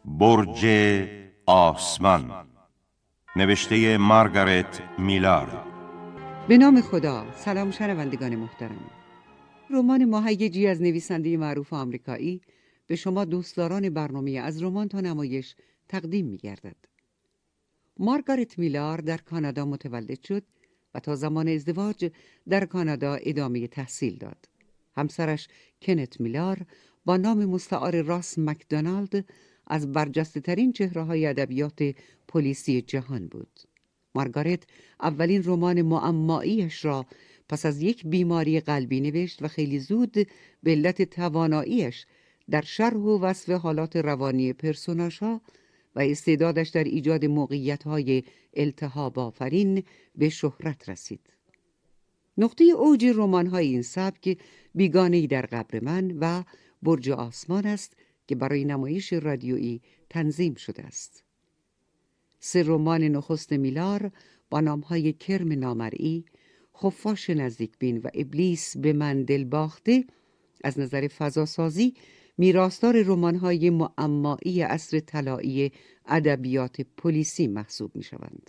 برج آسمان، نوشته مارگارت میلار. به نام خدا. سلام شنوندگان محترم. رمان مهیجی از نویسنده معروف آمریکایی به شما دوستداران برنامه از رمان تا نمایش تقدیم می گردد. مارگارت میلار در کانادا متولد شد و تا زمان ازدواج در کانادا ادامه تحصیل داد. همسرش کنت میلار با نام مستعار راس مکدونالد از برجسته ترین چهره‌های ادبیات پلیسی جهان بود. مارگارت اولین رمان معماییش را پس از یک بیماری قلبی نوشت و خیلی زود به علت تواناییش در شرح و وصف حالات روانی پرسوناژها و استعدادش در ایجاد موقعیت‌های التهاب آفرین به شهرت رسید. نقطه اوج رمان‌های این سبک بیگانه‌ای در قبر من و برج آسمان است که برای نمایش رادیویی تنظیم شده است. 3 رمان نخست میلار با نام‌های کرم نامرئی، خفاش نزدیکبین و ابلیس به من دل باخته از نظر فضاسازی میراثدار رمان‌های معمایی عصر طلایی ادبیات پلیسی محسوب می‌شوند.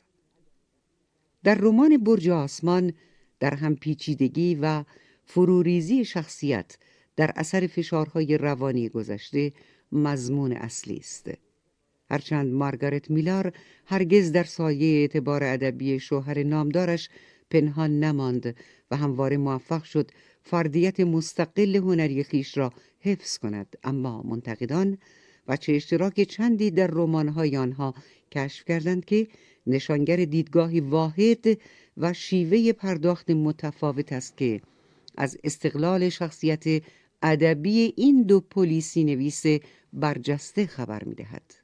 در رمان برج آسمان در هم پیچیدگی و فروریزی شخصیت در اثر فشارهای روانی گذشته مضمون اصلی است. هرچند مارگارت میلار هرگز در سایه اعتبار ادبی شوهر نامدارش پنهان نماند و همواره موفق شد فردیت مستقل هنری خویش را حفظ کند، اما منتقدان وجه اشتراک چندی در رمان‌های آنها کشف کردند که نشانگر دیدگاهی واحد و شیوه پرداخت متفاوت است که از استقلال شخصیت ادبی این دو پلیسی نویس برجسته خبر می‌دهد.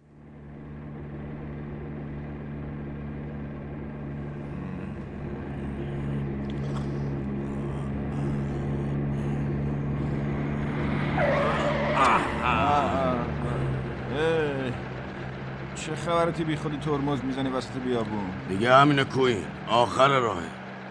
چه خبرتی بی خودی ترمز میزنی وسط بیابون؟ دیگه همینه کوین، آخر راهه.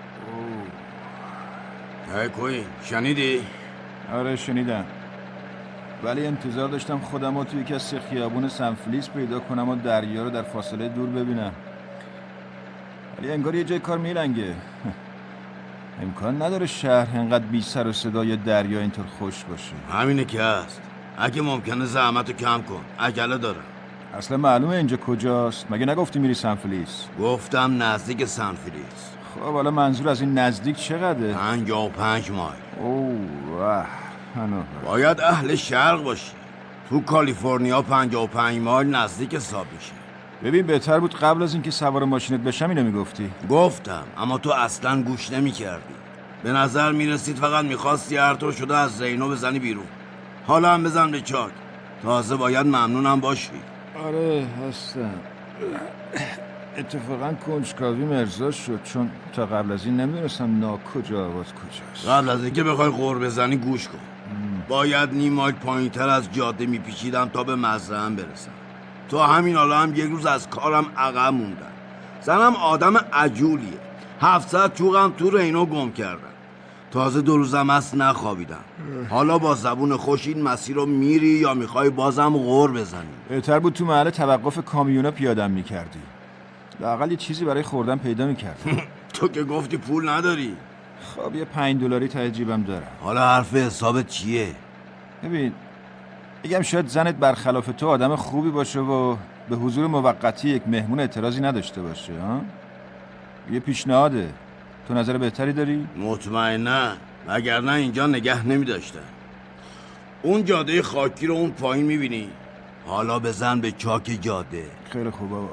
ای کوین، شنیدی؟ آره شنیدم، ولی انتظار داشتم خودم رو توی یکی از 3 خیابون سنفلیس پیدا کنم و دریا رو در فاصله دور ببینم، ولی انگار یه جای کار میلنگه. امکان نداره شهر انقدر بی سر و صدای دریا اینطور خوش باشه. همینه که هست. اگه ممکنه زحمتو کم کن، عجله دارم. اصلا معلومه اینجا کجاست؟ مگه نگفتی میری سنفلیس؟ گفتم نزدیک سنفلیس. خب حالا منظور از این نزدیک چقدره؟ 55 مایل. اوه باید اهل شرق باشی. تو کالیفرنیا 55 مایل نزدیک حساب میشه. ببین بهتر بود قبل از اینکه سوار ماشینت بشم اینو میگفتی. گفتم اما تو اصلا گوش نمیکردی. به نظر میرسید فقط میخواستی هر طور شده از زینو بزنی بیرون. حالا هم بزن به چاک. تازه باید ممنونم باشی. آره هستم. اتفاقا کنجکاوی مرزا شد، چون تا قبل از این نمیدونستم کجا آواز کجاست. قبل از اینکه بخوای غر بزنی گوش کن. باید نیم مایل پایین‌تر از جاده میپیچیدم تا به مزرعه‌ام برسم. تو همین حالا هم یک روز از کارم عقب موندم. زنم آدم عجولیه. 700 چوغم تو رینو گم کردم. تازه 2 روزم هست نخوابیدم. حالا با زبون خوش این مسیر رو میری یا میخوای بازم غر بزنی؟ بهتر بود تو محل توقف کامیونا پیادم میکردی. لااقل یه چیزی برای خوردن پیدا میکردی. تو که گفتی پول نداری. خب یه $5 ته جیبم دارم. حالا حرف حسابت چیه؟ ببین میگم شاید زنت برخلاف تو آدم خوبی باشه و به حضور موقتی یک مهمون اعتراضی نداشته باشه. ها؟ یه پیشنهاده. تو نظر بهتری داری؟ مطمئنا، وگرنه اینجا نگه نمی‌داشتن. اون جاده خاکی رو اون پایین می‌بینی؟ حالا بزن به چاک جاده. خیلی خوب بابا.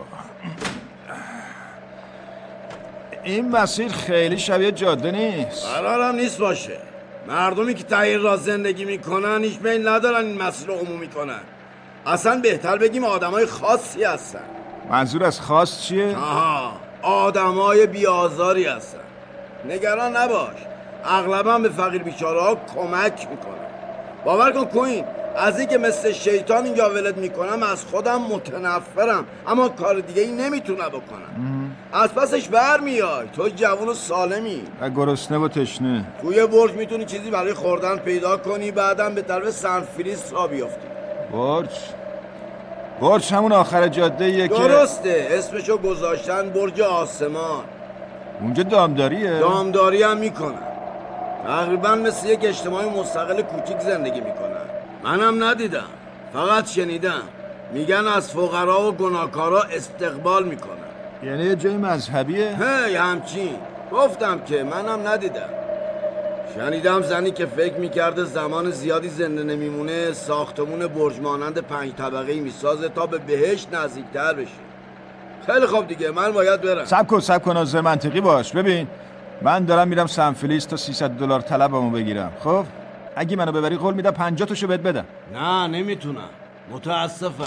این مسیر خیلی شبیه جاده نیست. قرارم نیست باشه. مردمی که ته این راه زندگی میکنن هیچ میل ندارن این مسیر رو عمومی کنن. اصلا بهتر بگیم آدمای خاصی هستن. منظور از خاص چیه؟ آها، آدمای بیازاری هستن. نگران نباش، اغلبا به فقیر بیچاره ها کمک میکنن. باور کن کوین، از این که مثل شیطان اینجا ولت میکنم از خودم متنفرم، اما کار دیگه ای نمیتونم بکنم. از پسش برمیای. تو جوان و سالمی و گرسنه و تشنه. توی برج میتونی چیزی برای خوردن پیدا کنی، بعدم به طرف سنفلیس را بیافتی. برج؟ برج همون آخر جاده یه که درسته، اسمشو گذاشتن برج آسمان. اونجا دامداریه؟ دامداری هم میکنن. تقریبا مثل یک اجتماع مستقل کوچیک زندگی میکنن. منم ندیدم، فقط شنیدم. میگن از فقرا و گناهکارا استقبال میکنن. یعنی یه جای مذهبیه؟ هی همچین. گفتم که منم ندیدم. شنیدم زنی که فکر میکرده زمان زیادی زنده نمیمونه ساختمون برج مانند 5 طبقه‌ای میسازه تا به بهشت نزدیکتر بشه. خیلی خوب دیگه، من باید برم. صبر کن ناظر، منطقی باش. ببین من دارم میرم سنفلیس تا $300 طلبمو بگیرم. خب اگه منو ببری قول میدم 50 تاشو بهت بدم. نه نمیتونم، متاسفم.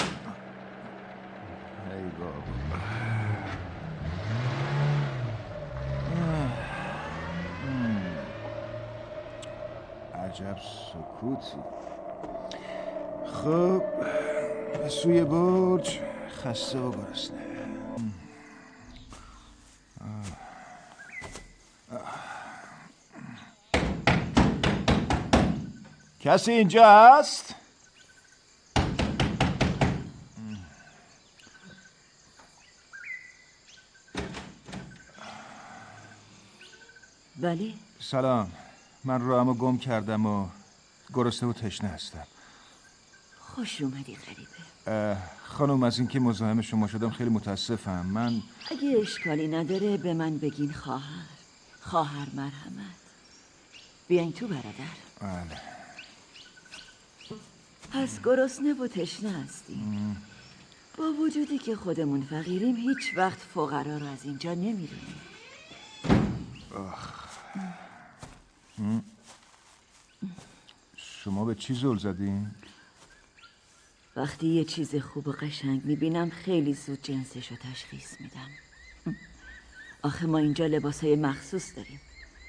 ای بابا. عجب سکوتی. خب به سوی برج، خسته و گرسنه. کسی اینجا هست؟ بله. سلام، من راهمو گم کردم و گرسنه و تشنه هستم. خوش اومدی غریبه. خانم از اینکه مزاحم شما شدم خیلی متاسفم. من اگه اشکالی نداره به من بگین خواهر مرحمت. بیاین تو برادر. بله. پس گرسنه و تشنه هستیم. با وجودی که خودمون فقیریم هیچ وقت فقرا رو از اینجا نمیرونیم. شما به چی زل زدین؟ وقتی یه چیز خوب و قشنگ میبینم خیلی زود جنسش رو تشخیص میدم. آخه ما اینجا لباسای مخصوص داریم.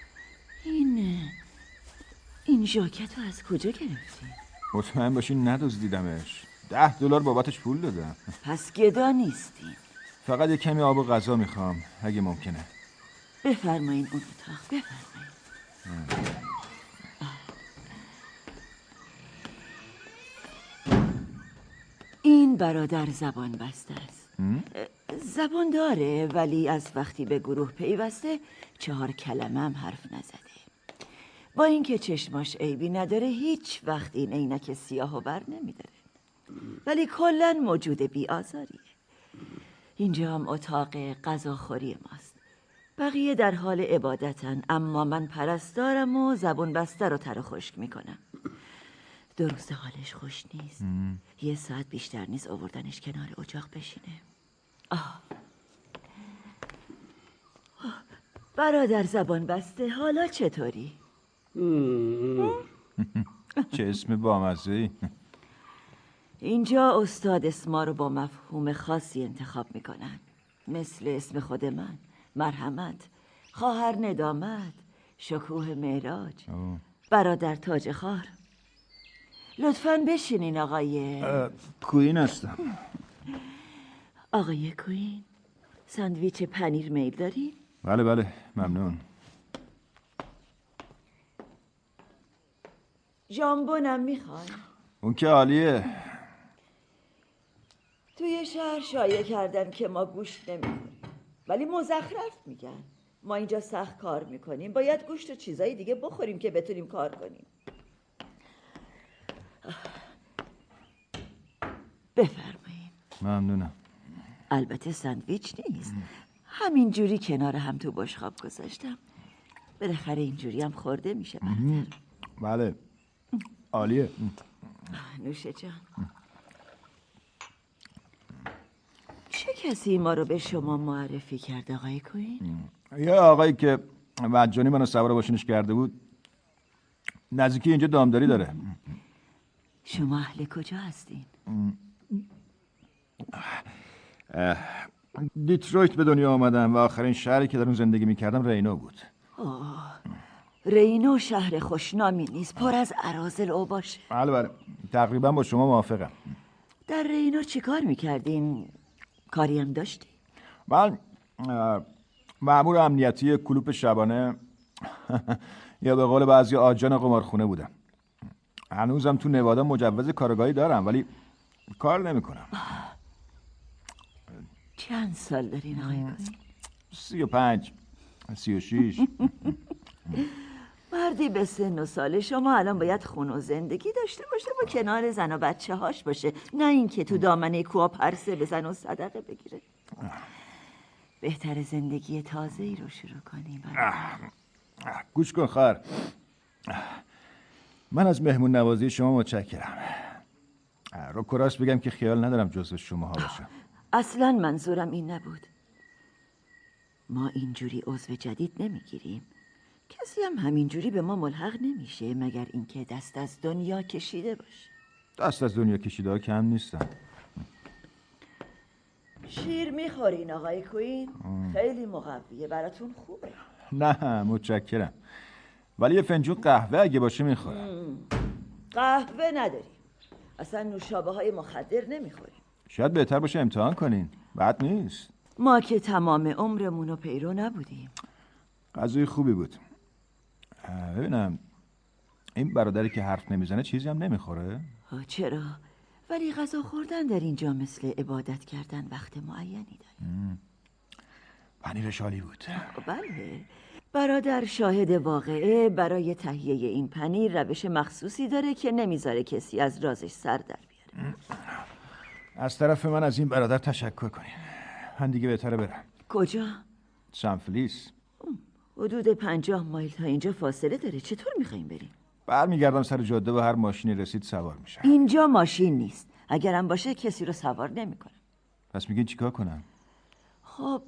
این ژاکت رو از کجا گرفتی؟ مطمئن باشین ندزدیدمش. $10 بابتش پول دادم. پس گدا نیستیم. فقط یه کمی آب و غذا میخوام اگه ممکنه. بفرمایین اون اتاق، بفرمایین. این برادر زبان بسته است. زبان داره ولی از وقتی به گروه پیوسته 4 کلمه هم حرف نزده. با اینکه چشماش عیبی نداره هیچ وقت این عینک سیاهو بر نمیداره. ولی کلا موجود بی آزاریه. اینجا هم اتاق غذاخوری ماست. بقیه در حال عبادتن، اما من پرستارم و زبون بسته رو تر و خشک میکنم. 2 روز حالش خوش نیست. 1 ساعت بیشتر نیست آوردنش کنار اجاق بشینه. برادر زبان بسته، حالا چطوری؟ چه اسم بامزه‌ای. اینجا استاد اسما رو با مفهوم خاصی انتخاب میکنن، مثل اسم خود من، مرحمت، خواهر ندامت، شکوه معراج، برادر تاج خار. لطفاً بشینین آقای کوین هستم. آقای کوین، ساندویچ پنیر میل داری؟ بله ممنون. ژامبونم میخوای؟ اون که عالیه. توی شهر شایع کردن که ما گوشت نمیخوریم، ولی مزخرف میگن. ما اینجا سخت کار میکنیم، باید گوشت و چیزای دیگه بخوریم که بتونیم کار کنیم. بفرمایید. ممنونم. البته ساندویچ نیست، همین جوری کنار هم تو بشقاب گذاشتم. بالاخره اینجوری هم خورده میشه. بله عالیه. نوشه جان. چه کسی ما رو به شما معرفی کرد آقای کوین؟ یه آقایی که مجانی منو سوار ماشینش کرده بود. نزدیکی اینجا دامداری داره. شما اهل کجا هستین؟ دیترویت به دنیا آمدم و آخرین شهری که در اون زندگی میکردم رینو بود. رینو شهر خوشنامی نیست، پر از اراذل اوباشه. بله تقریبا با شما موافقم. در رینو چی کار میکردین؟ کاری هم داشتی؟ من مأمور امنیتی کلوپ شبانه یا به قول بعضی آجان قمارخونه بودم. هنوزم تو نوادا مجوز کارگاهی دارم ولی کار نمیکنم. چند سال دارین آقای کوین؟ 35 36. مردی به سن و سال شما الان باید خون و زندگی داشته باشه و کنار زن و بچه هاش باشه، نه اینکه تو دامنه کوه پرسه بزن و صدقه بگیره. بهتر زندگی تازه ای رو شروع کنیم. گوش کن خواهر، من از مهمون نوازی شما متشکرم. رو کراس بگم که خیال ندارم جزو شماها باشم. اصلا منظورم این نبود. ما اینجوری عضو جدید نمیگیریم. کسی هم همینجوری به ما ملحق نمیشه مگر اینکه دست از دنیا کشیده باشه. دست از دنیا کشیده ها کم نیستم. شیر میخورین آقای کوین؟ خیلی مقویه، براتون خوبه. نه متشکرم، ولی یه فنجون قهوه اگه باشه میخورم. قهوه نداریم، اصلا نوشابه های مخدر نمیخوریم. شاید بهتر باشه امتحان کنین، بد نیست. ما که تمام عمرمونو پیرو نبودیم. غذای خوبی بود. ببینم این برادری که حرف نمیزنه چیزی هم نمیخوره؟ چرا؟ ولی غذا خوردن در اینجا مثل عبادت کردن وقت معینی داره. پنیر شالی بود. بله، برادر شاهد واقعه. برای تهیه این پنیر روش مخصوصی داره که نمیذاره کسی از رازش سر در بیاره. از طرف من از این برادر تشکر کنین. من دیگه بهتره برم. کجا؟ سنفلیس. حدود 50 مایل تا اینجا فاصله داره. چطور میخوایم بریم؟ برمیگردم سر جاده و هر ماشینی رسید سوار میشم. اینجا ماشین نیست. اگرم باشه کسی رو سوار نمیکنه. پس میگین چیکار کنم؟ خب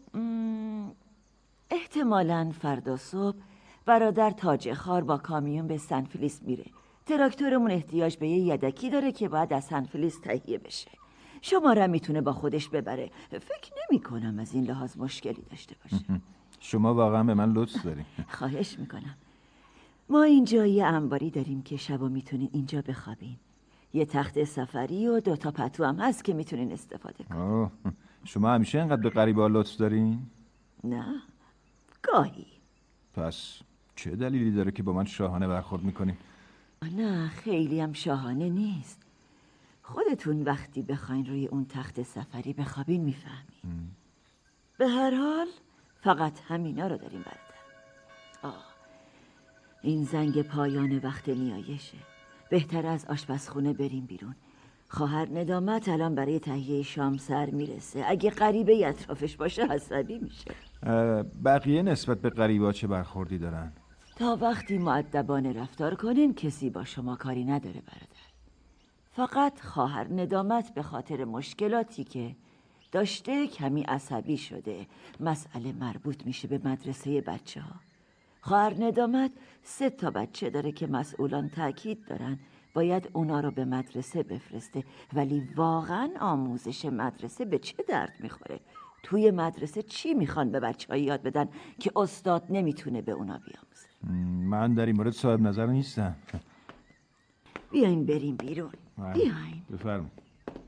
احتمالاً فردا صبح برادر تاج خار با کامیون به سنفلیس میره. تراکتورمون احتیاج به یه یدکی داره که باید از سنفلیس تهیه بشه. شما را میتونه با خودش ببره. فکر نمی کنم از این لحاظ مشکلی داشته باشه. شما واقعا به من لطف دارین. خواهش میکنم. ما اینجا یه انباری داریم که شبا میتونین اینجا بخوابین. یه تخت سفری و 2 تا پتو هم هست که میتونین استفاده کنین. شما همیشه اینقدر به غریبه‌ها لطف دارین؟ نه، گاهی. پس چه دلیلی داره که با من شاهانه برخورد میکنین؟ نه، خیلی هم شاهانه نیست. خودتون وقتی بخواین روی اون تخت سفری بخوابین میفهمین. به هر حال فقط همینا رو داریم برادر. این زنگ پایان وقت نیایشه. بهتر از آشپزخونه بریم بیرون. خواهر ندامت الان برای تهیه شام سر میرسه. اگه غریبه اطرافش باشه عصبی میشه. بقیه نسبت به غریبه‌ها چه برخوردی دارن؟ تا وقتی مؤدبانه رفتار کنین کسی با شما کاری نداره برادر. فقط خواهر ندامت به خاطر مشکلاتی که داشته کمی عصبی شده. مسئله مربوط میشه به مدرسه بچه ها. خواهر ندامت 3 تا بچه داره که مسئولان تاکید دارن باید اونا رو به مدرسه بفرسته، ولی واقعا آموزش مدرسه به چه درد میخوره؟ توی مدرسه چی میخوان به بچه ها یاد بدن که استاد نمیتونه به اونا بیاموزه؟ من در این مورد صاحب نظر نیستم. بیاین بریم بیرون. بیاین. بفرمایید.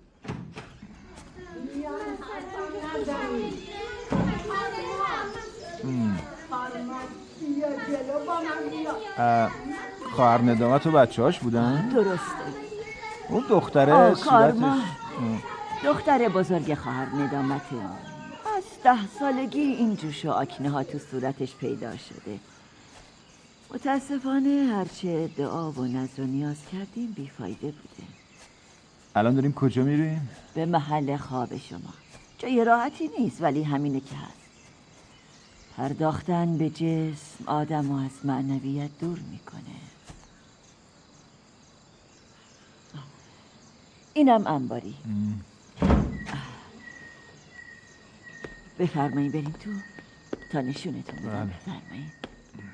خواهر ندامت و بچه هاش بودن؟ درسته. اون دختره صورتش دختر بزرگ خواهر ندامته. از 10 سالگی این جوش و آکنه ها تو صورتش پیدا شده. متاسفانه هرچه دعا و نذر و نیاز کردیم بیفایده بوده. الان داریم کجا میریم؟ به محل خواب شما. جای راحتی نیست ولی همینه که هست. پرداختن به جسم آدم و از معنویت دور میکنه. اینم انباری. بفرمایید بریم تو تا نشونتون بدم. بفرمایید.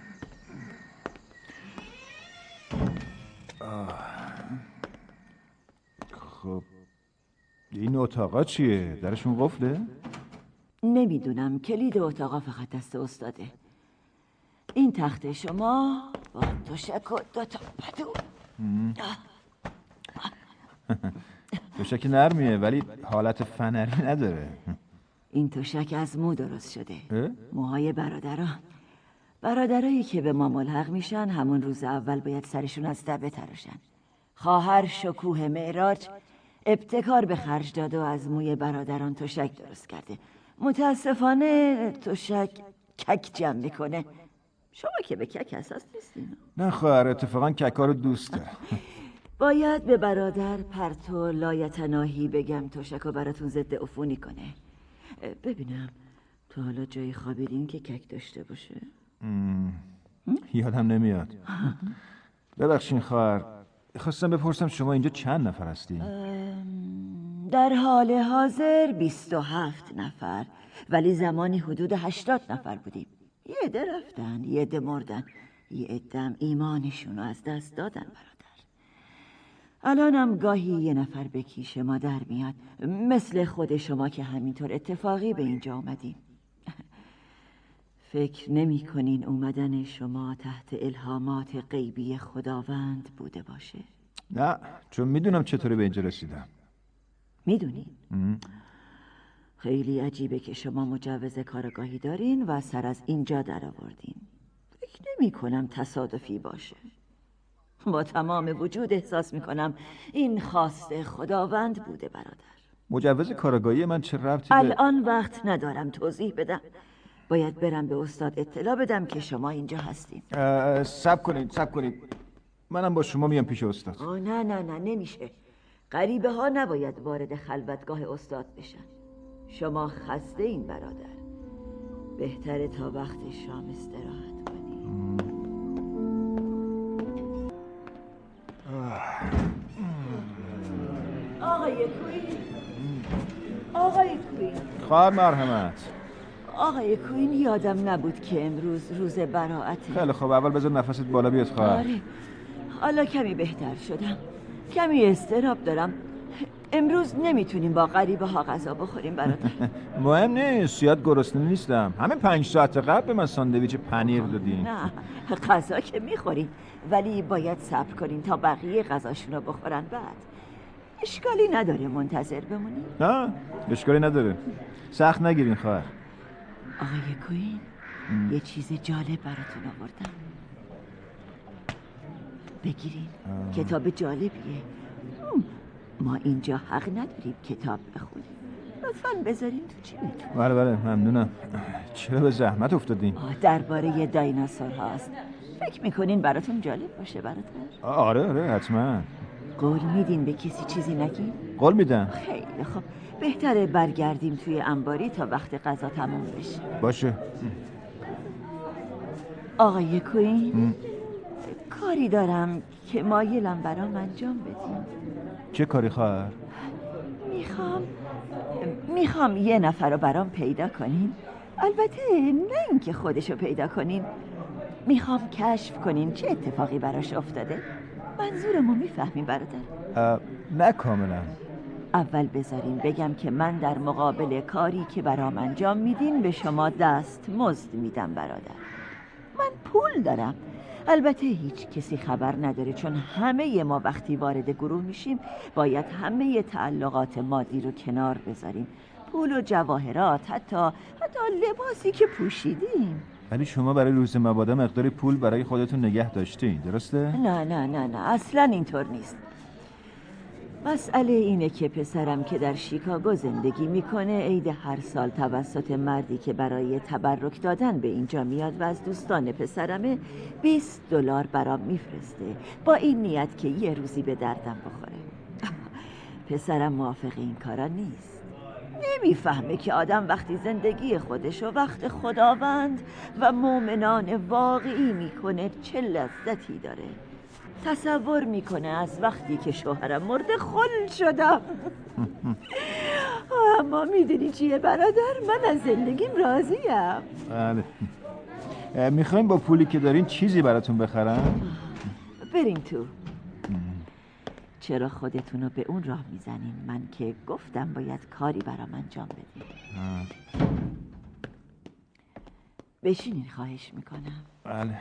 خب این اتاقا چیه؟ درشون قفله؟ نمیدونم، کلید اتاقا فقط دست استاده. این تخت شما با تشک و 2 تا پتو. تشک نرمیه ولی حالت فنری نداره. این تشک از مو درست شده. موهای برادرایی که به ما ملحق میشن همون روز اول باید سرشون از دبه تراشن. خواهر شکوه معراج ابتکار به خرج داد و از موی برادران تشک درست کرده. متاسفانه تشک کک جمع میکنه. شما که به کک حساس نیستین. نه خواهر، اتفاقا ککا رو دوست دارم. باید به برادر پرتو لایتناهی بگم تشکو براتون ضد عفونی کنه. ببینم تو حالا جایی خوابیدین که کک داشته باشه؟ یادم نمیاد. ببخشین خواهر، خواستم بپرسم شما اینجا چند نفر هستین؟ در حال حاضر 27 نفر، ولی زمانی حدود 80 نفر بودیم. یه عده رفتن، یه عده مردن، یه عده‌ام ایمانشون رو از دست دادن برادر. الانم گاهی یه نفر به کیش ما در میاد، مثل خود شما که همینطور اتفاقی به اینجا اومدین. فکر نمی کنین اومدن شما تحت الهامات غیبی خداوند بوده باشه؟ نه، چون میدونم چطوری به اینجا رسیدم. میدونین؟ خیلی عجیبه که شما مجوز کارگاهی دارین و سر از اینجا در آوردین. فکر نمی کنم تصادفی باشه. با تمام وجود احساس می کنم این خواست خداوند بوده برادر. مجوز کارگاهی من چه ربطی به... الان وقت ندارم توضیح بدم. باید برم به استاد اطلاع بدم که شما اینجا هستین. صبر کنید. منم با شما میام پیش استاد. نه نمیشه. غریبه ها نباید وارد خلوتگاه استاد بشن. شما خسته این برادر. بهتره تا وقت شام استراحت کنی. آقای کوین. خواهر مرحمت. آقای کوین، یادم نبود که امروز روز براءته. خیلی خب، اول بذار نفست بالا بیاد خواهر. آره، حالا کمی بهتر شدم. کمی اضطراب دارم. امروز نمیتونیم با غریبه ها غذا بخوریم برادر. مهم نیست، زیاد گرسنه نیستم. همه 5 ساعت قبل به من ساندویچ پنیر دادین. نه، غذا که میخوریم، ولی باید صبر کنیم تا بقیه غذاشون رو بخورن بعد. اشکالی نداره منتظر بمونیم؟ نه، اشکالی نداره. سخت نگیرین خواهر. آقای کوین، یه چیز جالب براتون آوردم. بگیرین. کتاب جالبیه. ما اینجا حق نداریم کتاب بخونیم. لطفاً بذارین تو جیبتون. بله ممنونم. چرا به زحمت افتادین؟ درباره دایناسور هاست. فکر میکنین براتون جالب باشه برادر؟ آره حتما. قول میدین به کسی چیزی نگین؟ قول میدم. خیلی خب، بهتره برگردیم توی انباری تا وقت غذا تموم بشه. باشه. آقای کوین، کاری دارم که مایلم برام انجام بدین. چه کاری خواهر؟ میخوام یه نفر رو برام پیدا کنین. البته نه اینکه خودشو پیدا کنین. میخوام کشف کنین چه اتفاقی براش افتاده. منظورمو میفهمین برادر؟ نه کاملا. اول بذارین بگم که من در مقابل کاری که برام انجام میدین به شما دست مزد میدم برادر. من پول دارم. البته هیچ کسی خبر نداره، چون همه ما وقتی وارد گروه میشیم باید همه تعلقات مادی رو کنار بذاریم. پول و جواهرات، حتی لباسی که پوشیدیم. ولی شما برای روز مبادا مقدار پول برای خودتون نگه داشتین، درسته؟ نه اصلا اینطور نیست. مسئله اینه که پسرم که در شیکاگو زندگی میکنه عید هر سال توسط مردی که برای تبرک دادن به اینجا میاد و از دوستان پسرمه $20 برام میفرسته، با این نیت که یه روزی به دردم بخوره. پسرم موافق این کارا نیست. نمیفهمه که آدم وقتی زندگی خودشو وقت خداوند و مؤمنان واقعی میکنه چه لذتی داره. تصور میکنه از وقتی که شوهرم مرده خل شدم. اما میدونی چیه برادر؟ من از زندگیم راضیم. بله. میخوایم با پولی که دارین چیزی براتون بخرم؟ بریم تو. چرا خودتونو به اون راه میزنین؟ من که گفتم باید کاری برام انجام بدین. بشینین خواهش میکنم. بله.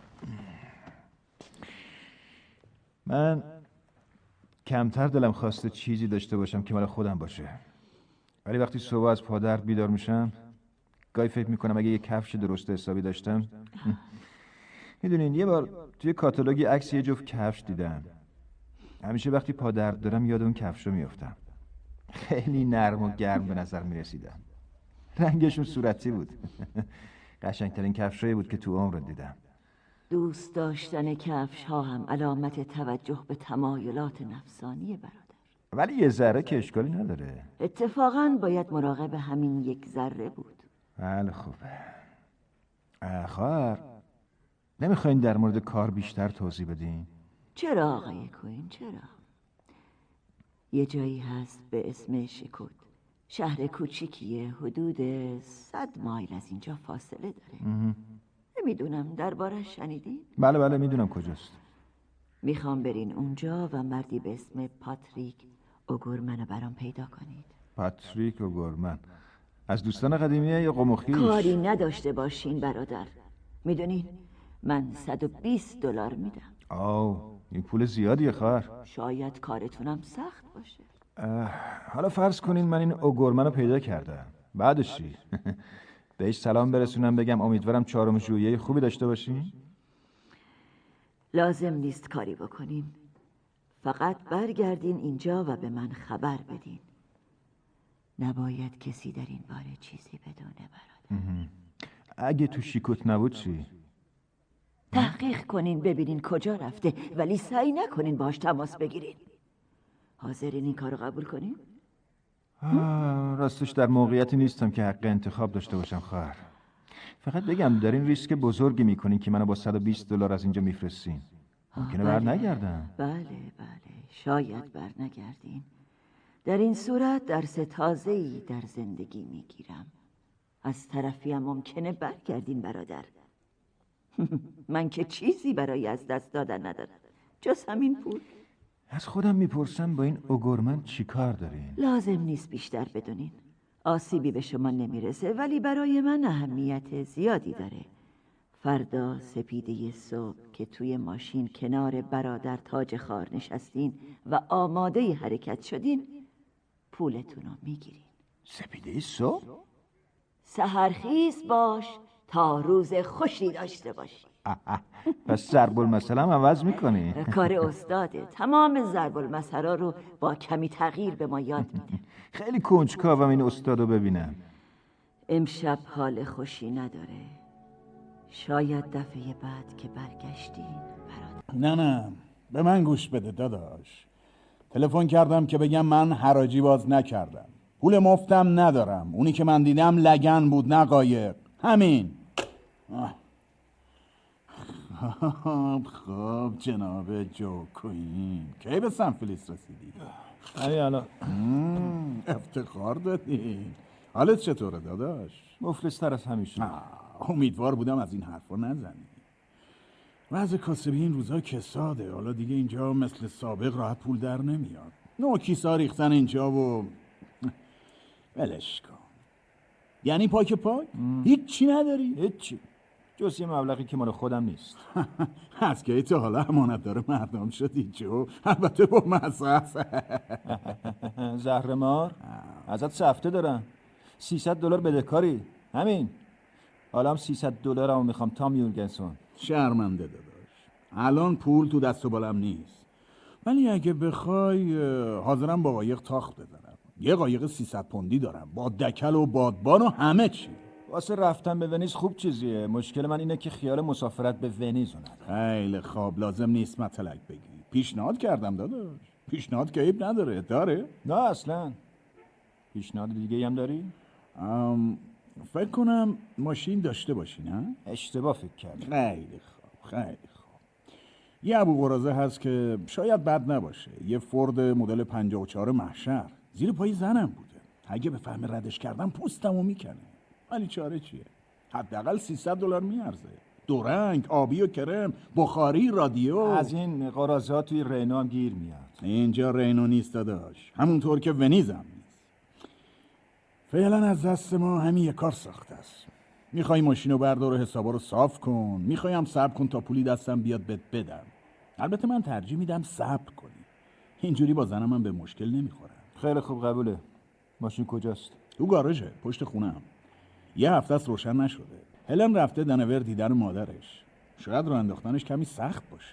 من کمتر دلم خواسته چیزی داشته باشم که مال خودم باشه، ولی وقتی صبح از پادر بیدار میشم گاهی فکر میکنم اگه یه کفش درست حسابی داشتم. میدونین یه بار توی کاتالوگی عکس یه جفت کفش دیدم. همیشه وقتی پادر دارم یاد اون کفشو میافتم. خیلی نرم و گرم به نظر میرسیدن. رنگشون صورتی بود. قشنگترین کفشایی بود که تو عمرت دیدم. دوست داشتن کفش ها هم علامت توجه به تمایلات نفسانی برادر. ولی یه ذره که اشکالی نداره. اتفاقاً باید مراقب همین یک ذره بود. بله خوبه. خواهر، نمیخواین در مورد کار بیشتر توضیح بدین؟ چرا آقای کوین چرا؟ یه جایی هست به اسم شکوت. شهر کوچیکیه، حدود 100 مایل از اینجا فاصله داره. نمیدونم دربارش شنیدین؟ بله میدونم کجاست. میخوام برین اونجا و مردی به اسم پاتریک اوگورمن برام پیدا کنید. پاتریک اوگورمن از دوستان قدیمیه یا قوم و خویش؟ کاری نداشته باشین برادر. میدونین من $120 میدم. این پول زیادیه خواهر. شاید کارتونم سخت باشه. حالا فرض کنین من این اوگورمن رو پیدا کردم، بعدش چی؟ بهش سلام برسونم بگم امیدوارم 4 ژوئیه خوبی داشته باشین؟ لازم نیست کاری بکنین. فقط برگردین اینجا و به من خبر بدین. نباید کسی در این باره چیزی بدونه برادر. اگه تو شیکوت نبود چی؟ تحقیق کنین ببینین کجا رفته، ولی سعی نکنین باش تماس بگیرین. حاضرین این کارو قبول کنین؟ راستش در موقعیتی نیستم که حق انتخاب داشته باشم خواهر. فقط بگم دارین ریسک بزرگی میکنین که منو با $120 از اینجا میفرستین. ممکنه بر نگردم. بله شاید بر نگردین. در این صورت درس تازه‌ای در زندگی میگیرم. از طرفی هم ممکنه برگردین برادر. من که چیزی برای از دست دادن ندارم جز همین پول. از خودم میپرسم با این اوگورمن چی کار دارین؟ لازم نیست بیشتر بدونین. آسیبی به شما نمیرسه ولی برای من اهمیت زیادی داره. فردا سپیده صبح که توی ماشین کنار برادر تاج خار نشستین و آماده حرکت شدین پولتون رو میگیرین. سپیده صبح؟ سحرخیز باش تا روز خوشی داشته باشی. پس ضرب المثل هم عوض میکنی؟ کار استاده. تمام ضرب المثلا رو با کمی تغییر به ما یاد میده. خیلی کنجکاوم این استادو ببینم. امشب حال خوشی نداره. شاید دفعه بعد که برگشتین برادر. نه به من گوش بده داداش. تلفن کردم که بگم من حراجی باز نکردم. پول مفتم ندارم. اونی که من دیدم لگن بود نه قایق. همین. خب جناب جو کوین کی به سن فلیس رسیدی؟ همین الان. افتخار دادی. حالت چطوره داداش؟ مفلس‌تر از همیشه. امیدوار بودم از این حرفا نزنی. وضع کاسبی این روزا کساده. حالا دیگه اینجا مثل سابق راحت پول در نمیاد. نوکیسا ریختن اینجا و ولش کن. یعنی پاک هیچی نداری؟ هیچی جز یه مبلغی که مال خودم نیست. از که تا حالا امانت داره مردم شدی جو. البته با مزاس. زهرمار ازت سفته دارم. $300 بدهکاری. همین. حالا هم $300 رو میخوام تام یورگنسون. شرمنده داداش. الان پول تو دست و بالم نیست. ولی اگه بخوای حاضرم با قایق تاخت بزنم. یه قایق 300 پوندی دارم با دکل و بادبان و همه چی. واسه رفتن به ونیز خوب چیزیه. مشکل من اینه که خیال مسافرت به ونیز رو ندارم. خیلی خواب. لازم نیست مطلق بگی. پیشنهاد کردم داداش. پیشنهاد که عیب نداره. داره؟ نه اصلا. پیشنهاد دیگه هم داری؟ فکر کنم ماشین داشته باشی نه؟ اشتباه فکر کردی. خیلی خوب. یه ابو قرازه هست که شاید بد نباشه. یه فورد مدل 54 محشر. زیر پای زنم بوده. اگه به فهم ردش کردم پوستمو میکنه. ولی چاره چیه؟ حداقل $300 میارزه. دو رنگ، آبی و کرم، بخاری، رادیو. از این قرازه ها توی رینو هم گیر میاد. اینجا رینو نیست داداش. همونطور که ونیز هم نیست. فعلا از دست ما همین یه کار ساخته است. میخوای ماشینو بردار و حسابا رو صاف کن. میخوایم صبر کن تا پولی دستم بیاد بهت بدم. البته من ترجیح میدم صبر کنی. اینجوری با زنم هم به مشکل نمیخورم. خیلی خوب قبوله. ماشین کجاست؟ تو گاراژه پشت خونم. یه هفته است روشن نشده. هلن رفته دنور دیدن مادرش. شاید راه انداختنش کمی سخت باشه.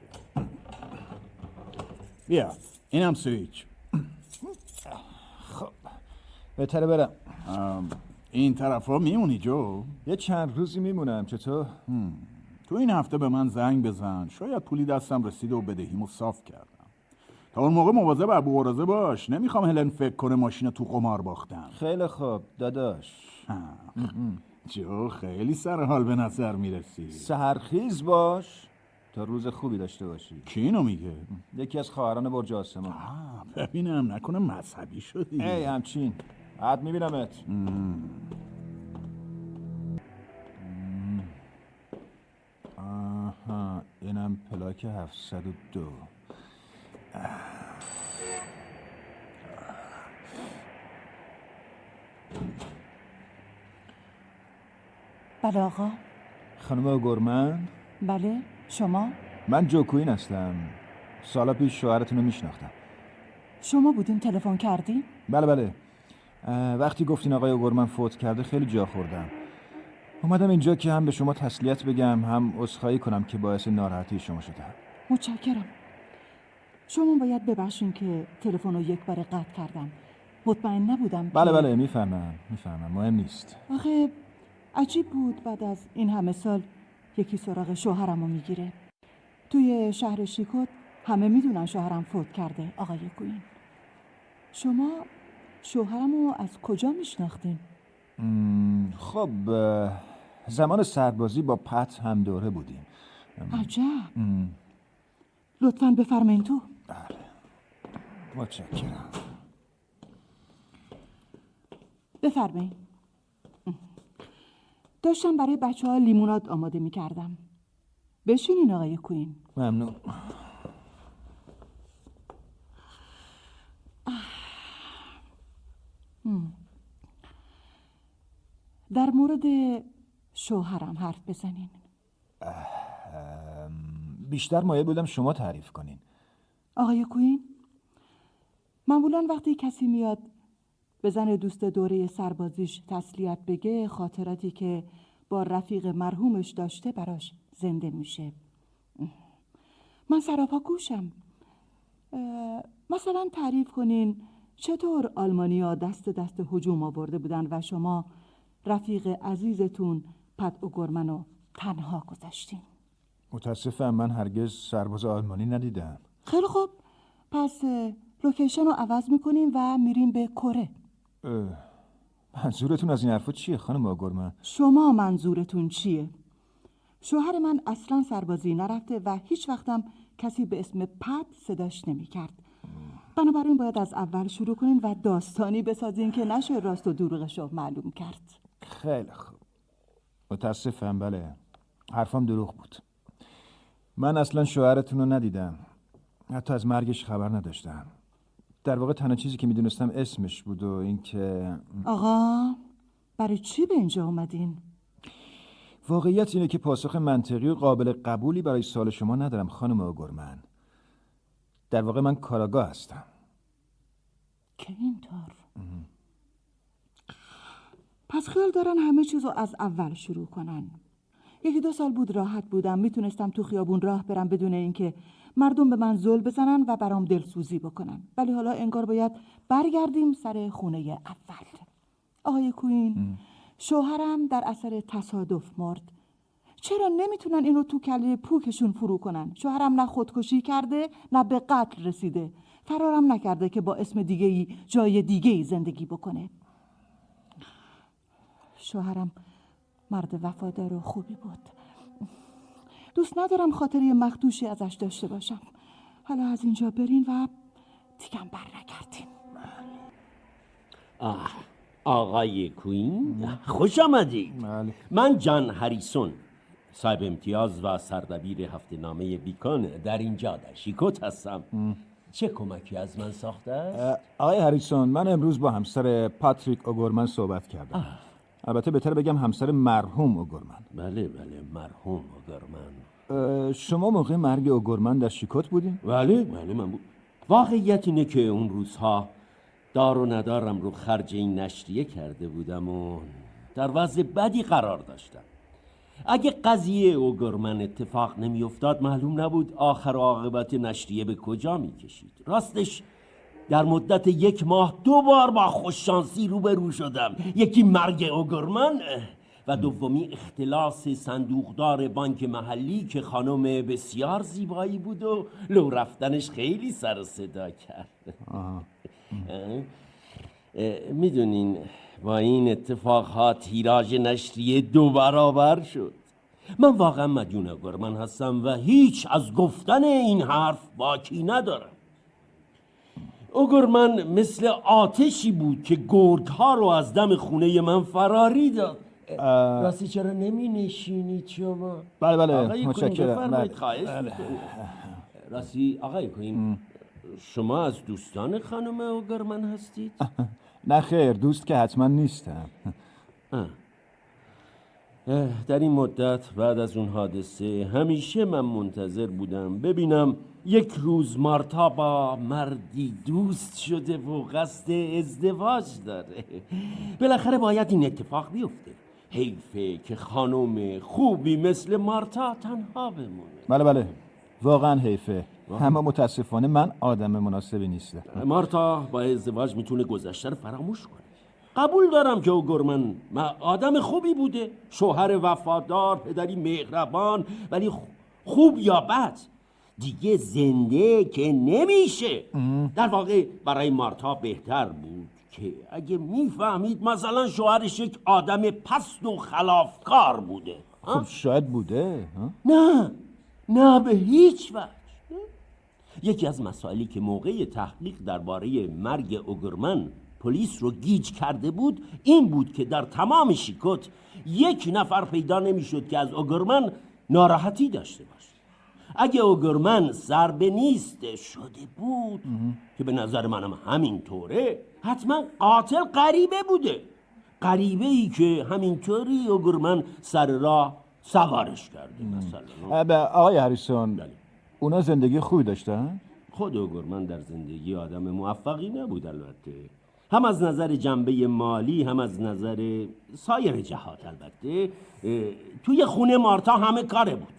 بیا اینم سویچ. خب بهتره برم. این طرفا میمونی جو؟ یه چند روزی میمونم. چطور؟ تو این هفته به من زنگ بزن، شاید پولی دستم رسیده و بدهیمو صاف کردم. تا اون موقع مواظب ابو قرازه باش، نمیخوام هلن فکر کنه ماشین تو قمار باختم. خیلی خوب داداش. جو خیلی سر حال به نظر میرسی. سحرخیز باش تا روز خوبی داشته باشی. کی اینو میگه؟ یکی از خواهران برج آسمان. ببینم نکنه مذهبی شدی. ای همچین بعد میبینمت. آها اینم پلاک 702. بله آقا. خانم اوگورمن؟ بله شما؟ من جو کوین هستم. سالا پیش شوهرتون رو میشناختم. شما بودین تلفن کردین؟ بله. وقتی گفتین آقای اوگورمن فوت کرده خیلی جا خوردم. اومدم اینجا که هم به شما تسلیت بگم هم عذرخواهی کنم که باعث ناراحتی شما شدم. متشکرم. شما باید ببخشین که تلفن رو یک بار قطع کردم. مطمئن نبودم. بله میفهمم مهم نیست. آخه عجیب بود بعد از این همه سال یکی سراغ شوهرم رو میگیره. توی شهر شیکوت همه میدونن شوهرم فوت کرده. آقای کوین، شما شوهرم رو از کجا میشناختین؟ خب زمان سربازی با پت هم دوره بودیم. عجب. لطفاً بفرمایین تو. بله متشکرم. بفرمایین. داشتم برای بچه‌ها لیموناد آماده می‌کردم. بشینین آقای کوین. ممنون. در مورد شوهرم حرف بزنین. بیشتر مایل بودم شما تعریف کنین. آقای کوین، معمولاً وقتی کسی میاد به زن دوست دوره سربازیش تسلیت بگه، خاطراتی که با رفیق مرحومش داشته براش زنده میشه. من سراپا گوشم. مثلا تعریف کنین چطور آلمانیا دست هجوم آورده بودن و شما رفیق عزیزتون پت اوگورمنو تنها گذاشتین. متاسفم من هرگز سرباز آلمانی ندیدم. خیلی خوب، پس لوکیشن رو عوض میکنیم و میریم به کره. منظورتون از این حرفا چیه خانم اوگورمن؟ شما منظورتون چیه؟ شوهر من اصلا سربازی نرفته و هیچ وقتم کسی به اسم پت صداش نمیکرد. بنابراین باید از اول شروع کنین و داستانی بسازین که نشه راست و دروغش رو معلوم کرد. خیلی خوب. متاسفم. بله حرفم دروغ بود. من اصلا شوهرتون رو ندیدم. حتی از مرگش خبر نداشتم. در واقع تنها چیزی که میدونستم اسمش بود و اینکه آقا برای چی به اینجا اومدین؟ واقعیت اینه که پاسخ منطقی و قابل قبولی برای سوال شما ندارم خانم اوگورمن. در واقع من کاراگاه هستم. که اینطور؟ پس خیال دارن همه چیزو از اول شروع کنن. 1-2 سال بود راحت بودم، میتونستم تو خیابون راه برم بدون اینکه مردم به من زل بزنن و برام دلسوزی بکنن. ولی حالا انگار باید برگردیم سر خونه اول. آقای کوین، شوهرم در اثر تصادف مرد. چرا نمیتونن اینو تو کله پوکشون فرو کنن؟ شوهرم نه خودکشی کرده نه به قتل رسیده. فرارم نکرده که با اسم دیگه‌ای جای دیگه‌ای زندگی بکنه. شوهرم مرد وفادار و خوبی بود. دوست ندارم خاطری مخدوشی ازش داشته باشم. حالا از اینجا برین و دیگه بر نگردین. آقای کوین خوش آمدید. بله. من جان هریسون، صاحب امتیاز و سردبیر هفته نامه بیکن در اینجا در شیکوت هستم. چه کمکی از من ساخته است؟ آقای هریسون، من امروز با همسر پاتریک اوگورمن صحبت کردم. البته بهتر بگم همسر مرحوم اوگورمن. بله مرحوم اوگورمن. شما موقع مرگ اوگورمن در شیکوت بودین؟ بله من بود. واقعیت اینه که اون روزها دار و ندارم رو خرج این نشریه کرده بودم و در وضع بدی قرار داشتم. اگه قضیه اوگورمن اتفاق نمی افتاد معلوم نبود آخر و عاقبت نشریه به کجا می کشید. راستش در مدت 1 ماه 2 بار با خوششانسی روبرو شدم. یکی مرگ اوگرمن و دومی اختلاس صندوقدار بانک محلی که خانم بسیار زیبایی بود و لو رفتنش خیلی سر و صدا کرد. میدونین با این اتفاقها تیراژ نشریه 2 برابر شد. من واقعا مدیون اوگرمن هستم و هیچ از گفتن این حرف باکی ندارم. اوگرمن مثل آتشی بود که گرگ‌ها رو از دم خونه من فراری داد. راستی چرا نمی نشینید شما؟ بله متشکرم. بفرمایید، خواهش می‌کنم. راستی آقای کوین، شما از دوستان خانم اوگرمن هستید؟ نه خیر، دوست که حتما نیستم. در این مدت بعد از اون حادثه همیشه من منتظر بودم ببینم یک روز مارتا با مردی دوست شده و قصد ازدواج داره. بالاخره باید این اتفاق بیفته. حیفه که خانم خوبی مثل مارتا تنها بمونه. بله واقعا حیفه. اما متاسفانه من آدم مناسبی نیستم. مارتا با ازدواج میتونه گذشته رو فراموش کنه. قبول دارم که اوگرمن آدم خوبی بوده، شوهر وفادار، پدری مهربان، ولی خوب یا بد دیگه زنده که نمیشه. در واقع برای مارتا بهتر بود که اگه میفهمید مثلا شوهرش یک آدم پست و خلافکار بوده. خب شاید بوده. نه به هیچ وجه. یکی از مسائلی که موقع تحقیق درباره مرگ اوگرمن پلیس رو گیج کرده بود این بود که در تمام شیکوت 1 نفر پیدا نمیشد که از اوگرمن ناراحتی داشته باشه. اگه اوگرمن ضربه نیست شده بود که به نظر منم همینطوره، حتما قاتل غریبه بوده. غریبه ای که همینطوری اوگرمن سر راه سوارش کرده. مثلا آقای هریسون، اونا زندگی خوبی داشتن؟ خود اوگرمن در زندگی آدم موفقی نبود البته، هم از نظر جنبه مالی هم از نظر سایر جهات. البته توی خونه مارتا همه کاره بود.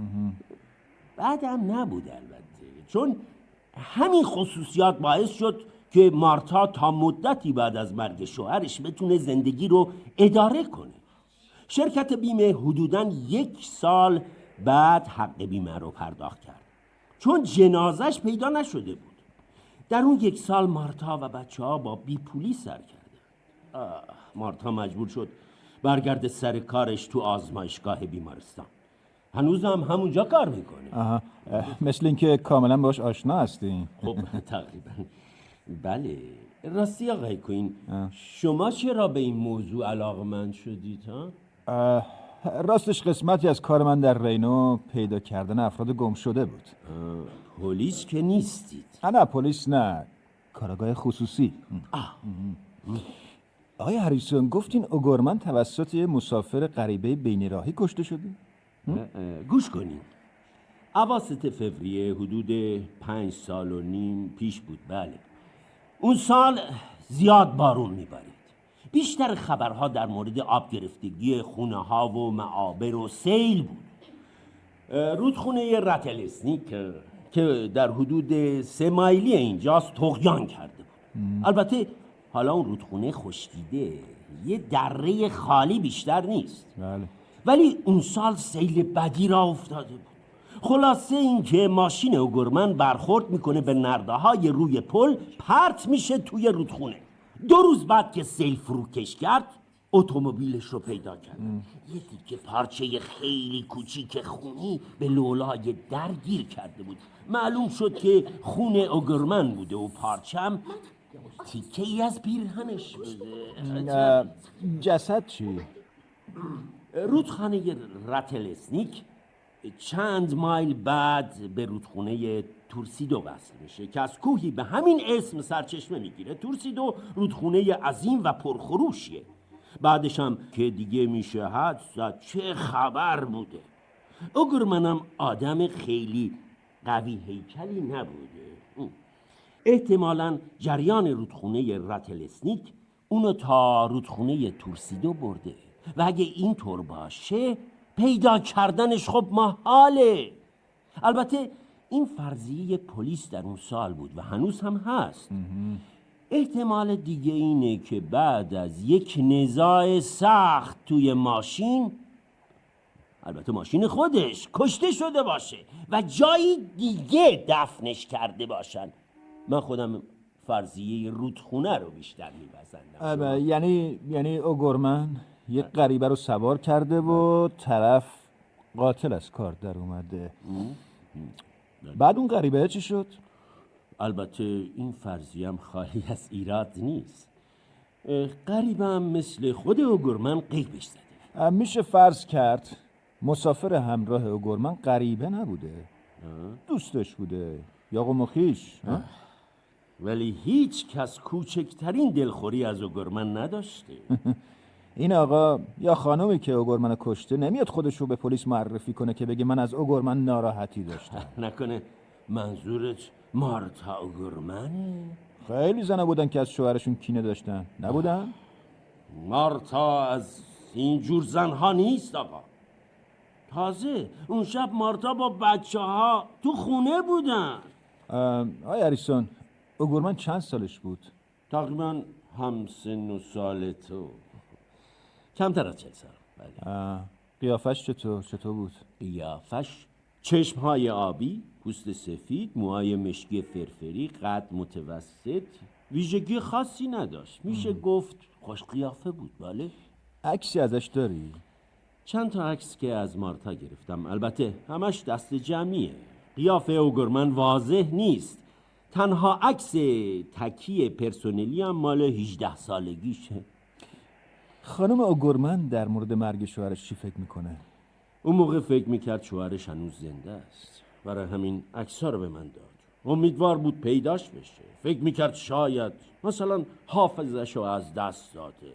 بعدم نبود البته، چون همین خصوصیات باعث شد که مارتا تا مدتی بعد از مرگ شوهرش بتونه زندگی رو اداره کنه. شرکت بیمه حدوداً 1 سال بعد حق بیمه رو پرداخت کرد، چون جنازش پیدا نشده بود. در اون 1 سال مارتا و بچه‌ها با بیپولی سر کردن. مارتا مجبور شد برگرده سر کارش تو آزمایشگاه بیمارستان. هنوز هم همونجا کار میکنه. مثل اینکه کاملا باش آشنا هستین. خب تقریبا بله. راستی آقای کوین، شما چرا به این موضوع علاقمند شدید ها؟ راستش قسمتی از کار من در رینو پیدا کردن افراد گم شده بود. پلیس که نیستید؟ نه پلیس نه، کارگاه خصوصی. آقای هریسون، گفتین اوگرمن توسط یه مسافر غریبه بین راهی کشته شده؟ گوش کنین. اواسط فوریه حدود 5 سال و نیم پیش بود. بله اون سال زیاد بارون میبارید. بیشتر خبرها در مورد آب گرفتگی خونه ها و معابر و سیل بود. رودخونه رتلسنیک که در حدود 3 مایلی اینجاست طغیان کرده بود. البته حالا اون رودخونه خشکیده، یه دره خالی بیشتر نیست. بله. ولی اون سال سیل بدی را افتاده بود. خلاصه این که ماشین اوگرمن برخورد میکنه به نرده‌های روی پل، پرت میشه توی رودخونه. 2 روز بعد که سیل فروکش کرد اتومبیلش رو پیدا کرد. یه تیکه پارچه خیلی کوچیک خونی به لولای در گیر کرده بود. معلوم شد که خون اوگرمن بوده و پارچم تیکه ای از پیرهنش بوده. جسد چی؟ رودخانه رتلسنیک چند مایل بعد به رودخونه تورسیدو وصل میشه که از کوهی به همین اسم سرچشمه میگیره. تورسیدو رودخونه عظیم و پرخروشیه. بعدش هم که دیگه میشه حد زد چه خبر بوده. اوگرمنم آدم خیلی قوی هیکلی نبوده. احتمالاً جریان رودخونه رتلسنیک اونو تا رودخونه تورسیدو برده و اگه اینطور باشه پیدا کردنش خب محاله. البته این فرضیه پلیس در اون سال بود و هنوز هم هست. احتمال دیگه اینه که بعد از یک نزاع سخت توی ماشین، البته ماشین خودش، کشته شده باشه و جایی دیگه دفنش کرده باشن. من خودم فرضیه رودخونه رو بیشتر می‌پسندم. یعنی اوگرمن یک غریبه رو سوار کرده و طرف قاتل از کار در اومده. بعد اون غریبه چی شد؟ البته این فرضیه هم خالی از ایراد نیست. غریبه هم مثل خود اوگرمن قیبش زده. میشه فرض کرد مسافر همراه اوگرمن غریبه نبوده، دوستش بوده یا قوم و خویش. ولی هیچ کس کوچکترین دلخوری از اوگرمن نداشته. این آقا یا خانومی که اوگرمن کشته نمیاد خودش رو به پلیس معرفی کنه که بگه من از اوگرمن ناراحتی داشتم؟ نکنه منظورت مارتا اوگرمنه؟ خیلی زنه بودن که از شوهرشون کینه داشتن، نبودن؟ مارتا از این جور زنها نیست آقا. تازه اون شب مارتا با بچه ها تو خونه بودن. آقای هریسون، اوگرمن چند سالش بود؟ تقریبا همسن و سال تو، کمتر از 40 سال. بله. قیافش چطور بود؟ قیافش چشمهای آبی، پوست سفید، موهای مشکی فرفری، قد متوسط، ویژگی خاصی نداشت. میشه گفت خوش قیافه بود. بله. عکسی ازش داری؟ چند تا عکس که از مارتا گرفتم، البته همش دست جمعیه. قیافه اوگرمن واضح نیست. تنها عکس تکی پرسنلی هم مال 18 سالگیشه. خانم اوگرمن در مورد مرگ شوهرش چی فکر میکنه؟ اون موقع فکر میکرد شوهرش هنوز زنده است، برای همین عکس‌ها رو به من داد. امیدوار بود پیداش بشه. فکر میکرد شاید مثلا حافظش رو از دست داده،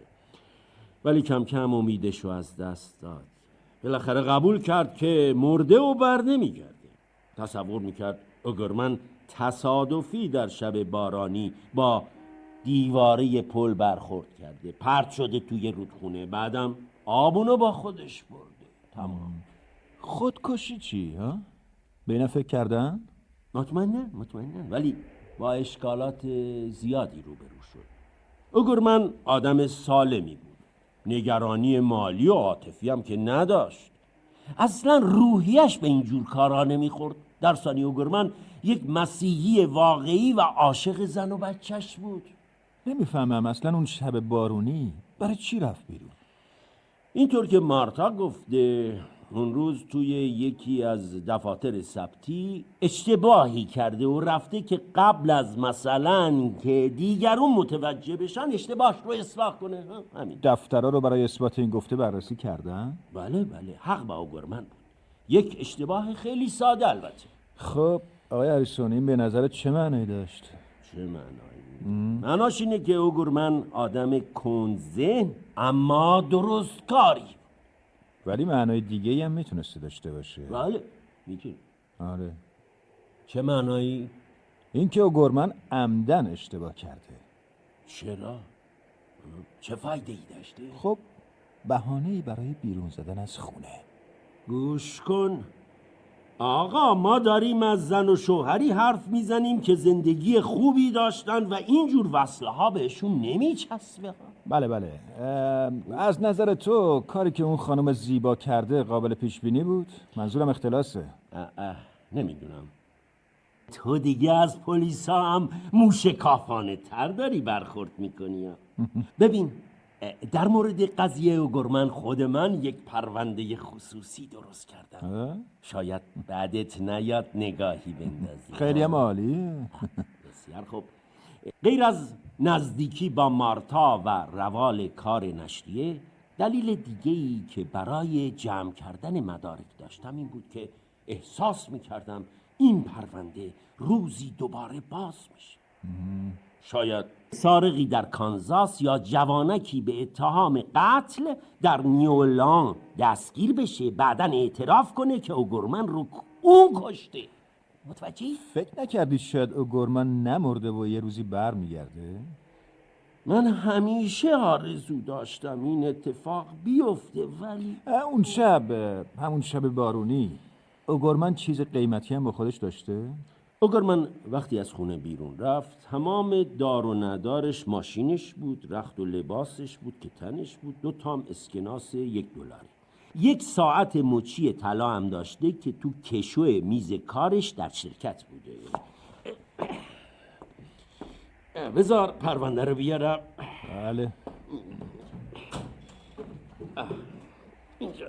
ولی کم کم امیدش رو از دست داد. بالاخره قبول کرد که مرده و بر نمیگرده. تصور میکرد اوگرمن تصادفی در شب بارانی با دیواره پل برخورد کرده، پرت شده توی رودخونه، بعدم آبونو با خودش برده. تمام. خودکشی چی ها؟ به اینا فکر کردن؟ مطمئنن، ولی با اشکالات زیادی روبرو شد. اوگرمن آدم سالمی بود، نگرانی مالی و عاطفی هم که نداشت. اصلا روحیش به اینجور کارا نمیخورد. در ثانی اوگرمن یک مسیحی واقعی و عاشق زن و بچهش بود. نمیفهمم اصلا اون شب بارونی برای چی رفت بیرون؟ اینطور که مارتا گفته، اون روز توی یکی از دفاتر ثبتی اشتباهی کرده و رفته که قبل از مثلا که دیگرون متوجه بشن اشتباهش رو اصلاح کنه. همین. دفترها رو برای اثبات این گفته بررسی کردن؟ بله، حق با اوگرمن بود. یک اشتباه خیلی ساده البته. خب آقای هریسون، این به نظر چه معنی داشت؟ چه معنایی؟ معناش اینه که اوگرمن آدم کندذهن اما درست کاری. ولی معنای دیگه هم میتونسته داشته باشه. بله میتونه. آره. چه معنایی؟ این که اوگرمن عمدن اشتباه کرده. چرا؟ چه فایده ای داشته؟ خب بهانه‌ای برای بیرون زدن از خونه. گوش کن آقا، ما داریم از زن و شوهری حرف میزنیم که زندگی خوبی داشتن و اینجور وصله ها بهشون نمیچسبه. بله. از نظر تو کاری که اون خانم زیبا کرده قابل پیش بینی بود؟ منظورم اختلاسه. نمیدونم. تو دیگه از پلیسا هم موشکافانه تر داری برخورد میکنی. ببین، در مورد قضیه اوگرمن خود من یک پرونده خصوصی درست کردم. شاید بعدت نیاد نگاهی بندازی. خیلی هم عالیه. بسیار خوب. غیر از نزدیکی با مارتا و روال کار نشریه، دلیل دیگه‌ای که برای جمع کردن مدارک داشتم این بود که احساس میکردم این پرونده روزی دوباره باز میشه. شاید سارقی در کانزاس یا جوانکی به اتهام قتل در نیولان دستگیر بشه، بعداً اعتراف کنه که اوگرمن رو اون کشته. متوجهی؟ فکر نکردی شاید اوگرمن نمرده و یه روزی بر میگرده؟ من همیشه آرزو داشتم این اتفاق بیفته، ولی همون شب بارونی اوگرمن چیز قیمتی هم با خودش داشته؟ اوگرمن وقتی از خونه بیرون رفت تمام دار و ندارش ماشینش بود، رخت و لباسش بود که تنش بود، 2 تام اسکناس $1. 1 ساعت مچی طلا هم داشته که تو کشو میز کارش در شرکت بوده. بذار پرونده رو بیارم. بله. اینجا.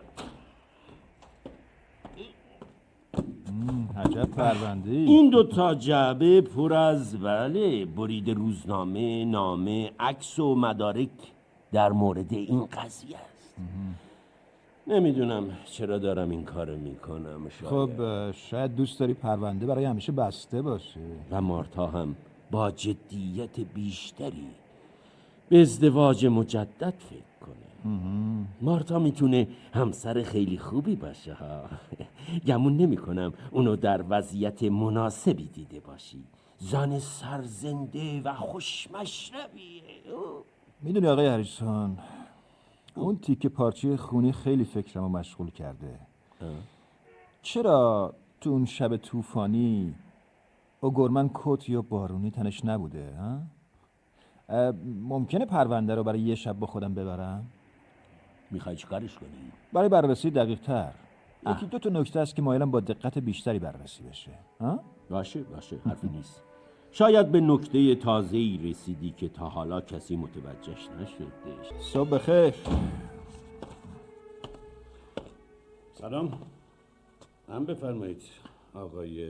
عجب پرونده. این 2 تا جعبه پر از برید روزنامه، نامه، عکس و مدارک در مورد این قضیه است. نمیدونم چرا دارم این کارو میکنم. خب شاید دوست داری پرونده برای همیشه بسته باشه. و مارتا هم با جدیت بیشتری به ازدواج مجدد فکر کنه. مارتا میتونه همسر خیلی خوبی باشه ها. گمون نمی کنم اونو در وضعیت مناسبی دیده باشی. زن سرزنده و خوشمشربیه. میدونی آقای هریسون، اون تیکه پارچه خونی خیلی فکرمو مشغول کرده. چرا تو اون شب طوفانی اوگرمن کت یا بارونی تنش نبوده؟ ممکنه پرونده رو برای یه شب با خودم ببرم؟ میخوای چیکارش کنی؟ برای بررسی دقیق تر. 1-2 تا نکته است که مایلم با دقت بیشتری بررسی بشه. باشه حرفی نیست. شاید به نکته تازه‌ای رسیدی که تا حالا کسی متوجهش نشده. صبح بخیر. سلام. هم بفرمایید آقای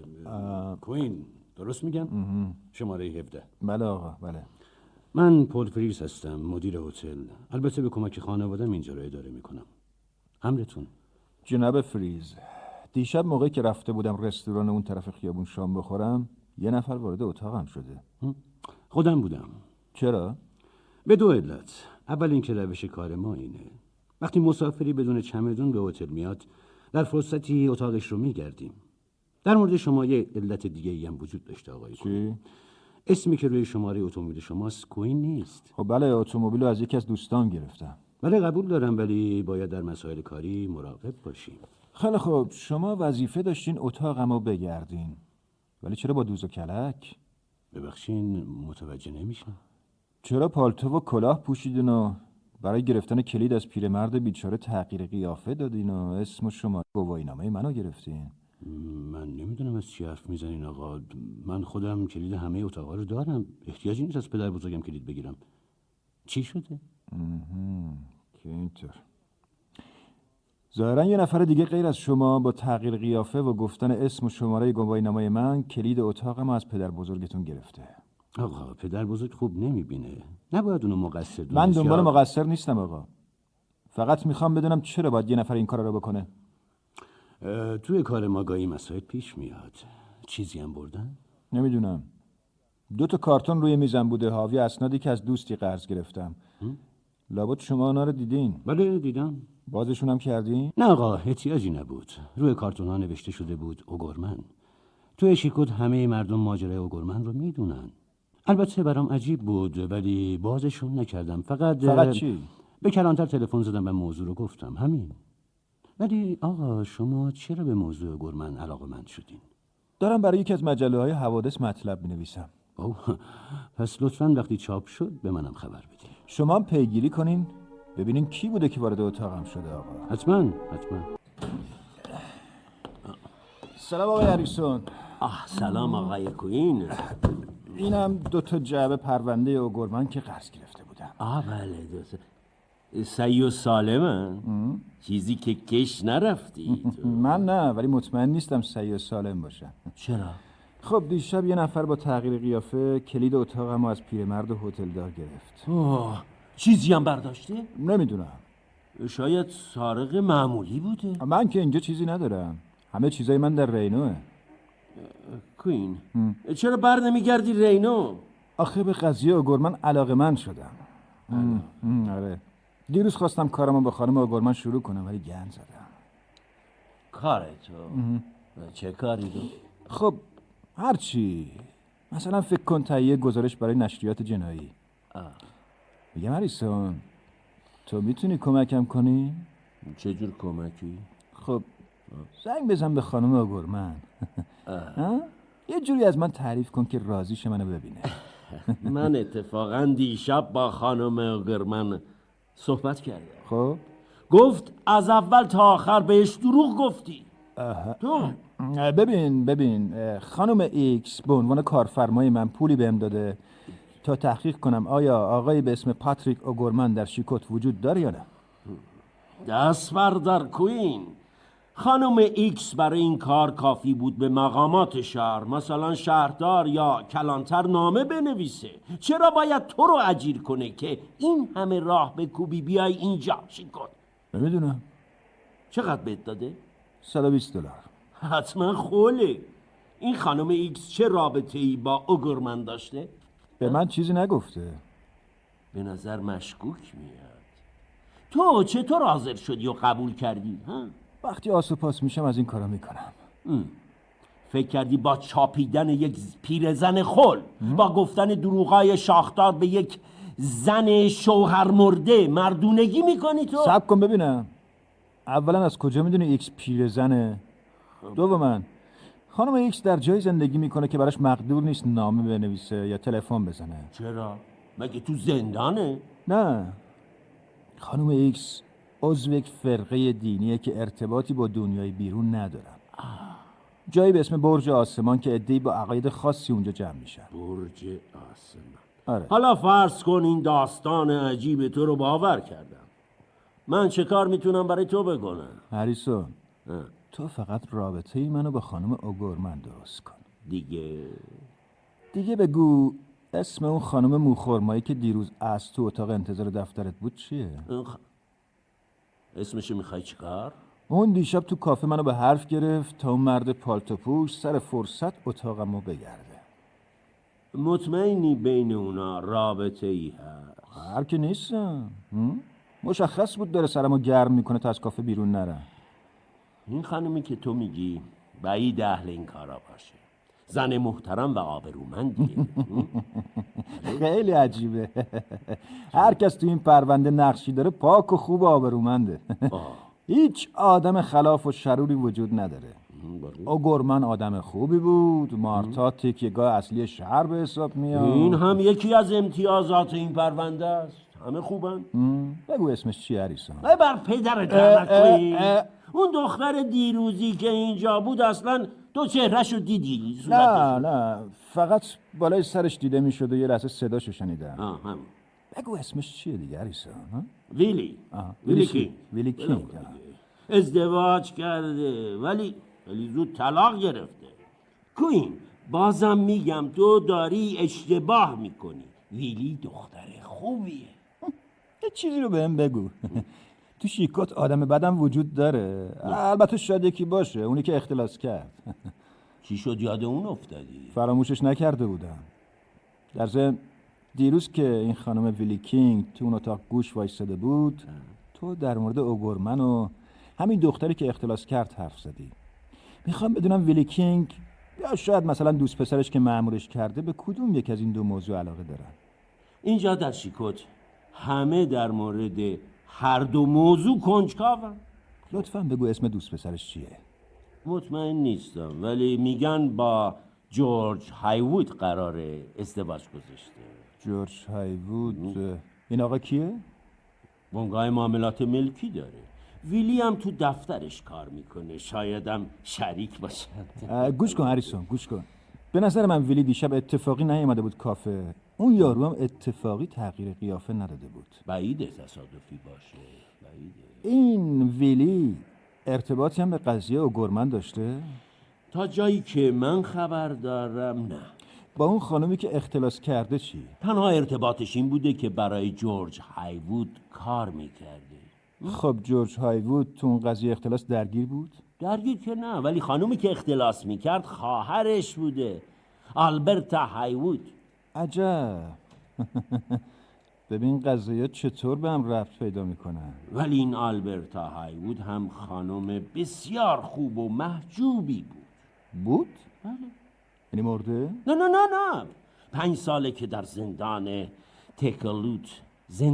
کوین. درست میگم؟ شماره 17. بله آقا، بله. من پول فریز هستم، مدیر هتل. البته به کمک خانواده‌ام اینجا رو اداره میکنم. امرتون. جناب فریز، دیشب موقعی که رفته بودم رستوران اون طرف خیابون شام بخورم، یه نفر وارد اتاقم شده. خودم بودم. چرا؟ به 2 علت. اول اینکه روش کار ما اینه. وقتی مسافری بدون چمدون به هتل میاد، در فرصتی اتاقش رو میگردیم. در مورد شما یه علت دیگه ای هم وجود داشته آقای کوین. اسمی که روی شماره اتومبیل شماست کوین نیست. خب بله، اتومبیل رو از یکی از دوستان گرفتم. بله قبول دارم، ولی باید در مسائل کاری مراقب باشیم. خیلی خب، شما وظیفه داشتین اتاقمو بگردین، ولی چرا با دوز و کلک؟ ببخشین متوجه نمیشم. چرا پالتو و کلاه پوشیدین و برای گرفتن کلید از پیرمرد بیچاره تغییر قیافه دادین و اسم و شماره گواهینامه منو گرفتین؟ من نمیدونم از چی حرف میزنین آقا. من خودم کلید همه اتاقا رو دارم. احتیاجی نیست از پدر بزرگم کلید بگیرم. چی شده؟ که اینطور. ظاهرا یه نفر دیگه غیر از شما با تغییر قیافه و گفتن اسم و شماره گواهینامه من کلید اتاقم از پدر بزرگتون گرفته. آقا پدر بزرگ خوب نمیبینه. نباید اونو مقصر دونست. من دنبال مقصر نیستم آقا. فقط میخوام بدونم چرا باید یه نفر این کار رو بکنه. توی کار ما گاهی مسائل پیش میاد. چیزی هم بردن؟ نمیدونم. 2 تا کارتون روی میزم بوده حاوی اسنادی که از دوستی قرض گرفتم. لابد شما اونا رو دیدین؟ بله دیدم. بازشون هم کردین؟ نه آقا احتیاجی نبود. روی کارتون ها نوشته شده بود اوگرمن. توی شیکوت همه مردم ماجرای اوگرمن رو میدونن. البته برام عجیب بود ولی بازشون نکردم. فقط چی؟ به کلانتر تلفن زدم و موضوع رو گفتم، همین. ولی آقا شما چرا به موضوع اوگرمن علاقه‌مند شدین؟ دارم برای یکی از مجله‌های حوادث مطلب می‌نویسم. پس لطفاً وقتی چاپ شد به منم خبر بدین. شما هم پیگیری کنین ببینین کی بوده که وارد اتاقم شده آقا. حتما. سلام آقای هریسون. سلام آقای کوین. اینم 2 تا جعبه پرونده اوگرمن که قرض گرفته بودم. بله 2 تا. سعی و سالمن؟ چیزی که کش نرفتی. من نه، ولی مطمئن نیستم صحیح و سالم باشم. چرا؟ خب دیشب یه نفر با تغییر قیافه کلید اتاقمو از پیرمرد هتلدار گرفت. چیزی هم برداشته؟ نمیدونم. شاید سارق معمولی بوده. من که اینجا چیزی ندارم. همه چیزای من در رینوه. کوین چرا بر نمیگردی رینو؟ آخه به قضیه اوگرمن علاقه‌مند شدم. آره. دیروز خواستم کارمو با خانم اوگرمن شروع کنم ولی گند زدم. کارتو؟ چه کاری رو؟ خب هرچی. مثلا فکر کن تهیه گزارش برای نشریات جنایی. میگم هریسون تو میتونی کمکم کنی؟ چه جور کمکی؟ خب زنگ بزن به خانم اوگورمن. یه جوری از من تعریف کن که راضیش منو ببینه. من اتفاقا دیشب با خانم اوگرمن صحبت کردم. خب گفت از اول تا آخر بهش دروغ گفتی. تو ببین خانم ایکس به عنوان کارفرمای من پولی بهم داده تا تحقیق کنم آیا آقایی به اسم پاتریک اوگورمن در شیکوت وجود داره یا نه. دست بردار کوین. خانم ایکس برای این کار کافی بود به مقامات شهر، مثلا شهردار یا کلانتر، نامه بنویسه. چرا باید تو رو اجیر کنه که این همه راه بکوبی بیای اینجا شیکوت؟ نمیدونم. چقدر بهت داده؟ $120. حتما خوله. این خانم ایکس چه رابطه ای با اوگورمن داشته؟ به من چیزی نگفته. به نظر مشکوک میاد. تو چطور حاضر شدی و قبول کردی؟ وقتی آسوپاس میشم از این کارا میکنم. فکر کردی با چاپیدن یک پیرزن خل، با گفتن دروغای شاخدار به یک زن شوهر مرده مردونگی میکنی تو؟ صبر کن ببینم. اولا از کجا میدونی ایکس پیرزنه؟ دوما خانم ایکس در جای زندگی میکنه که براش مقدور نیست نامه بنویسه یا تلفن بزنه. چرا؟ مگه تو زندانه؟ نه، خانم ایکس عضو یک فرقه دینیه که ارتباطی با دنیای بیرون ندارن. جایی به اسم برج آسمان که عده‌ای با عقاید خاصی اونجا جمع میشن. برج آسمان. آره. حالا فرض کن این داستان عجیب تو رو باور کردم. من چه کار میتونم برای تو بکنم؟ هریسون، تو فقط رابطه ای منو با خانم اوگورمن درست کن. دیگه بگو اسم اون خانم موخورمایی که دیروز از تو اتاق انتظار دفترت بود چیه؟ اسمشو میخوای چیکار؟ اون دیشب تو کافه منو به حرف گرفت تا اون مرد پالتوپوش سر فرصت اتاقمو بگرده. مطمئنی بین اونا رابطه ای هست؟ هر که نیستم. مشخص بود داره سرمو گرم میکنه تا از کافه بیرون نرم. این خانمی که تو میگی بعید اهل این کارا باشه. زن محترم و آبرومندیه. خیلی عجیبه. هر کس تو این پرونده نقشی داره پاک و خوب و آبرومنده. هیچ آدم خلاف و شروری وجود نداره. اوگورمن آدم خوبی بود. مارتا تکیهگاه اصلی شهر به حساب میاد. این هم یکی از امتیازات این پرونده است. همه خوبن. بگو اسمش چیه هریسون؟ بر پدرت نکنی. اون دختر دیروزی که اینجا بود اصلا تو چهرهشو دیدی؟ نه فقط بالای سرش دیده میشد و یه لحظه صداشو شنیدم. همون. بگو اسمش چیه دیگه هریسون؟ ویلی کینگ. ازدواج کرده ولی زود طلاق گرفته. کوین، بازم میگم تو داری اشتباه میکنی. ویلی دختر خوبیه. یه چیزی رو بهم بگو. تو شیکوت آدم بدم وجود داره. البته شاید یکی باشه، اونی که اختلاس کرد. چی شد یاد اون افتادی؟ فراموشش نکرده بودم. در ضمن دیروز که این خانم ویلی کینگ تو اون اتاق گوش وایساده بود، تو در مورد اوگورمن و همین دختری که اختلاس کرد حرف زدی. میخوام بدونم ویلی کینگ یا شاید مثلا دوست پسرش که مأمورش کرده به کدوم یک از این دو موضوع علاقه دارن؟ اینجا در شیکوت همه در مورد هر دو موضوع کنجکاون. لطفاً بگو اسم دوست پسرش چیه؟ مطمئن نیستم ولی میگن با جورج هایوود قراره ازدواج گذاشته. جورج هایوود؟ این آقا کیه؟ بنگاه معاملات ملکی داره. ویلی هم تو دفترش کار میکنه. شایدم شریک باشه. گوش کن هریسون، گوش کن. به نظر من ویلی دیشب اتفاقی نیومده بود کافه. اون یارو هم اتفاقی تغییر قیافه نداده بود. بعیده تصادفی باشه. این ویلی ارتباطی هم به قضیه اوگورمن داشته؟ تا جایی که من خبر دارم نه. با اون خانمی که اختلاس کرده چی؟ تنها ارتباطش این بوده که برای جورج هایوود کار میکرده. خب جورج هایوود تو اون قضیه اختلاس درگیر بود؟ درگیر که نه، ولی خانومی که اختلاس میکرد خواهرش بوده، آلبرتا هایوود. عجب. ببین قضیه چطور به هم ربط پیدا میکنن. ولی این آلبرتا هایوود هم خانم بسیار خوب و محجوبی بود. بله. یعنی مرده؟ نه 5 ساله که در زندان تکلوت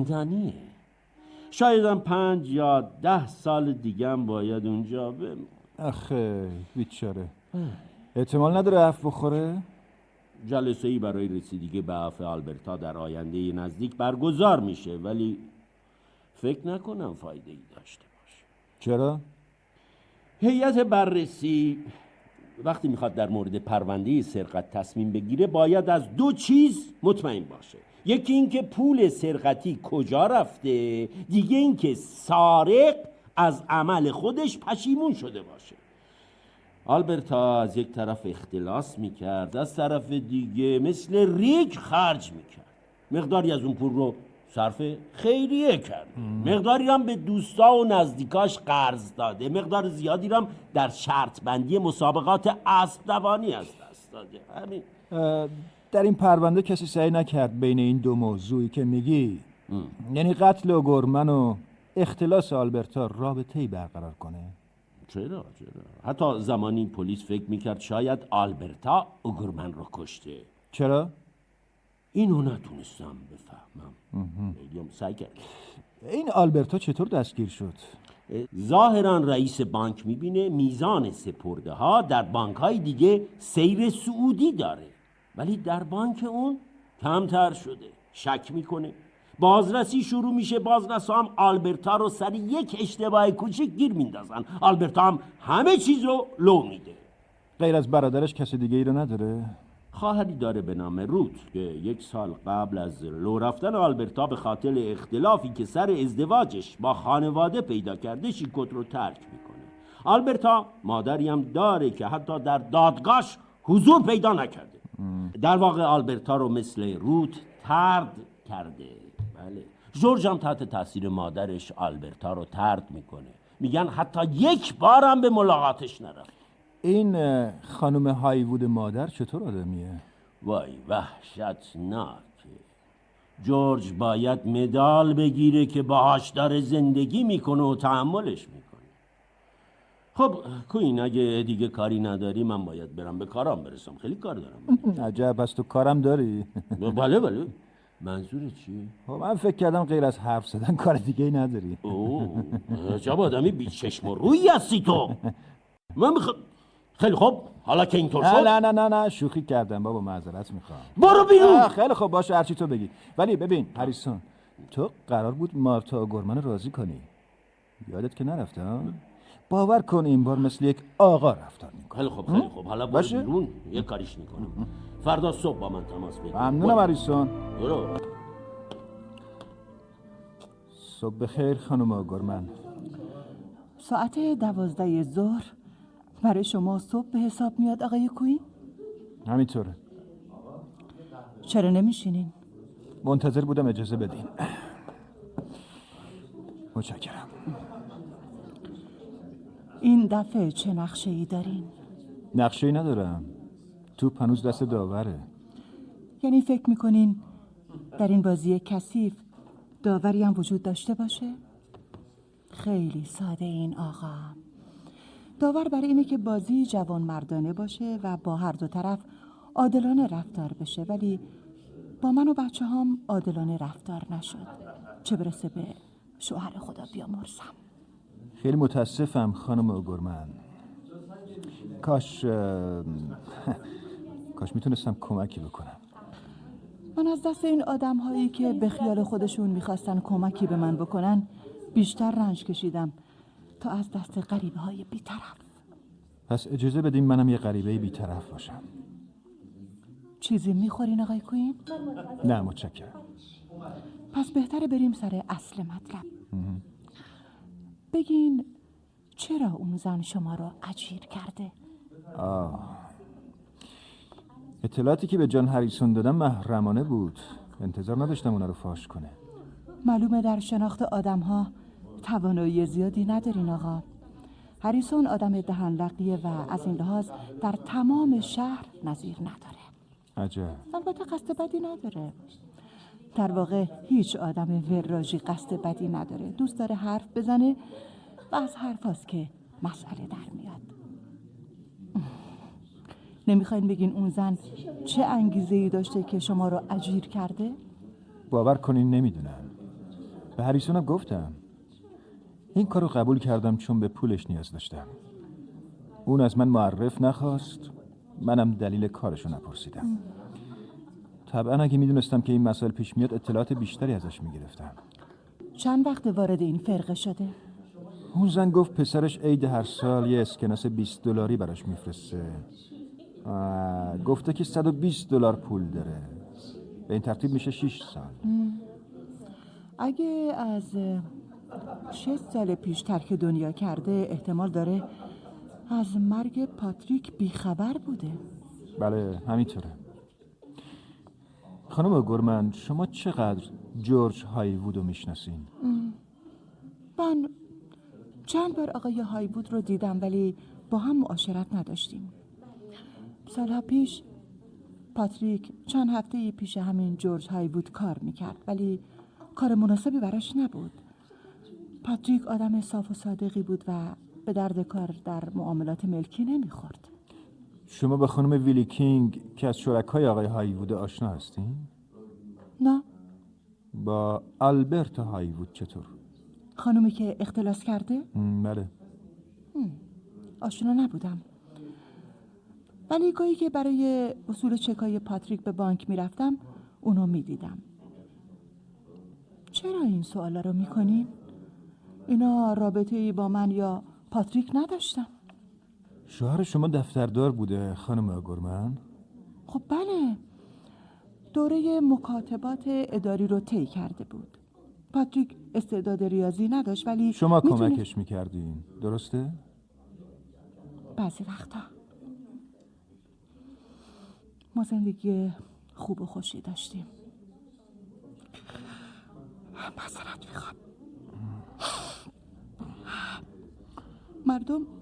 زندانیه. شاید هم 5 یا 10 سال دیگه هم باید اونجا بمونه. آخه بیچاره. احتمال نداره عفو بخوره؟ جلسه‌ای برای رسیدگی به عفو آلبرتا در آینده نزدیک برگزار میشه، ولی فکر نکنم فایده‌ای داشته باشه. چرا؟ هیئت بررسی وقتی میخواد در مورد پرونده سرقت تصمیم بگیره باید از دو چیز مطمئن باشه. یکی اینکه پول سرقتی کجا رفته، دیگه اینکه سارق از عمل خودش پشیمون شده باشه. آلبرتا از یک طرف اختلاس میکرد، از طرف دیگه مثل ریگ خرج میکرد. مقداری از اون پول رو صرف خیریه کرد، مقداری هم به دوستا و نزدیکاش قرض داده، مقدار زیادی هم در شرط بندی مسابقات اسب دوانی از دست داده. همین. در این پرونده کسی سعی نکرد بین این دو موضوعی که میگی، یعنی قتل اوگورمن و اختلاس آلبرتا، رابطه‌ای برقرار کنه؟ چرا؟ حتی زمانی پلیس فکر میکرد شاید آلبرتا اوگورمن رو کشته. چرا؟ اینو نتونستم بفهمم. سعی کرد. این آلبرتا چطور دستگیر شد؟ ظاهرا رئیس بانک میبینه میزان سپرده ها در بانک های دیگه سیر سعودی داره، ولی در بانک اون کمتر شده. شک میکنه. بازرسی شروع میشه. بازرسا هم آلبرتا رو سر یک اشتباه کوچیک گیر میندازن. آلبرتا هم همه چیز رو لو میده. غیر از برادرش کسی دیگه ای رو نداره؟ خواهری داره به نام روت که 1 سال قبل از لو رفتن آلبرتا به خاطر اختلافی که سر ازدواجش با خانواده پیدا کرده شیکوت رو ترک میکنه. آلبرتا مادری هم داره که حتی در دادگاهش حضور پیدا نکرده. در واقع آلبرتا رو مثل روت طرد کرده. بله. جورج هم تحت تاثیر مادرش آلبرتا رو طرد میکنه. میگن حتی یک بار هم به ملاقاتش نرفت. این خانم هایوود مادر چطور آدمیه؟ وای وحشتناکه. جورج باید مدال بگیره که باهاش داره زندگی میکنه و تحملش میکنه. خب کوین، اگه دیگه کاری نداری من باید برم به کارم برسم. خیلی کار دارم. عجب، پس تو کارم داری؟ بله. منظور چی؟ خب من فکر کردم غیر از حرف زدن کار دیگه ای نداری. اوه عجب آدمی بی چشم و رویی هستی تو. من خیلی خوب، حالا که اینطور شد. نه شوخی کردم بابا، معذرت میخوام. برو بیرون. خیلی خوب باشه، هرچی تو بگی. ولی ببین هریسون، تو قرار بود مارتا اوگورمن راضی کنی. یادت که نرفته ها؟ باور کن این بار مثل یک آقا رفتار میکنه. خیلی خوب حالا برو بیرون، یه کاریش میکنم. فردا صبح با من تماس بگیر. ممنونم هریسون. برو. صبح بخیر خانم اوگورمن. ساعت 12 ظهر برای شما صبح به حساب میاد آقای کوین؟ همینطوره. چرا نمیشینین؟ منتظر بودم اجازه بدین. متشکرم. این دفعه چه نقشه‌ای دارین؟ نقشه‌ای ندارم. توپ هنوز دست داوره. یعنی فکر میکنین در این بازی کثیف داوری هم وجود داشته باشه؟ خیلی ساده این آقا. داور برای اینه که بازی جوان مردانه باشه و با هر دو طرف عادلانه رفتار بشه، ولی با من و بچه هم عادلانه رفتار نشد. چه برسه به شوهر خدا بیامرزم. خیلی متاسفم خانم اوگورمن. کاش میتونستم کمکی بکنم. من از دست این آدم هایی که به خیال خودشون میخواستن کمکی به من بکنن بیشتر رنج کشیدم تا از دست غریبه های بی‌طرف. پس اجازه بدیم منم یه غریبه بی‌طرف باشم. چیزی میخورین آقای کوین؟ نه متشکرم. پس بهتره بریم سر اصل مطلب. بگین چرا اون زن شما رو اجیر کرده؟ اطلاعاتی که به جان هریسون دادم محرمانه بود. انتظار نداشتم اونا رو فاش کنه. معلومه در شناخت آدم ها توانایی زیادی ندارین آقا. هریسون آدم دهن‌لقیه و از این لحاظ در تمام شهر نظیر نداره. عجب. البته قصد بدی نداره. در واقع هیچ آدم وراجی قصد بدی نداره. دوست داره حرف بزنه و از حرفاست که مسئله در میاد. نمیخواین بگین اون زن چه انگیزه‌ای داشته که شما رو اجیر کرده؟ باور کنین نمیدونم. به هریسونم گفتم این کارو قبول کردم چون به پولش نیاز داشتم. اون از من معرف نخواست، منم دلیل کارشو نپرسیدم. طبعا اگه میدونستم که این مسائل پیش میاد اطلاعات بیشتری ازش میگرفتم. چند وقت وارد این فرقه شده؟ اون زن گفت پسرش عید هر سال یه اسکناس $20 براش میفرسته. گفته که $120 پول داره. به این ترتیب میشه 6 سال. اگه از 6 سال پیش ترک دنیا کرده، احتمال داره از مرگ پاتریک بیخبر بوده. بله همینطوره. خانم گورمن، شما چقدر جورج هایوودو میشناسین؟ من چند بار آقای هایوود رو دیدم ولی با هم معاشرت نداشتیم. سالها پیش پاتریک چند هفته پیش همین جورج هایوود کار میکرد ولی کار مناسبی براش نبود. پاتریک آدم صاف و صادقی بود و به درد کار در معاملات ملکی نمیخورد. شما با خانم ویلی کینگ که از شرکای آقای هایوود آشنا هستین؟ نه. با آلبرت هایوود چطور؟ خانومی که اختلاس کرده؟ بله. آشنا نبودم. ولی گاهی که برای وصول چکای پاتریک به بانک میرفتم اونو میدیدم. چرا این سوالا رو میکنین؟ اینا رابطه‌ای با من یا پاتریک نداشتن. شوهر شما دفتردار بوده خانم گورمن؟ خب بله، دوره مکاتبات اداری رو طی کرده بود. پاتریک استعداد ریاضی نداشت ولی شما کمکش میکردین، درسته؟ بعضی وقتا. ما زندگی خوب و خوشی داشتیم. معذرت میخوام. مردم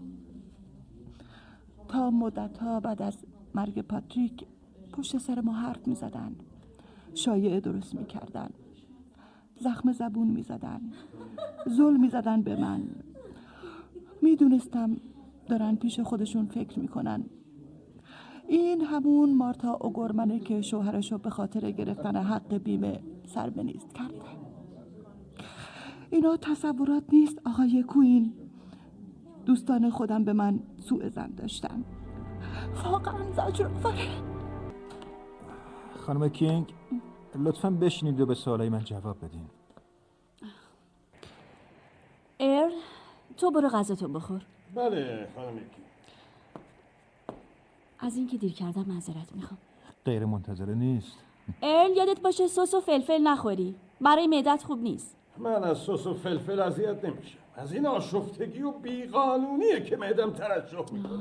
تا مدت‌ها بعد از مرگ پاتریک پشت سر ما حرف می‌زدن، شایعه درست می‌کردن، زخم زبون می‌زدن، ظلم می‌زدن به من. میدونستم دارن پیش خودشون فکر می‌کنن. این همون مارتا اوگورمنه که شوهرشو به خاطر گرفتن حق بیمه سر به نیست کرده. اینا تصورات نیست آقای کوین. دوستان خودم به من سوء ظن داشتن. واقعا زجرآوره. خانم کینگ لطفاً بشینید و به سوالای من جواب بدین. ارل تو برو غذاتو بخور. بله خانم کینگ. از اینکه دیر کردم معذرت میخوام. غیر منتظره نیست. ارل یادت باشه سس و فلفل نخوری، برای معدت خوب نیست. من از سس و فلفل اذیت نمیشم. از این آشفتگی و بیقانونیه که معدم ترشح میکنه.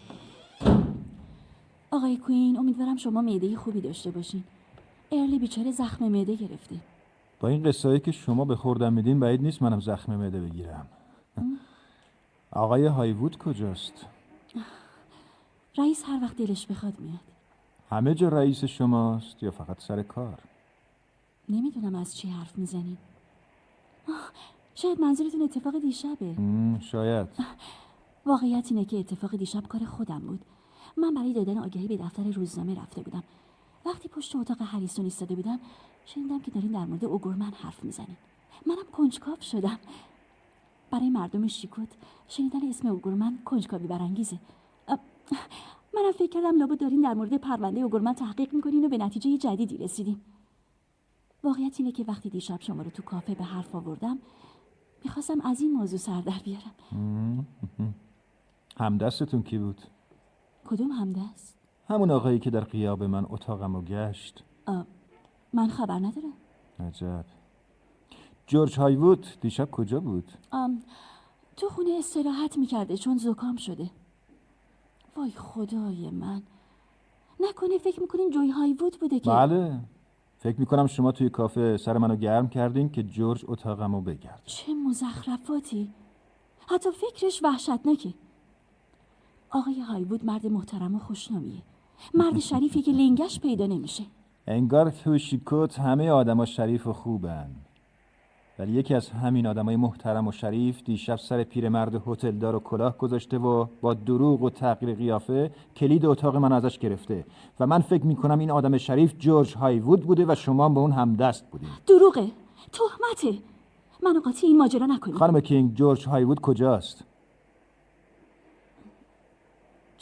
آقای کوین امیدوارم شما معده خوبی داشته باشین. ارل بیچاره زخم معده گرفته. با این قصه‌ای که شما به خوردم میدین بعید نیست منم زخم معده بگیرم. آقای هایوود کجاست؟ رئیس هر وقت دلش بخواد میاد. همه جا رئیس شماست یا فقط سر کار؟ نمیدونم از چی حرف میزنین. شاید منظورتون اتفاق دیشبه. شاید. واقعیت اینه که اتفاق دیشب کار خودم بود. من برای دادن آگهی به دفتر روزنامه رفته بودم. وقتی پشت اتاق هریسون ایستاده بودم شنیدم که دارین در مورد اوگورمن حرف میزنین. منم کنجکاو شدم. برای مردم شیکوت شنیدن اسم اوگورمن کنجکاوی برانگیزه. منم فکر کردم لابد دارین در مورد پرونده اوگورمن تحقیق میکنین و به نتیجه جدیدی رسیدین. واقعیت اینه که وقتی دیشب شما رو تو کافه به حرف آوردم میخواستم از این موضوع سر در بیارم. همدستتون کی بود؟ کدوم همدست؟ همون آقایی که در غیاب من اتاقمو گشت. من خبر ندارم. عجب. جورج هایوود دیشب کجا بود؟ تو خونه استراحت میکرده چون زکام شده. وای خدای من، نکنه فکر میکنین جوی هایوود بوده که؟ بله، فکر میکنم شما توی کافه سر منو گرم کردین که جورج اتاقمو بگرد. چه مزخرفاتی. حتی فکرش وحشتناکه. آقای هایوود مرد محترم و خوشنامیه. مرد شریفی که لنگش پیدا نمیشه. انگار تو شیکوت همه آدما شریف و خوبن. ولی یکی از همین آدمای محترم و شریف دیشب سر پیرمرد هتلدار و کلاه گذاشته و با دروغ و تغییر قیافه کلید اتاق من ازش گرفته و من فکر میکنم این آدم شریف جورج هایوود بوده و شما به اون همدست بودین. دروغه، تهمته. منو قاطی این ماجرا نکنید. خانم کینگ، جورج هایوود کجاست؟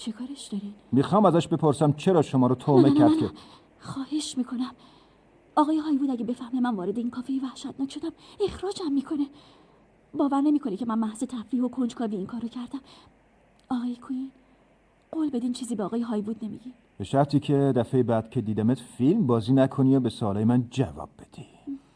چه کارش دارین؟ میخوام ازش بپرسم چرا شما رو تومه کرد که خواهش میکنم. آقای هایوود اگه بفهمه من وارد این کافه وحشتناک شدم اخراجم میکنه. باور نمیکنه که من محض تفریح و کنجکاوی این کارو کردم. آقای کوین قول بدین چیزی به آقای هایوود نمیگی؟ به شرطی که دفعه بعد که دیدمت فیلم بازی نکنی و به سوالای من جواب بدی.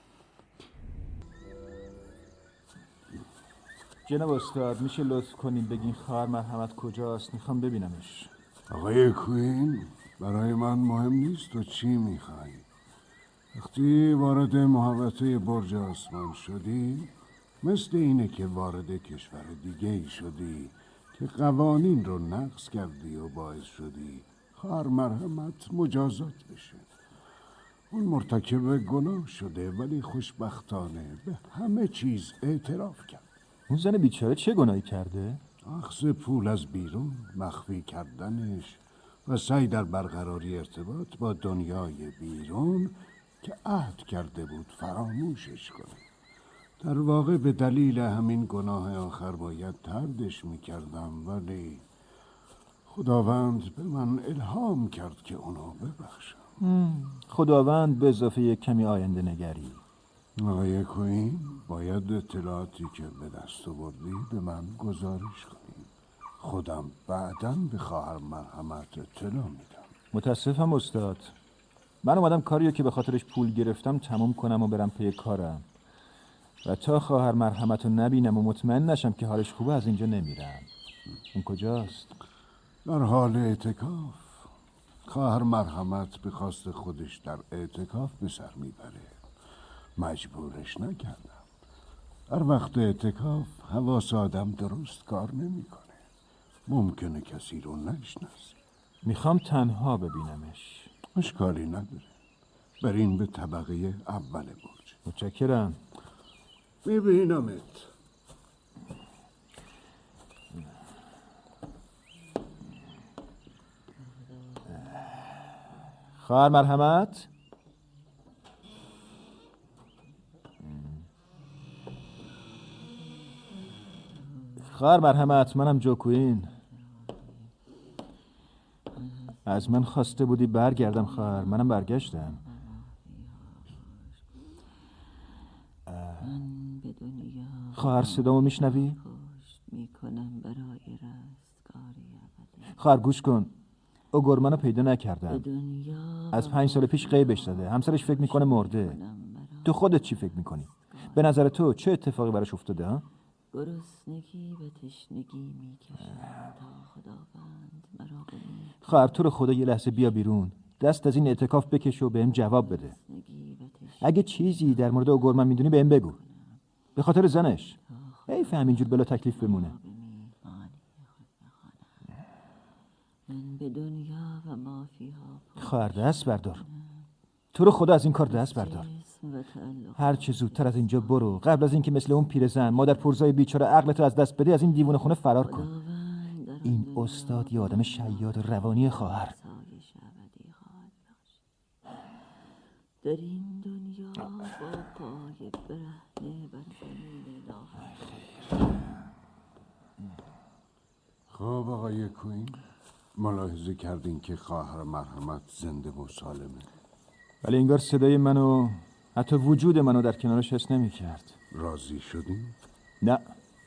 جناب استاد میشه لطف کنین بگین خواهر مرحمت کجاست؟ میخوام ببینمش. آقای کوین، برای من مهم نیست تو چی میخوای. وقتی وارد محوطه برج آسمان شدی مثل اینه که وارد کشور دیگه ای شدی که قوانین رو نقض کردی و باعث شدی خواهر مرحمت مجازات بشه. اون مرتکب گناه شده ولی خوشبختانه به همه چیز اعتراف کرد. اون زن بیچاره چه گناهی کرده؟ اخذ پول از بیرون، مخفی کردنش و سعی در برقراری ارتباط با دنیای بیرون که عهد کرده بود فراموشش کنه. در واقع به دلیل همین گناه آخر باید طردش میکردم ولی خداوند به من الهام کرد که اونو ببخشم. خداوند به اضافه یک کمی آینده نگری. آقای کوین، باید اطلاعاتی که به دست آوردی به من گزارش کنی. خودم بعداً به خواهر مرحمت اطلاع میدم. متاسفم استاد. من اومدم کاریو که به خاطرش پول گرفتم تموم کنم و برم پی کارم و تا خواهر مرحمت رو نبینم و مطمئن نشم که حالش خوبه از اینجا نمیرم. اون کجاست؟ در حال اعتکاف. خواهر مرحمت به خواست خودش در اعتکاف به سر میبره. مجبورش نکردم. در وقت اعتکاف حواس آدم درست کار نمیکنه. ممکنه کسی رو نشناسه. میخوام تنها ببینمش. اشکالی نداره. برین به طبقه اول برج. متشکرم. میبینمت. خواهر مرحمت؟ خواهر مرحمت، منم جو کوین. از من خواسته بودی برگردم خواهر، منم برگشتم. خواهر صدامو میشنوی؟ خواهر گوش کن. اوگورمنو پیدا نکردم. از 5 سال پیش غیبش زده. همسرش فکر میکنه مرده. تو خودت چی فکر میکنی؟ به نظر تو چه اتفاقی براش افتاده ها؟ گرسنگی و تشنگی میکشم تا خداوند مرا ببین. خواهر تو رو خدا یه لحظه بیا بیرون. دست از این اعتکاف بکش و بهم جواب بده. اگه چیزی در مورد اوگورمن میدونی بهم بگو. به خاطر زنش. حیف همینجور بلا تکلیف بمونه. من به دنیا و ما فیها. خواهر دست بردار. تو رو خدا از این کار دست بردار. هر چه زودتر از اینجا برو. قبل از اینکه مثل اون پیرزن مادر پرزای بیچاره عقلتو از دست بده از این دیوونه خونه فرار کن. این استاد یه آدم شیاد و روانی خواهر. در این دنیا با پای برهنه بر زمین لاغر. خب آقای کوین، ملاحظه کردین که خواهر مرحمت زنده و سالمه. ولی انگار صدای منو حتی وجود منو در کنارش حس نمی‌کرد. راضی شدین؟ نه.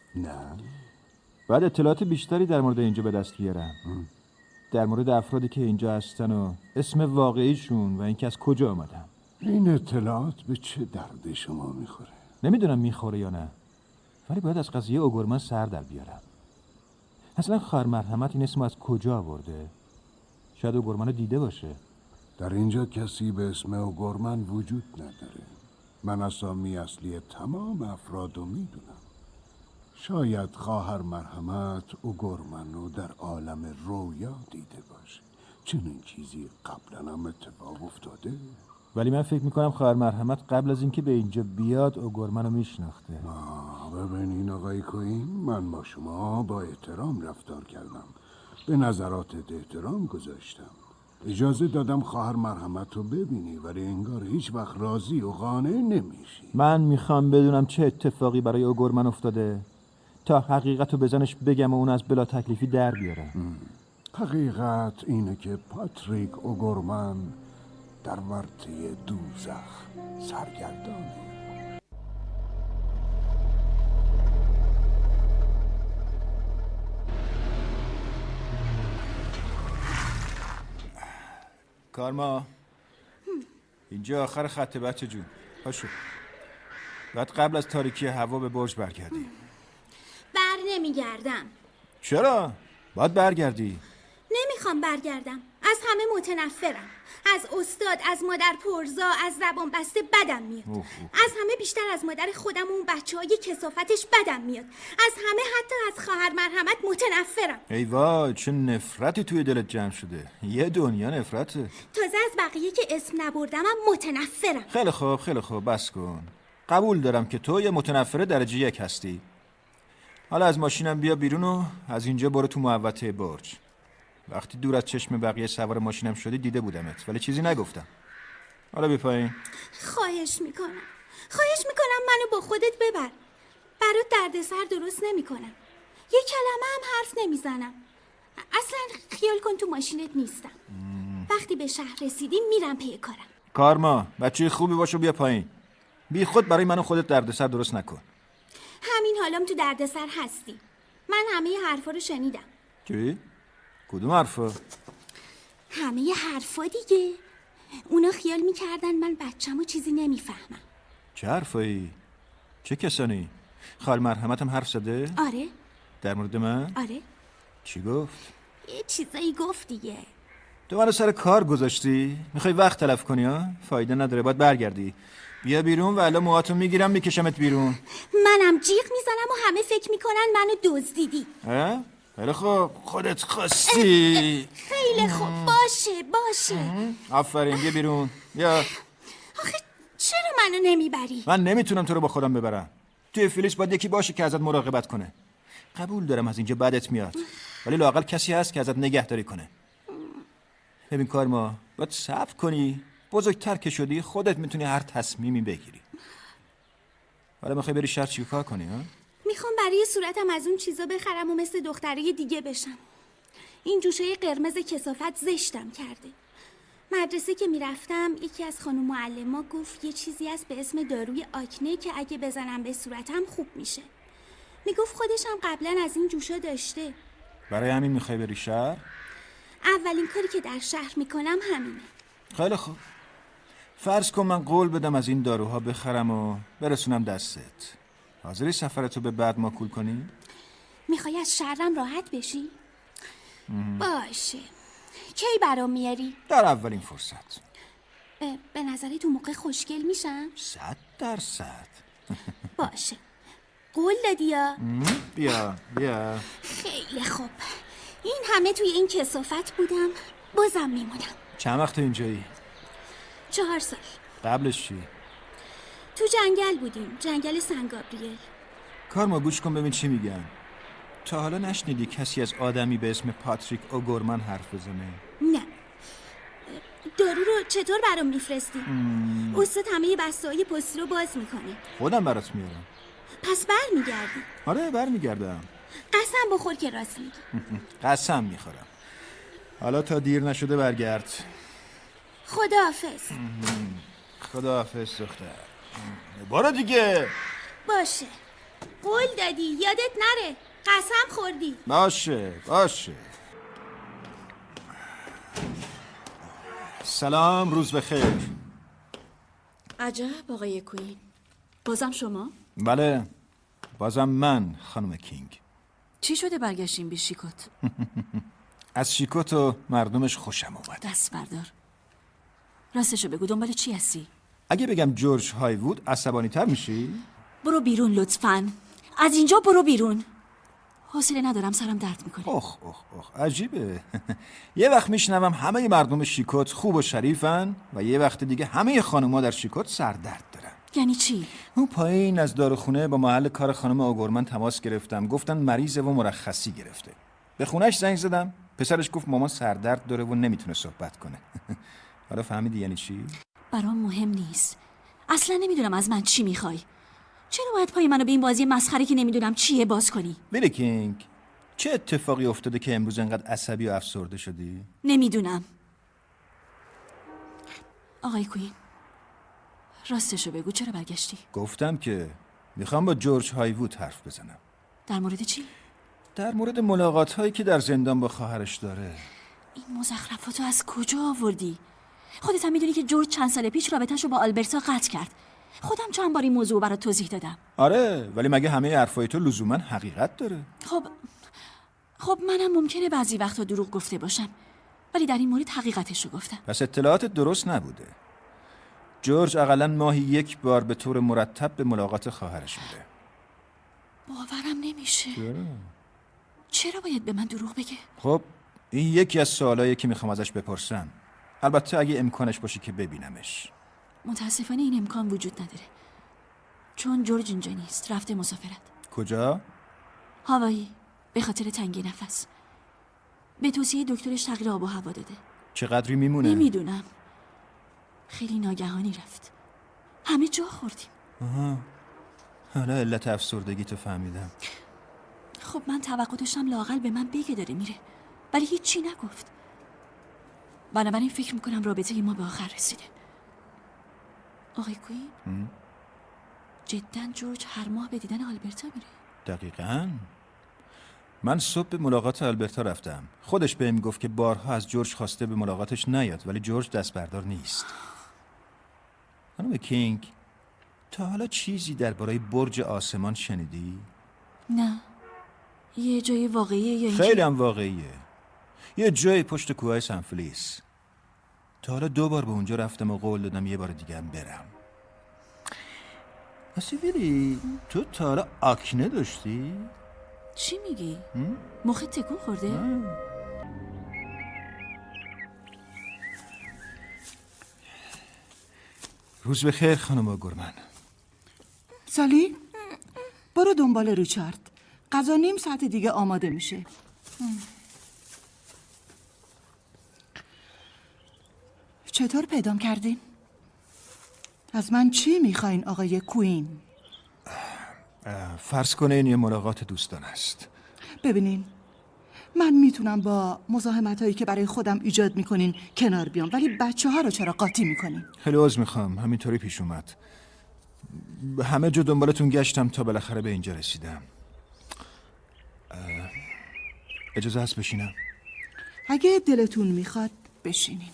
بعد اطلاعات بیشتری در مورد اینجا به دست بیارم. در مورد افرادی که اینجا هستن و اسم واقعیشون و اینکه از کجا آمدن. این اطلاعات به چه درد شما میخوره؟ نمیدونم میخوره یا نه. ولی باید از قضیه اوگورمن سر در بیارم. اصلا خواهر مرحمت این اسمو از کجا آورده؟ شاید اوگورمنو دیده باشه. در اینجا کسی به اسم اوگورمن وجود نداره. من اسامی اصلی تمام افرادو میدونم. شاید خواهر مرحمت اوگورمن رو در عالم رویا دیده باشه. چنین چیزی قبلا هم اتفاق افتاده. ولی من فکر میکنم خواهر مرحمت قبل از اینکه به اینجا بیاد اوگورمن رو میشناخته. ببینین آقای کوین، من با شما با احترام رفتار کردم. به نظراتت احترام گذاشتم. اجازه دادم خواهر مرحمت رو ببینی ولی انگار هیچ وقت راضی و قانع نمیشی. من میخوام بدونم چه اتفاقی برای اوگورمن افتاده تا حقیقت رو بزنش بگم و اون از بلا تکلیفی در بیاره. حقیقت اینه که پاتریک اوگورمن در ورطه دوزخ سرگردانه. کارما اینجا آخر خط بچه جون. پاشو. بعد قبل از تاریکی هوا به برج برگردی. بر نمیگردم. چرا؟ باید برگردی. نمیخوام برگردم. از همه متنفرم. از استاد، از مادر پرزا، از زبان بسته بدم میاد. از همه بیشتر از مادر خودم و اون بچه‌های کثافتش بدم میاد. از همه حتی از خواهر مرحمت متنفرم. ای وای چه نفرتی توی دلت جمع شده. یه دنیا نفرته. تازه از بقیه که اسم نبردمم متنفرم. خیلی خوب بس کن. قبول دارم که تو یه متنفر درجه 1 هستی. حالا از ماشینم بیا بیرون و از اینجا برو تو محوطه برج. وقتی دور از چشم بقیه سوار ماشینم شدی دیده بودمت ولی چیزی نگفتم. حالا بی پایین. خواهش میکنم منو با خودت ببر. برات دردسر درست نمیکنم. یه کلمه هم حرف نمیزنم. اصلا خیال کن تو ماشینت نیستم. وقتی به شهر رسیدیم میرم پی کارم. کارما بچه خوبی باش و بیا پایین. بی خود برای من و خودت دردسر درست نکن. همین حالام تو دردسر هستی. من همه حرفا رو شنیدم. چی؟ کدوم حرفا؟ همه حرفا دیگه. اونا خیال میکردن من بچه‌مو چیزی نمیفهمم. چه حرفایی؟ چه کسانی؟ خال مرحمتم حرف زده؟ آره. در مورد من؟ آره. چی گفت؟ یه چیزایی گفت دیگه. تو منو سر کار گذاشتی؟ میخوای وقت تلف کنی ها؟ فایده نداره باید برگردی. بیا بیرون و الان موهاتو میگیرم میکشمت بیرون. منم جیغ میزنم و همه فکر میکنن منو دزدیدی. ها؟ خیلی خوب خودت خواستی. خیلی خوب باشه. آفرین بیا بیرون. بیا. آخه چرا منو نمیبری؟ من نمیتونم تو رو با خودم ببرم. توی فیلیس باید یکی باشه که ازت مراقبت کنه. قبول دارم از اینجا بدت میاد ولی لااقل کسی هست که ازت نگهداری کنه. ببین کارما باید صبر کنی. بزرگتر که شدی خودت میتونی هر تصمیمی بگیری. حالا میخوای بری شهر چیکار کنی ها؟ میخوام برای صورتم از اون چیزا بخرم و مثل دخترای دیگه بشم. این جوشه قرمز کثافت زشتم کرده. مدرسه که میرفتم یکی از خانم معلما گفت یه چیزی هست به اسم داروی آکنه که اگه بزنم به صورتم خوب میشه. میگفت خودش هم قبلا از این جوشا داشته. برای همین میخوای بری شهر؟ اولین کاری که در شهر میکنم همینه. خیلی خوب. فرض کن من قول بدم از این داروها بخرم و برسونم دستت. حاضری سفرتو به بعد ماکول کنی؟ میخوای از شهرم راحت بشی؟ باشه. کی برام میاری؟ در اولین فرصت. به نظری تو موقع خوشگل میشم؟ 100%. باشه. قول دادی یا؟ بیا. خیلی خوب. این همه توی این کثافت بودم بازم میمونم. چند وقت اینجایی؟ 4 سال. قبلش چی؟ تو جنگل بودیم. جنگل سن گابریل. کارما گوش کن ببین چی میگم. تا حالا نشنیدی کسی از آدمی به اسم پاتریک اوگورمن حرف بزنه؟ نه. دارو رو چطور برام میفرستی؟ استاد همه بسته‌های پستی رو باز میکنه. خودم برات میارم. پس برمیگردی؟ آره برمیگردم. قسم بخور که راست میگی. قسم میخورم. حالا تا دیر نشده برگرد. خداحافظ. خداحافظ دختر. برو دیگه. باشه. قول دادی یادت نره. قسم خوردی. باشه. سلام روز بخیر. عجب آقای کوین. بازم شما؟ بله بازم من خانم کینگ. چی شده برگشتیم به شیکوت؟ از شیکوت و مردمش خوشم اومد. دست بردار. راستشو بگو دنبال چی هستی؟ اگه بگم جورج هایوود عصبانی تر میشی؟ برو بیرون لطفاً. از اینجا برو بیرون. حوصله ندارم سرم درد میکنه. اخ عجیبه. یه وقت میشنوم همه مردم شیکوت خوب و شریفن و یه وقت دیگه همه خانوما در شیکوت سردرد دارن. یعنی چی؟ اون پایین از داروخونه با محل کار خانم اوگورمن تماس گرفتم. گفتن مریضه و مرخصی گرفته. به خونش زنگ زدم. پسرش گفت مامان سردرد داره و نمیتونه صحبت کنه. حالا فهمیدی یعنی چی؟ برام مهم نیست. اصلا نمیدونم از من چی میخوای. چرا باید پای منو به این بازی مسخره که نمیدونم چیه باز کنی؟ بیلی کینگ چه اتفاقی افتاده که امروز انقدر عصبی و افسرده شدی؟ نمیدونم. آقای کوین، راستشو بگو، چرا برگشتی؟ گفتم که میخوام با جورج هایوود حرف بزنم. در مورد چی؟ در مورد ملاقات هایی که در زندان با خواهرش داره. این مزخرفاتو از کجا آوردی؟ خودت هم میدونی که جورج چند سال پیش رابطه‌شو با آلبرتا قطع کرد. خودم چند بار این موضوع برات توضیح دادم. آره، ولی مگه همه حرفای تو لزوما حقیقت داره؟ خب منم ممکنه بعضی وقتا دروغ گفته باشم، ولی در این مورد حقیقتشو گفتم. پس اطلاعاتت درست نبوده. جورج اقلا ماهی 1 بار به طور مرتب به ملاقات خواهرش میره. باورم نمیشه. چرا باید به من دروغ بگه؟ خب این یکی از سوالاییه که میخوام ازش بپرسم. البته اگه امکانش باشه که ببینمش. متاسفانه این امکان وجود نداره، چون جورج اینجا نیست، رفته مسافرت. کجا؟ هاوایی، به خاطر تنگی نفس. به توصیه دکترش تغییر آب و هوا داده. چقدری میمونه؟ نمیدونم، خیلی ناگهانی رفت. همه جا خوردیم. آها، حالا علت افسردگی تو فهمیدم. خب من توقع داشتم لااقل به من بگه داره میره، ولی هیچی نگفت. بنابراین فکر میکنم رابطه ما به آخر رسیده. آقای کوین، جدا جورج هر ماه به دیدن آلبرتا میره؟ دقیقاً. من صبح به ملاقات آلبرتا رفتم. خودش بهم گفت که بارها از جورج خواسته به ملاقاتش نیاد، ولی جورج دست بردار نیست. خانم کینگ، تا حالا چیزی درباره برج آسمان شنیدی؟ نه. یه جای واقعیه یا خیلی هم واقعیه. یه جای پشت کوههای سنفلیس. تا حالا 2 بار به اونجا رفتم و قول دادم یه بار دیگه هم برم. اسیویری، تو تا حالا آکنه داشتی؟ چی میگی؟ مخت تکون خورده؟ روز بخیر خانم آگورمن. سالی، برو دنبال ریچارد. غذا نیم ساعت دیگه آماده میشه. چطور پیدام کردین؟ از من چی میخواین آقای کوین؟ فرض کنه این یه ملاقات دوستانه است. ببینین، من میتونم با مزاحمت هایی که برای خودم ایجاد میکنین کنار بیام، ولی بچه ها رو چرا قاطی میکنین؟ خیلی عذر میخوام، همینطوری پیش اومد. همه جا دنبالتون گشتم تا بالاخره به اینجا رسیدم. اجازه هست بشینم؟ اگه دلتون میخواد بشینین.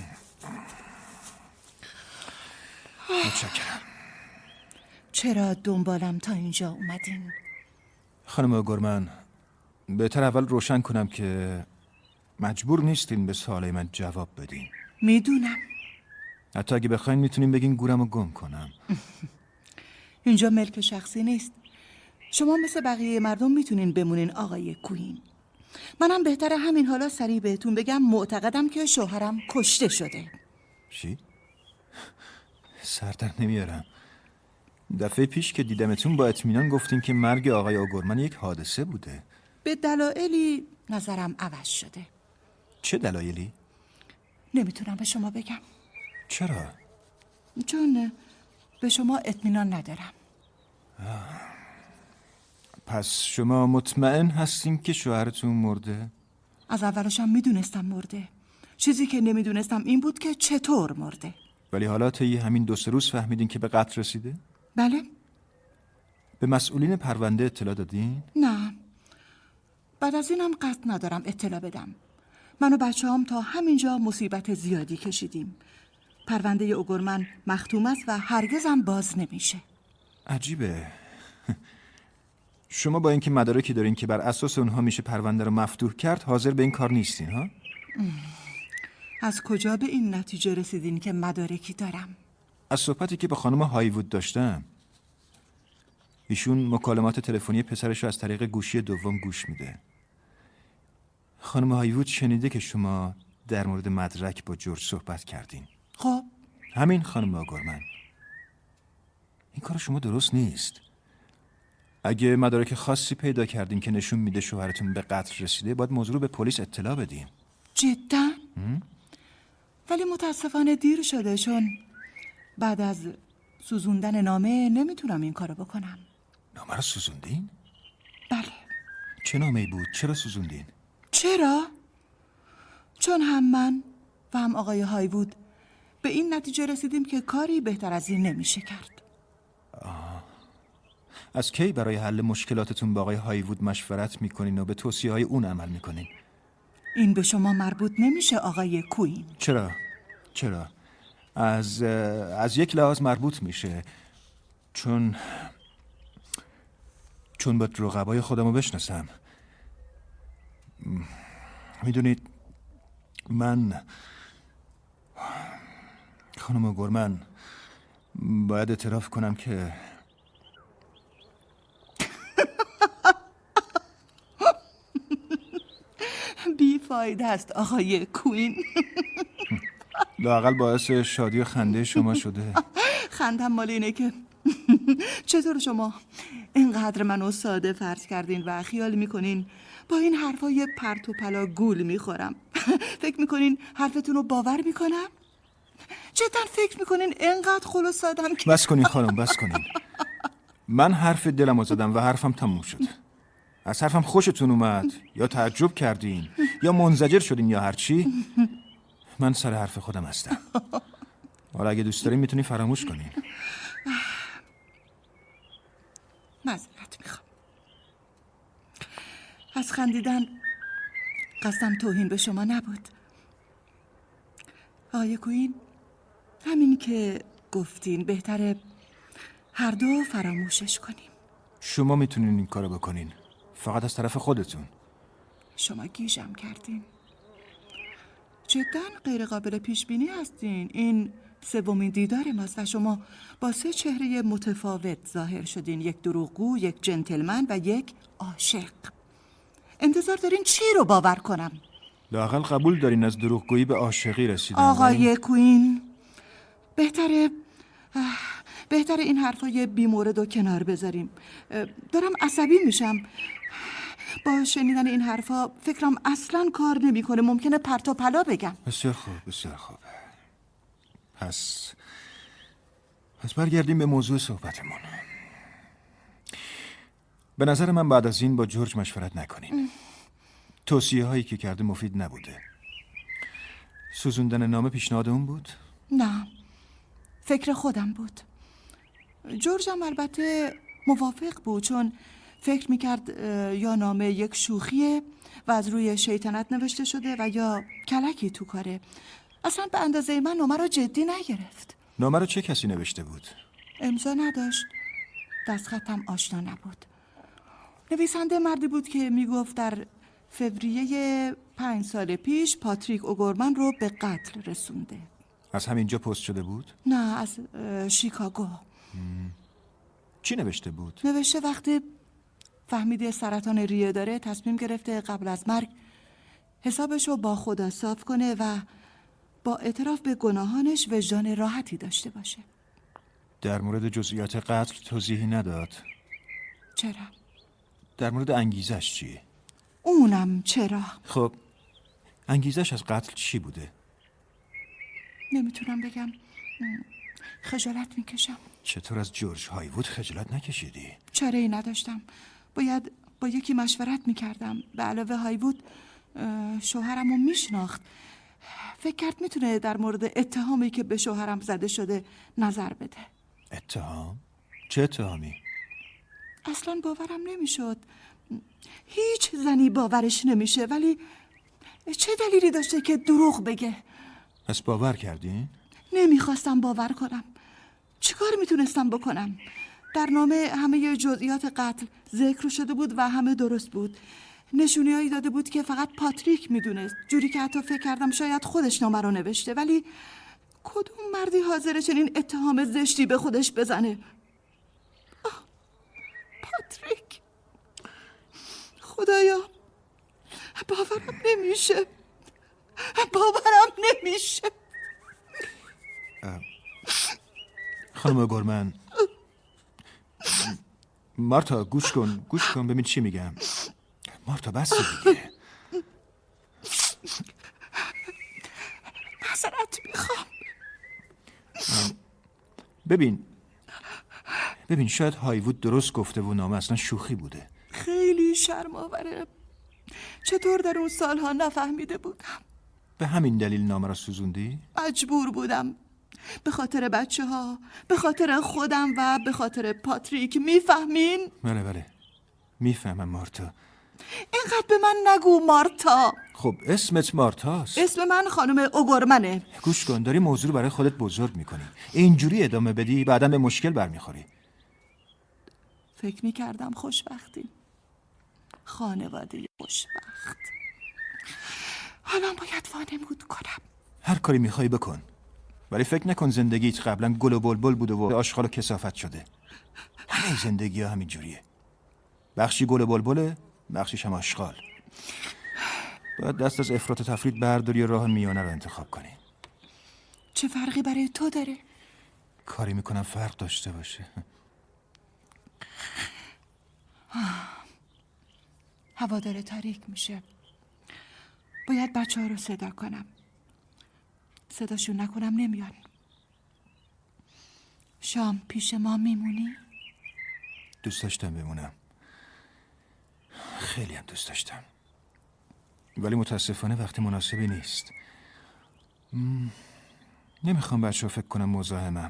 متشکرم. چرا دنبالم تا اینجا اومدین؟ خانم آگورمن، بهتر اول روشن کنم که مجبور نیستین به سوالای من جواب بدین. میدونم. حتی اگه بخواین میتونین بگین گورمو گم کنم. اینجا ملک شخصی نیست. شما مثل بقیه مردم میتونین بمونین آقای کوین. منم بهتره همین حالا سریع بهتون بگم معتقدم که شوهرم کشته شده. چی؟ سر در نمیارم. دفعه پیش که دیدمتون با اطمینان گفتین که مرگ آقای آگورمن یک حادثه بوده. به دلایلی نظرم عوض شده. چه دلایلی؟ نمیتونم به شما بگم. چرا؟ چون به شما اطمینان ندارم. پس شما مطمئن هستین که شوهرتون مرده؟ از اولشم میدونستم مرده. چیزی که نمیدونستم این بود که چطور مرده. ولی حالا طی همین 2-3 روز فهمیدین که به قتل رسیده؟ بله. به مسئولین پرونده اطلاع دادین؟ نه. بعد از اینم قصد ندارم اطلاع بدم. من و بچه‌هام تا همینجا مصیبت زیادی کشیدیم. پرونده اوگورمن مختوم است و هرگزم باز نمیشه. عجیبه. شما با اینکه مدارکی دارین که بر اساس اونها میشه پرونده رو مفتوح کرد، حاضر به این کار نیستین ها؟ از کجا به این نتیجه رسیدین که مدارکی دارم؟ از صحبتی که با خانم هایوود داشتم. ایشون مکالمات تلفنی پسرش رو از طریق گوشی دوم گوش میده. خانم هایوود شنیده که شما در مورد مدرک با جورج صحبت کردین. خب همین خانم آگورمن، این کار شما درست نیست. اگه مدارک خاصی پیدا کردین که نشون میده شوهرتون به قتل رسیده، باید موضوع رو به پلیس اطلاع بدین. جدا؟ ولی متاسفانه دیر شده، چون بعد از سوزوندن نامه نمیتونم این کارو بکنم. نامه رو سوزوندین؟ بله. چه نامه‌ای بود؟ چرا سوزوندین؟ چرا؟ چون هم من و هم آقای هایوود به این نتیجه رسیدیم که کاری بهتر از این نمیشه کرد. از کی برای حل مشکلاتتون با آقای هایوود مشورت میکنین و به توصیه‌های اون عمل میکنین؟ این به شما مربوط نمیشه آقای کوین. چرا؟ از یک لحاظ مربوط میشه، چون باید رقبای خودمو بشناسم. میدونید من خانم گورمن باید اعتراف کنم که بیفایده است آقای کوین. لااقل باعث شادی و خنده شما شده. خندم مال اینه که چطور شما اینقدر منو ساده فرض کردین و خیال میکنین با این حرفای پرت و پلا گول میخورم. فکر میکنین حرفتون رو باور میکنم؟ جدا فکر میکنین اینقدر خلوص سادم که بس کنین خانم، بس کنین. من حرف دلم رو زدم و حرفم تموم شد. از حرفم خوشتون اومد یا تعجب کردین یا منزجر شدین یا هرچی، من سر حرف خودم هستم. حالا اگه دوست دارین میتونین فراموش کنین. معذرت میخوام. از خندیدن قصدم توهین به شما نبود. آقای کوین، همین که گفتین بهتره هر دو فراموشش کنیم. شما میتونین این کارو بکنین، فقط از طرف خودتون. شما گیجم کردین. جدا غیر قابل پیش بینی هستین. این سومین دیدار ماست و شما با 3 چهره متفاوت ظاهر شدین. یک دروغگو، یک جنتلمن و یک عاشق. انتظار دارین چی رو باور کنم؟ لااقل قبول دارین از دروغگویی به عاشقی رسیدن. آقای کوین، بهتره این حرفای بیمورد رو کنار بذاریم. دارم عصبی میشم. با شنیدن این حرفا فکرم اصلا کار نمیکنه. ممکنه پرت و پلا بگم. بسیار خوب، بسیار خوب. پس برگردیم به موضوع صحبتمون. به نظر من بعد از این با جورج مشورت نکنین. توصیه هایی که کرده مفید نبوده. سوزوندن نامه پیشنهاد اون بود؟ نه، فکر خودم بود. جورج هم البته موافق بود، چون فکر میکرد یا نامه یک شوخیه و از روی شیطنت نوشته شده و یا کلکی تو کاره. اصلا به اندازه من نامه رو جدی نگرفت. نامه رو چه کسی نوشته بود؟ امضا نداشت، دستخطم آشنا نبود. نویسنده مردی بود که میگفت در فوریه 5 سال پیش پاتریک اوگورمن رو به قتل رسونده. از همینجا پست شده بود؟ نه، از شیکاگو. چی نوشته بود؟ نوشته وقتی فهمیده سرطان ریه داره تصمیم گرفته قبل از مرگ حسابش رو با خدا صاف کنه و با اعتراف به گناهانش وجدان راحتی داشته باشه. در مورد جزئیات قتل توضیحی نداد؟ چرا؟ در مورد انگیزش چیه؟ اونم چرا؟ خب انگیزش از قتل چی بوده؟ نمیتونم بگم. خجالت میکشم. چطور از جورج هایوود خجالت نکشیدی؟ چاره‌ای نداشتم. باید با یکی مشورت میکردم. به علاوه هایوود شوهرمو میشناخت. فکر کرد میتونه در مورد اتهامی که به شوهرم زده شده نظر بده. اتهام؟ چه اتهامی؟ اصلا باورم نمیشد. هیچ زنی باورش نمیشه، ولی چه دلیلی داشته که دروغ بگه؟ پس باور کردین؟ نمیخواستم باور کنم. چیکار میتونستم بکنم؟ در نامه همه جزئیات قتل ذکر شده بود و همه درست بود. نشونی‌هایی داده بود که فقط پاتریک میدونست، جوری که حتی فکر کردم شاید خودش نامه رو نوشته. ولی کدوم مردی حاضره چنین اتهام زشتی به خودش بزنه؟ پاتریک، خدایا باورم نمیشه. خانم گورمن، مارتا گوش کن ببین چی میگم. مارتا بس دیگه. معذرت میخوام. ببین شاید هایوود درست گفته و نامه اصلا شوخی بوده. خیلی شرم‌آوره. چطور در اون سالها نفهمیده بودم؟ به همین دلیل نامه را سوزوندی؟ مجبور بودم، به خاطر بچه‌ها، به خاطر خودم و به خاطر پاتریک. میفهمین؟ بله میفهمم مارتا. اینقدر به من نگو مارتا. خب اسمت مارتاست. اسم من خانم اوگورمنه. گوش کن، داری موضوع رو برای خودت بزرگ میکنی. اینجوری ادامه بدی بعداً به مشکل برمیخوری. فکر میکردم خوشبختیم، خانواده خوشبخت. حالا باید وانمود کنم. هر کاری میخوای بکن، ولی فکر نکن زندگیت قبلا گل و بلبل بوده و آشغال و کثافت شده. همه زندگی ها همین جوریه، بخشی گل و بلبله، بخشیش هم آشغال. باید دست از افراط و تفرید برداری و راه میانه رو انتخاب کنی. چه فرقی برای تو داره؟ کاری میکنم فرق داشته باشه. هوا داره تاریک میشه، باید بچه ها رو صدا کنم. صداشون نکنم نمیان. شام پیش ما میمونی؟ دوست داشتم بمونم، خیلی هم دوست داشتم، ولی متاسفانه وقت مناسبی نیست. نمیخوام بچه ها فکر کنم مزاحمم.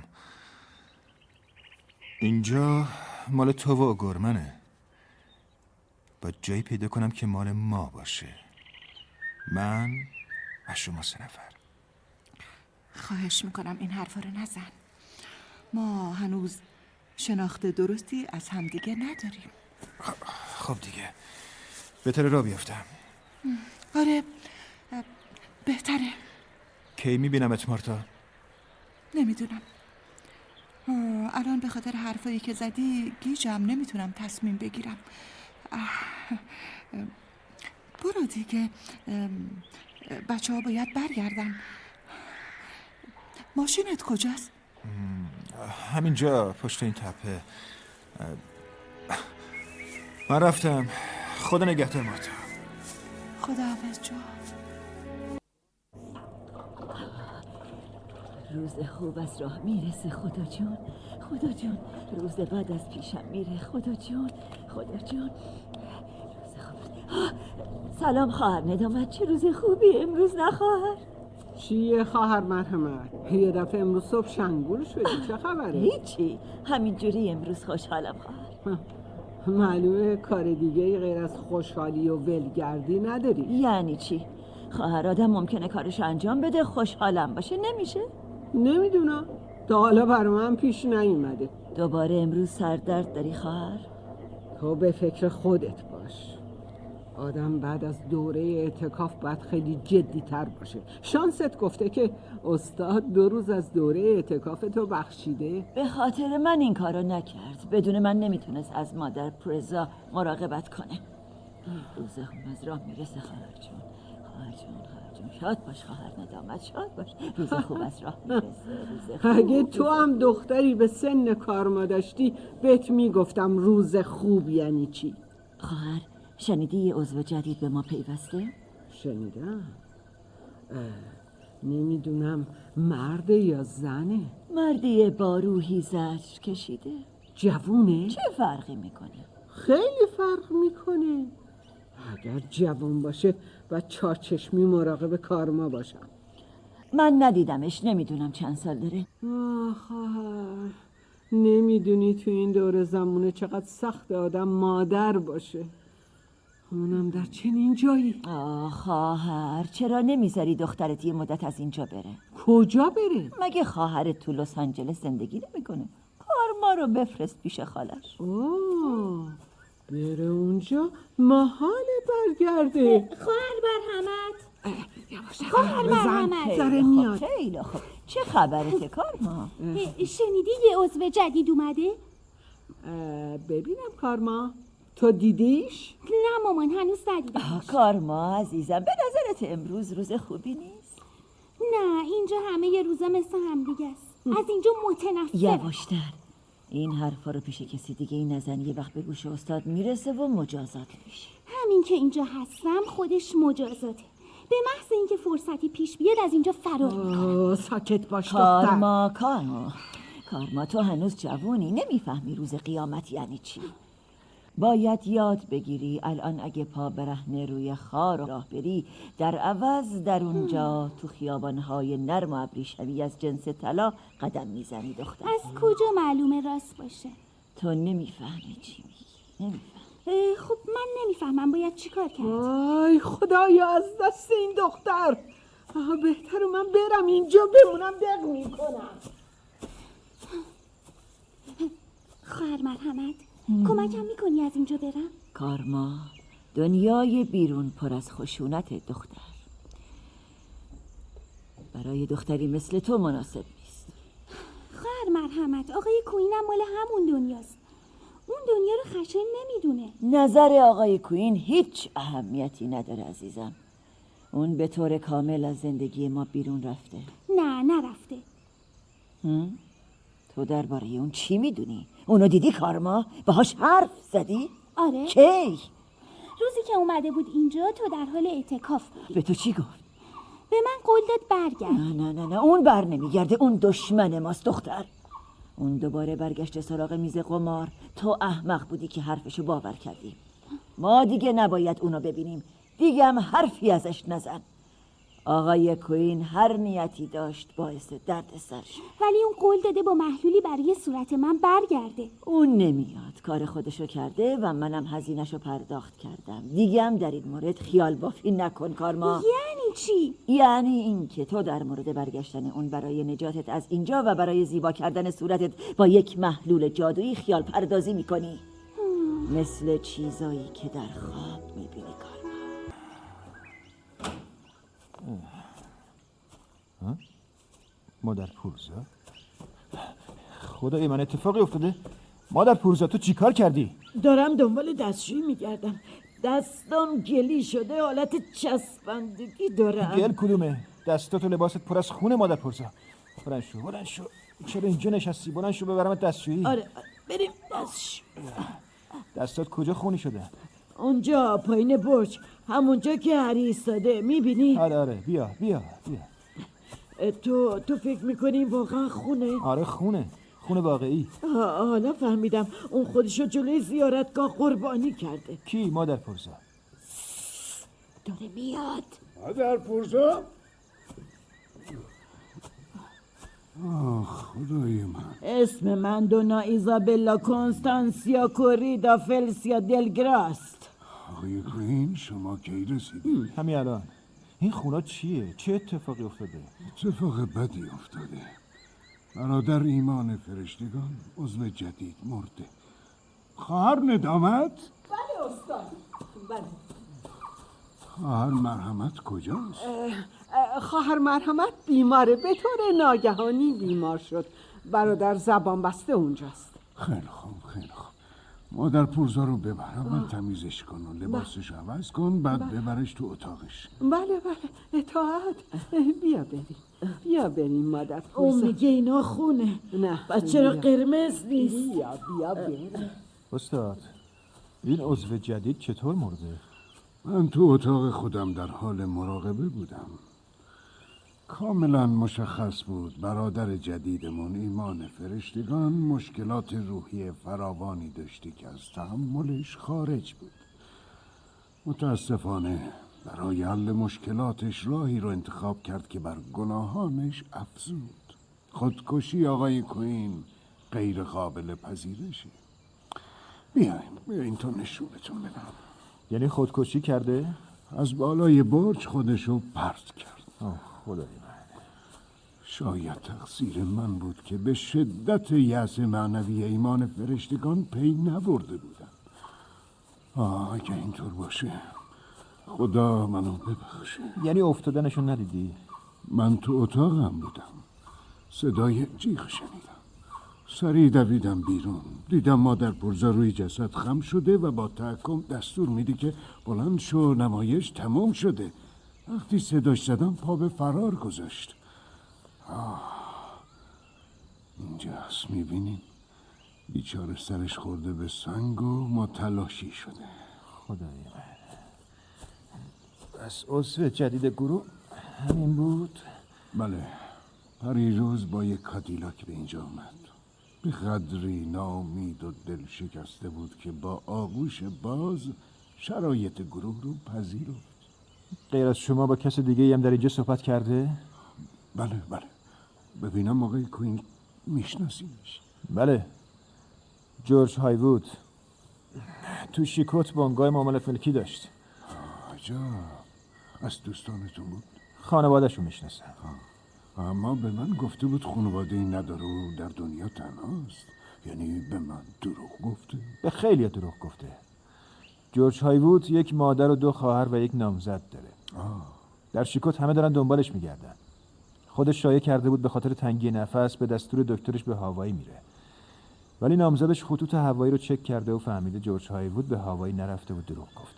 اینجا مال تو و اوگورمنه، باید جایی پیدا کنم که مال ما باشه، من و شما 3 نفر. خواهش میکنم این حرفا رو نزن. ما هنوز شناخت درستی از همدیگه نداریم. خب دیگه بهتره را بیافتم. آره بهتره. کی میبینمت مارتا؟ نمیدونم. الان به خاطر حرفایی که زدی گیجم، نمیتونم تصمیم بگیرم. برو دیگه، بچه ها باید برگردن. ماشینت کجاست؟ همینجا پشت این تپه. من رفتم. خدا نگهدار مارتا. خدا حافظ جو. روز خوب از راه میرسه خدا جون، خدا جون. روز بعد از پیشم میره خدا جون، خدا جون. روز خوب. سلام خواهر ندامت، چه روز خوبی امروز نه خواهر؟ چیه خواهر مرحمت؟ یه دفعه امروز صبح شنگول شدی، چه خبره؟ هیچی، همینجوری امروز خوشحالم خواهر. معلومه کار دیگه غیر از خوشحالی و ولگردی نداری. یعنی چی؟ خواهر آدم ممکنه کارش انجام بده خوشحالم باشه، نمیشه؟ نمیدونم، تا حالا بر من پیش نیومده. دوباره امروز سردرد داری خواهر؟ تو به فکر خودت باش. آدم بعد از دوره اعتکاف باید خیلی جدی تر باشه. شانست گفته که استاد 2 روز از دوره اعتکاف تو بخشیده. به خاطر من این کارو نکرد. بدون من نمیتونست از مادر پرزا مراقبت کنه. روز خوب از راه میرسه خواهر جون، خواهر جون، خواهر جون. شاد باش خواهر ندامت، شاد باش. روز خوب از راه میرسه، روز خوب. اگه تو هم دختری به سن کارما داشتی بهت میگفتم روز خوب یعنی چی. خواهر شنیدی یه عضو جدید به ما پیوسته؟ شنیدم. نمیدونم مرد یا زنه. مردیه با روحی زجر کشیده. جوونه؟ چه فرقی میکنه؟ خیلی فرق میکنه. اگر جوان باشه و چارچشمی مراقب کارما باشم. من ندیدمش، نمیدونم چند سال داره. خواهر نمیدونی تو این دور زمونه چقدر سخت آدم مادر باشه، اونم در چنین جایی. خواهر چرا نمیذاری دخترت یه مدت از اینجا بره؟ کجا بره؟ مگه خواهرت تو لس آنجلس زندگی نمیکنه؟ کارما رو بفرست پیش خالش. بره اونجا محاله برگرده. خواهر مرحمت، خواهر مرحمت. داره میاد. خیلی خوب. چه خبرته کارما؟ شنیدی یه عضو جدید اومده؟ ببینم کارما، تو دیدیش؟ نه مامان هنوز ندیدمش. کارما عزیزم، به نظرت امروز روز خوبی نیست؟ نه اینجا همه یه روزا مثل همدیگه است. از اینجا متنفرم. یواشتر، این حرفا رو پیش کسی دیگه این نزن، یه وقت به گوش استاد میرسه و مجازات میشه. همین که اینجا هستم خودش مجازاته. به محض اینکه فرصتی پیش بیاد از اینجا فرار میکنم. ساکت باش دختر. کارما تو هنوز جوونی، نمیفهمی روز قیامت یعنی چی. باید یاد بگیری الان اگه پا برهنه روی خار راه بری، در عوض در اونجا تو خیابانهای نرم و ابریشمی از جنس طلا قدم میزنی دختر. از کجا معلومه راست باشه؟ تو نمیفهمی چی میگی. نمیفهم. خب من نمیفهمم باید چی کار کرد؟ آی خدایا از دست این دختر. بهتره من برم اینجا بمونم دق میکنم. خواهر مرحمت کمکم میکنی از اینجا برم؟ کارما، دنیای بیرون پر از خشونت دختر. برای دختری مثل تو مناسب نیست. خواهر مرحمت آقای کوینم مال همون دنیاست. اون دنیا رو خشن نمیدونه. نظر آقای کوین هیچ اهمیتی نداره عزیزم. اون به طور کامل از زندگی ما بیرون رفته. نه نرفته. تو درباره اون چی میدونی؟ اونو دیدی کارما؟ باهاش حرف زدی؟ آره. کی؟ روزی که اومده بود اینجا تو در حال اعتکاف بودی. به تو چی گفت؟ به من قول داد برگرد. نه اون بر نمیگرده. اون دشمن ماست دختر. اون دوباره برگشت سراغ میز قمار. تو احمق بودی که حرفشو باور کردی. ما دیگه نباید اونو ببینیم. دیگه هم حرفی ازش نزن. آقای کوین هر نیتی داشت باعث درد سر شد. ولی اون قول داده با محلولی برای صورت من برگرده. اون نمیاد. کار خودشو کرده و منم هزینه‌شو پرداخت کردم. دیگه هم در این مورد خیال بافی نکن کارما. یعنی چی؟ یعنی این که تو در مورد برگشتن اون برای نجاتت از اینجا و برای زیبا کردن صورتت با یک محلول جادویی خیال پردازی میکنی. مثل چیزایی که در خواب میبینی کارما. مادر پورزا؟ خدای من اتفاقی افتاده؟ مادر پورزا تو چی کار کردی؟ دارم دنبال دستشویی میگردم. دستام گلی شده، حالت چسبندگی دارم. گل کدومه؟ دستات و لباست پر از خونه مادر پورزا. بلند شو. چرا اینجا نشستی؟ بلند شو ببرمت دستشویی. آره بریم دستشویی. دستات کجا خونی شده؟ اونجا پایین برج، همونجا که هری ایستاده، میبینی؟ آره بیا. تو فکر میکنی واقعا خونه؟ آره خونه واقعی. حالا فهمیدم اون خودشو جلوی زیارتگاه قربانی کرده. کی مادر پورزا؟ داره میاد. مادر پورزا؟ خدای من. اسم من دونا ایزابلا کنستانسیا کوریدا فلسیا دلگراست. آقای کوین شما کی رسیدی؟ همین الان. این خونه چیه؟ چه اتفاقی افتاده؟ اتفاق بدی افتاده. برادر ایمان فرشتگان عضو جدید مرده. خواهر ندامت؟ بله استاد. بله. خواهر مرحمت کجاست؟ خواهر مرحمت بیماره، به طور ناگهانی بیمار شد. برادر زبان بسته اونجاست. خیلی خوب. مادر پورزا رو ببر، اول تمیزش کن و لباسش عوض کن، بعد ببرش تو اتاقش. بله اطاعت. بیا بریم مادر پورزا. اون میگه اینا خونه. نه پس چرا قرمز نیست؟ بیا بریم. استاد این عضو جدید چطور مرده؟ من تو اتاق خودم در حال مراقبه بودم. کاملا مشخص بود برادر جدیدمون ایمان فرشتگان مشکلات روحی فراوانی داشته که از تحملش خارج بود. متاسفانه برای حل مشکلاتش راهی رو انتخاب کرد که بر گناهانش افزود. خودکشی آقای کوین غیر قابل پذیرشه. بیاین تا نشونتون بدم. یعنی خودکشی کرده؟ از بالای برج خودشو پرت کرد. خدای من. شاید تقصیر من بود که به شدت یأس معنوی ایمان فرشتگان پی نبرده بودم. اگه اینطور باشه خدا منو ببخشه. یعنی افتادنشون ندیدی؟ من تو اتاقم بودم، صدای جیغ شنیدم، سریع دویدم بیرون، دیدم مادر پورزا روی جسد خم شده و با تحکم دستور میده که بلند شو، نمایش تمام شده. وقتی صداش زدم پا به فرار گذاشت. اینجاست، میبینین؟ بیچاره سرش خورده به سنگ و متلاشی شده. خدای من. پس عضو جدید گروه همین بود؟ بله، پریروز با یک کادیلاک به اینجا آمد. به قدری ناامید و دل شکسته بود که با آغوش باز شرایط گروه رو پذیرفت. غیر از شما با کس دیگه هم در اینجا صحبت کرده؟ بله. ببینم آقای کوین میشناسیش؟ بله، جورج هایوود. تو شیکوت بنگاه معاملات ملکی داشت. عجب. از دوستانتون بود؟ خانواده‌شو میشناسم. اما به من گفته بود خانواده ای نداره و در دنیا تنهاست. یعنی به من دروغ گفته؟ به خیلی دروغ گفته. جورج هایوود یک مادر و 2 خواهر و یک نامزد داره. در شیکوت همه دارن دنبالش میگردن. خودش شایعه کرده بود به خاطر تنگی نفس به دستور دکترش به هاوایی میره. ولی نامزدش خطوط هوایی رو چک کرده و فهمیده جورج هایوود به هاوایی نرفته و دروغ گفته.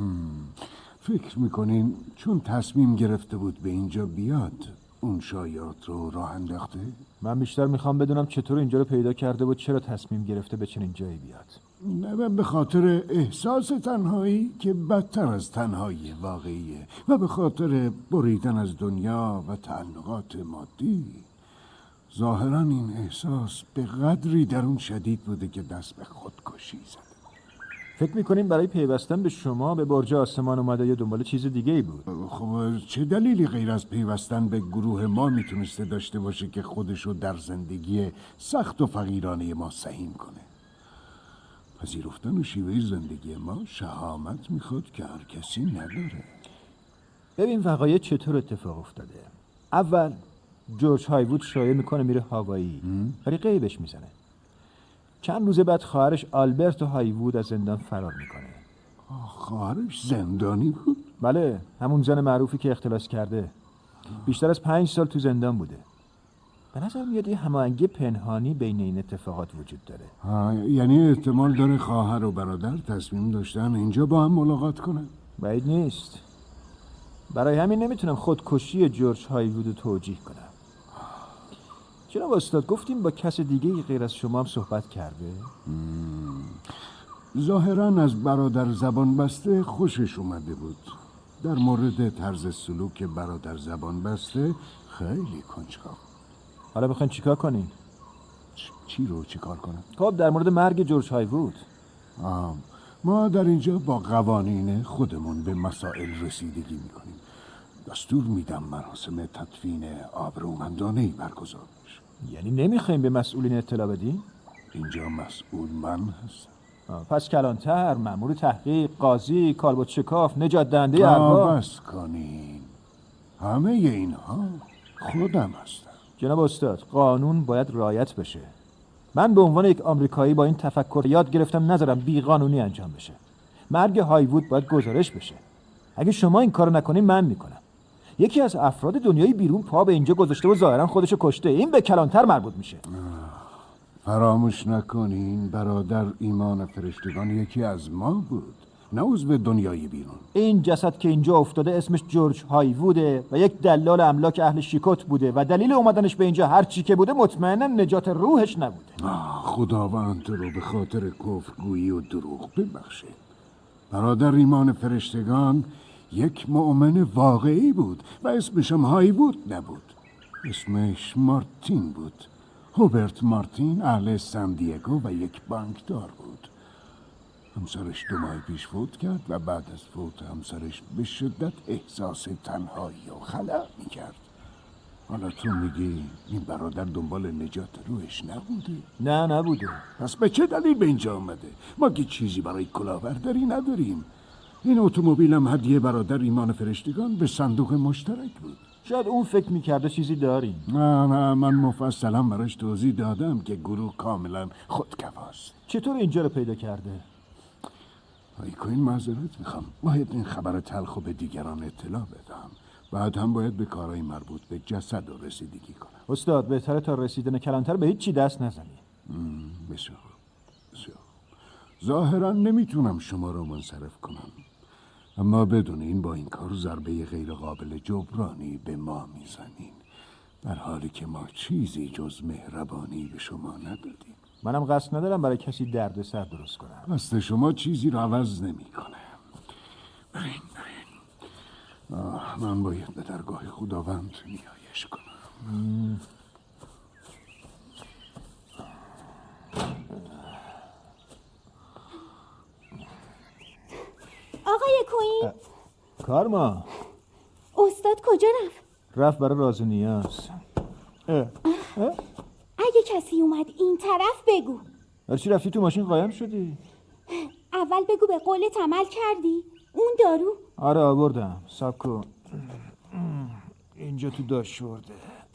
فکر میکنین چون تصمیم گرفته بود به اینجا بیاد اون شایعات رو راه انداخته؟ من بیشتر میخوام بدونم چطور اینجا رو پیدا کرده و چرا تصمیم گرفته به چنین جایی بیاد. نه، به خاطر احساس تنهایی که بدتر از تنهایی واقعیه و به خاطر بریدن از دنیا و تعلقات مادی. ظاهرا این احساس به قدری در اون شدید بوده که دست به خودکشی زده. فکر میکنیم برای پیوستن به شما به برج آسمان اومده یا دنبال چیز دیگه ای بود؟ خب چه دلیلی غیر از پیوستن به گروه ما میتونسته داشته باشه که خودشو در زندگی سخت و فقیرانه ما سهیم کنه؟ پذیرفتن و شیوه زندگی ما شهامت میخواد که هر کسی نداره. ببین وقایع چطور اتفاق افتاده. اول جورج هایوود شایعه میکنه میره هاوایی ولی غیبش میزنه. چند روز بعد خواهرش آلبرت هایوود از زندان فرار میکنه. خواهرش زندانی بود؟ بله، همون زن معروفی که اختلاس کرده. بیشتر از 5 سال تو زندان بوده. به نظر میاد یه هماهنگی پنهانی بین این اتفاقات وجود داره. یعنی احتمال داره خواهر و برادر تصمیم داشتن اینجا با هم ملاقات کنن؟ بعید نیست. برای همین نمیتونم خودکشی جورج هایوود رو توجیه کنم. جناب استاد گفتیم با کس دیگه غیر از شما هم صحبت کرده؟ ظاهراً از برادر زبان بسته خوشش اومده بود. در مورد طرز سلوک برادر زبان بسته خیلی کنجکاو. حالا بخواین چیکار کنین؟ چی رو چیکار کنم؟ خب در مورد مرگ جورج هایوود. ما در اینجا با قوانین خودمون به مسائل رسیدگی میکنیم. دستور میدم مراسم تدفین آبرومندانه‌ای برگزار بشه. یعنی نمیخوایم به مسئولین اطلاع بدین؟ اینجا مسئول من هستم. پس کلانتر، مأمور تحقیق، قاضی، کالبد شکاف، نجات دهنده ارواح. بس کنین. همه اینها خودم هستم. جناب استاد، قانون باید رعایت بشه. من به عنوان یک آمریکایی با این تفکر یاد گرفتم نذارم بی قانونی انجام بشه. مرگ هایوود باید گزارش بشه. اگه شما این کارو نکنین من میکنم. یکی از افراد دنیای بیرون پا به اینجا گذاشته و ظاهرا خودشو کشته. این به کلانتر مربوط میشه. فراموش نکنین برادر ایمان فرشتگان یکی از ما بود، نه عضو دنیای بیرون. این جسد که اینجا افتاده اسمش جورج هایووده و یک دلال املاک اهل شیکوت بوده و دلیل اومدنش به اینجا هر چی که بوده مطمئنا نجات روحش نبوده. خداوند تو رو به خاطر کفرگویی و دروغ ببخشه. برادر ایمان فرشتگان یک مؤمن واقعی بود و اسمش هم هایوود نبود. اسمش مارتین بود. هوبرت مارتین اهل سان دیگو و یک بانکدار بود. همسرش 2 ماه پیش فوت کرد و بعد از فوت همسرش به شدت احساس تنهایی و خلأ میکرد. حالا تو میگی این برادر دنبال نجات روحش نبوده؟ نه نبوده. پس به چه دلیل به اینجا آمده؟ ما که چیزی برای کلاهبرداری نداریم. این اتومبیلم هدیه برادر ایمان فرشتگان به صندوق مشترک بود. شاید اون فکر میکرده چیزی داریم. نه من مفصلا براش توضیح دادم که گروه کاملا خودکفاست. چطور اینجا رو پیدا کرده؟ این معذرت میخوام. باید این خبر تلخ به دیگران اطلاع بدم. بعد هم باید به کارهای مربوط به جسد و رسیدگی کنم. استاد بهتره تا رسیدن کلانتر به هیچ چی دست نزنی. بسیار ظاهرا نمیتونم شما رو منصرف کنم، اما بدونین با این کار ضربه غیر قابل جبرانی به ما میزنین، در حالی که ما چیزی جز مهربانی به شما ندادیم. منم قصد ندارم برای کسی دردسر درست کنم. قصد شما چیزی رو عوض نمیکنه. برین. من باید به درگاه خداوند نیایش کنم. کوین. کارما استاد کجا رفت؟ رفت برای راز و نیاز. اگه کسی اومد این طرف بگو. چی رفتی تو ماشین قایم شدی؟ اول بگو به قولت عمل کردی؟ اون دارو؟ آره آوردم. صبر کن. اینجا تو داشورده.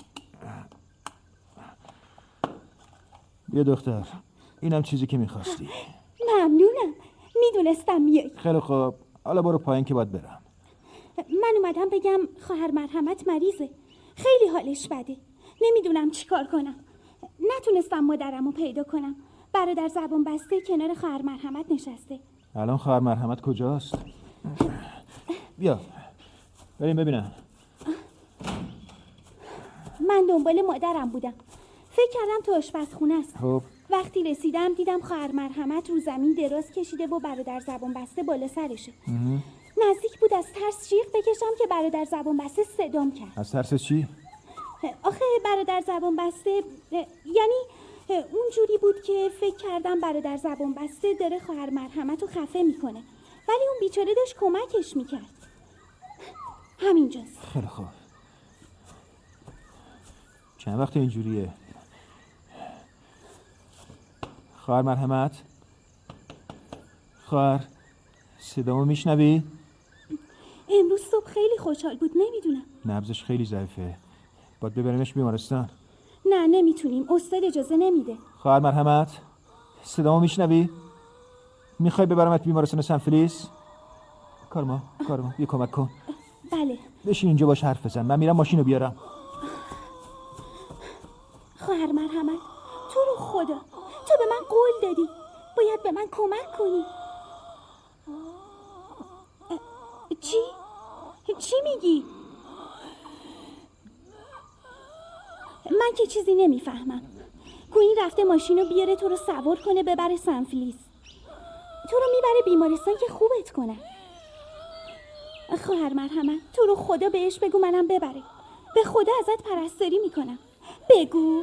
بیا دختر، اینم چیزی که میخواستی. ممنونم، میدونستم میای. خیلی خوب، حالا برو پایین که باید برم. من اومدم بگم خواهر مرحمت مریضه، خیلی حالش بده، نمیدونم چی کار کنم. نتونستم مادرمو پیدا کنم. برادر زبان بسته کنار خواهر مرحمت نشسته. الان خواهر مرحمت کجاست؟ بیا بریم ببینم. من دنبال مادرم بودم، فکر کردم تو آشپزخونه است. خب وقتی رسیدم دیدم خواهر مرحمت رو زمین دراز کشیده و برادر زبان بسته بالا سرشه. نزدیک بود از ترس جیغ بکشم که برادر زبان بسته صدام کرد. از ترس چی؟ آخه برادر زبان بسته یعنی اون جوری بود که فکر کردم برادر زبان بسته داره خواهر مرحمت رو خفه میکنه، ولی اون بیچاره داشت کمکش میکرد. همینجاست. خیلی خوب. چند وقت اینجوریه؟ خواهر مرحمت؟ خواهر صدامو میشنوی؟ امروز صبح خیلی خوشحال بود، نمیدونم. نبضش خیلی ضعیفه، باید ببریمش بیمارستان. نه نمیتونیم، استاد اجازه نمیده. خواهر مرحمت صدامو میشنوی؟ میخوای ببرمت بیمارستان سنفلیس؟ کارما یه کمک کن. بله. بشین اینجا باش حرف بزن، من میرم ماشینو بیارم. خواهر مرحمت تو رو خدا، تو به من قول دادی، باید به من کمک کنی. چی میگی؟ من که چیزی نمیفهمم. کوین رفته ماشینو بیاره تو رو سوار کنه ببره سنفلیس، تو رو میبره بیمارستان که خوبت کنه. خواهر مرحمت تو رو خدا بهش بگو منم ببره، به خدا ازت پرستاری میکنم، بگو.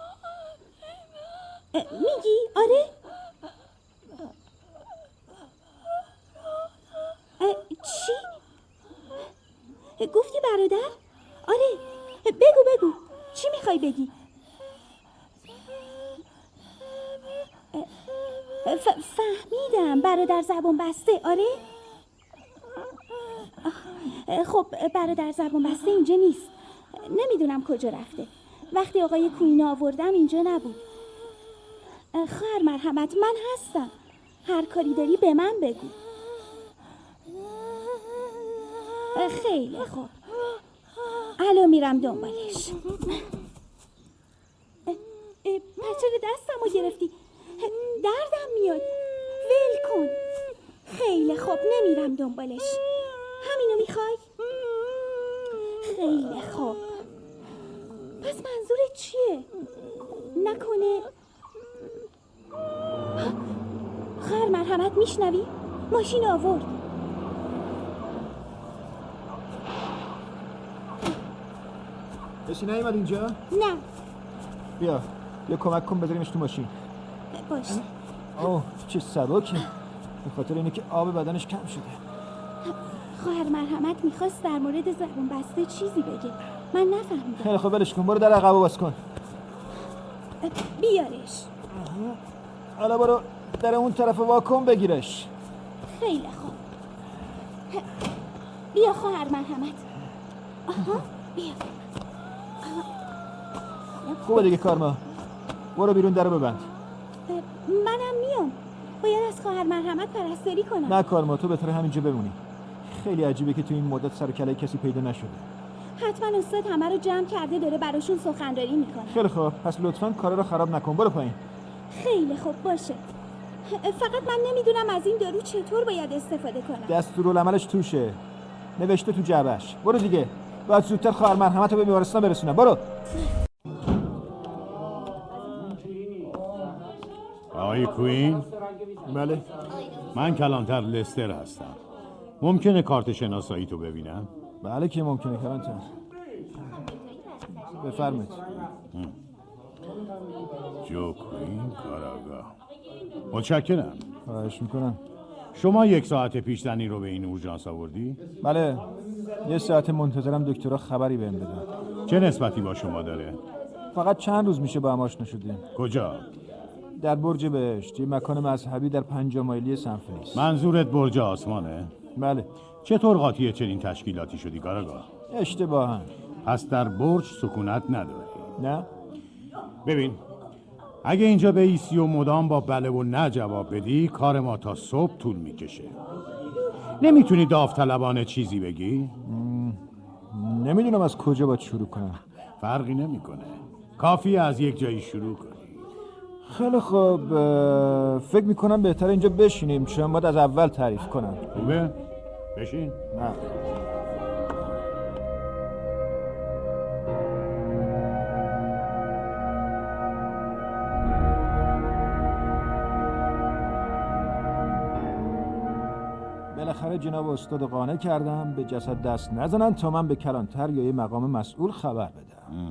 میگی؟ آره؟ چی؟ گفتی برادر؟ آره بگو چی میخوای بگی؟ فهمیدم برادر زبان بسته. آره؟ خب برادر زبان بسته اینجا نیست، نمیدونم کجا رفته. وقتی آقای کوین آوردم اینجا نبود. خواهر مرحمت من هستم، هر کاری داری به من بگو. خیلی خوب، الان میرم دنبالش. پس چرا دستمو گرفتی؟ دردم میاد، ول کن. خیلی خوب، نمیرم دنبالش. همینو میخوای؟ خیلی خوب، پس منظورت چیه؟ نکنه خواهر مرحمت میشنوی؟ ماشین آورد. کسی نیومد اینجا؟ نه. بیا یه کمک کن بذاریمش تو ماشین. باشه. اوه چه سبکه، به خاطر اینه که آب بدنش کم شده. خواهر مرحمت میخواست در مورد زبون بسته چیزی بگه، من نفهمیدم. خیلی خوب ولش کن، برو در عقب باز کن. بیارش. حالا برو در اون طرف واکن بگیرش. خیلی خوب. بیا خواهر مرحمت. آها بیا. خوبه دیگه کارما، برو بیرون درو ببند. منم میام، باید از خواهر مرحمت پرستاری کنم. نه کارما، تو بهتره همینجا بمونی. خیلی عجیبه که تو این مدت سر و کله کسی پیدا نشده. حتما استاد همه رو جمع کرده داره براشون سخنرانی میکنه. خیلی خوب، پس لطفاً کارا رو خراب نکن، برو پایین. خیلی خوب باشه، فقط من نمیدونم از این دارو چطور باید استفاده کنم. دستورالعملش توشه، نوشته تو جعبش. برو دیگه، باید زودتر خواهر مرحمت رو به بیمارستان برسونم. برو. آقای کوین؟ بله. من کلانتر لستر هستم. ممکنه کارت شناسایی تو ببینم؟ بله که ممکنه کلانتر. بفرمایید. جو کوین کاراگاه. متشکرم. خواهش میکنم. شما 1 ساعت پیش زنی رو به این اورژانس آوردی؟ بله، 1 ساعت منتظرم دکترها خبری بهم بدن. چه نسبتی با شما داره؟ فقط چند روز میشه با هم آشنا شدیم. کجا؟ در برج بهشت، یه مکان مذهبی در 50 مایلی سن فلیس. منظورت برج آسمانه؟ بله. چطور قاطی چنین تشکیلاتی شدی کاراگاه؟ اشتباهاً. پس در برج سکونت نداری؟ نه. ببین، اگه اینجا بایستی و مدام با بله و نه جواب بدی، کار ما تا صبح طول میکشه. نمیتونی داوطلبانه چیزی بگی؟ نمیدونم از کجا باید شروع کنم. فرقی نمیکنه. کافیه از یک جایی شروع کنی. خیلی خوب، فکر میکنم بهتره اینجا بشینیم، چون باید از اول تعریف کنم. خوبه؟ بشین. نه. بالاخره جناب استاد قانع کردم به جسد دست نزنن تا من به کلانتر یا یه مقام مسئول خبر بدم.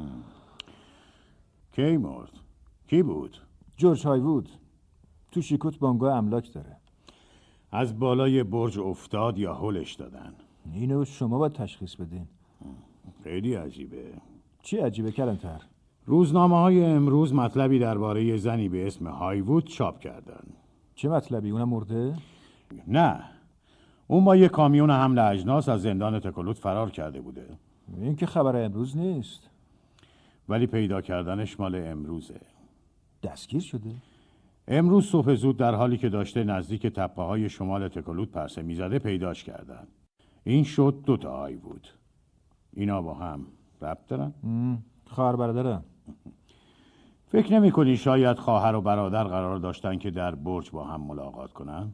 کی مرد؟ کی بود؟ جورج هایوود. تو شیکوت بانگاه املاک داره. از بالای برج افتاد یا هلش دادن؟ اینو شما باید تشخیص بدین. خیلی عجیبه. چی عجیبه کلانتر؟ روزنامه‌های امروز مطلبی درباره زنی به اسم هایوود چاپ کردن. چه مطلبی؟ اونم مرده؟ نه. اون با یه کامیون حمل اجناس از زندان تکولوت فرار کرده بوده. این که خبر امروز نیست. ولی پیدا کردنش مال امروزه. دستگیر شده؟ امروز صبح زود در حالی که داشته نزدیک تپه‌های شمال تکولوت پرسه می‌زده پیداش کردن. این شد 2 تا هایوود. اینا با هم ربط دارن؟ خواهر برادرم. فکر نمی‌کنی شاید خواهر و برادر قرار داشتن که در برج با هم ملاقات کنن؟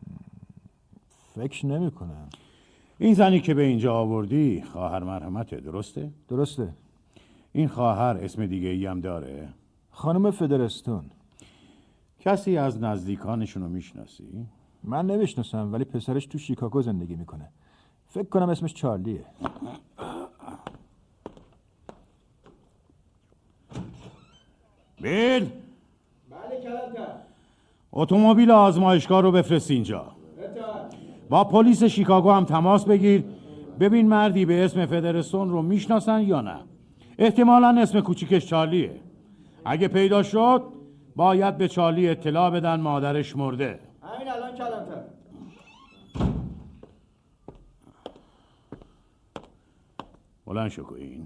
فکر نمی‌کنم. این زنی که به اینجا آوردی خواهر مرحمته، درسته؟ درسته. این خواهر اسم دیگه ای هم داره؟ خانم فدرستون. کسی از نزدیکانشون رو میشناسی؟ من نمیشناسم، ولی پسرش تو شیکاگو زندگی میکنه. فکر کنم اسمش چارلیه. بیل؟ بله کلانتر. اتومبیل آزمایشگاه رو بفرست اینجا. با پلیس شیکاگو هم تماس بگیر، ببین مردی به اسم فدرستون رو میشناسن یا نه. احتمالاً اسم کوچیکش چارلیه. اگه پیدا شد باید به چارلی اطلاع بدن مادرش مرده. همین الان کلانتر. بلند شو کوین.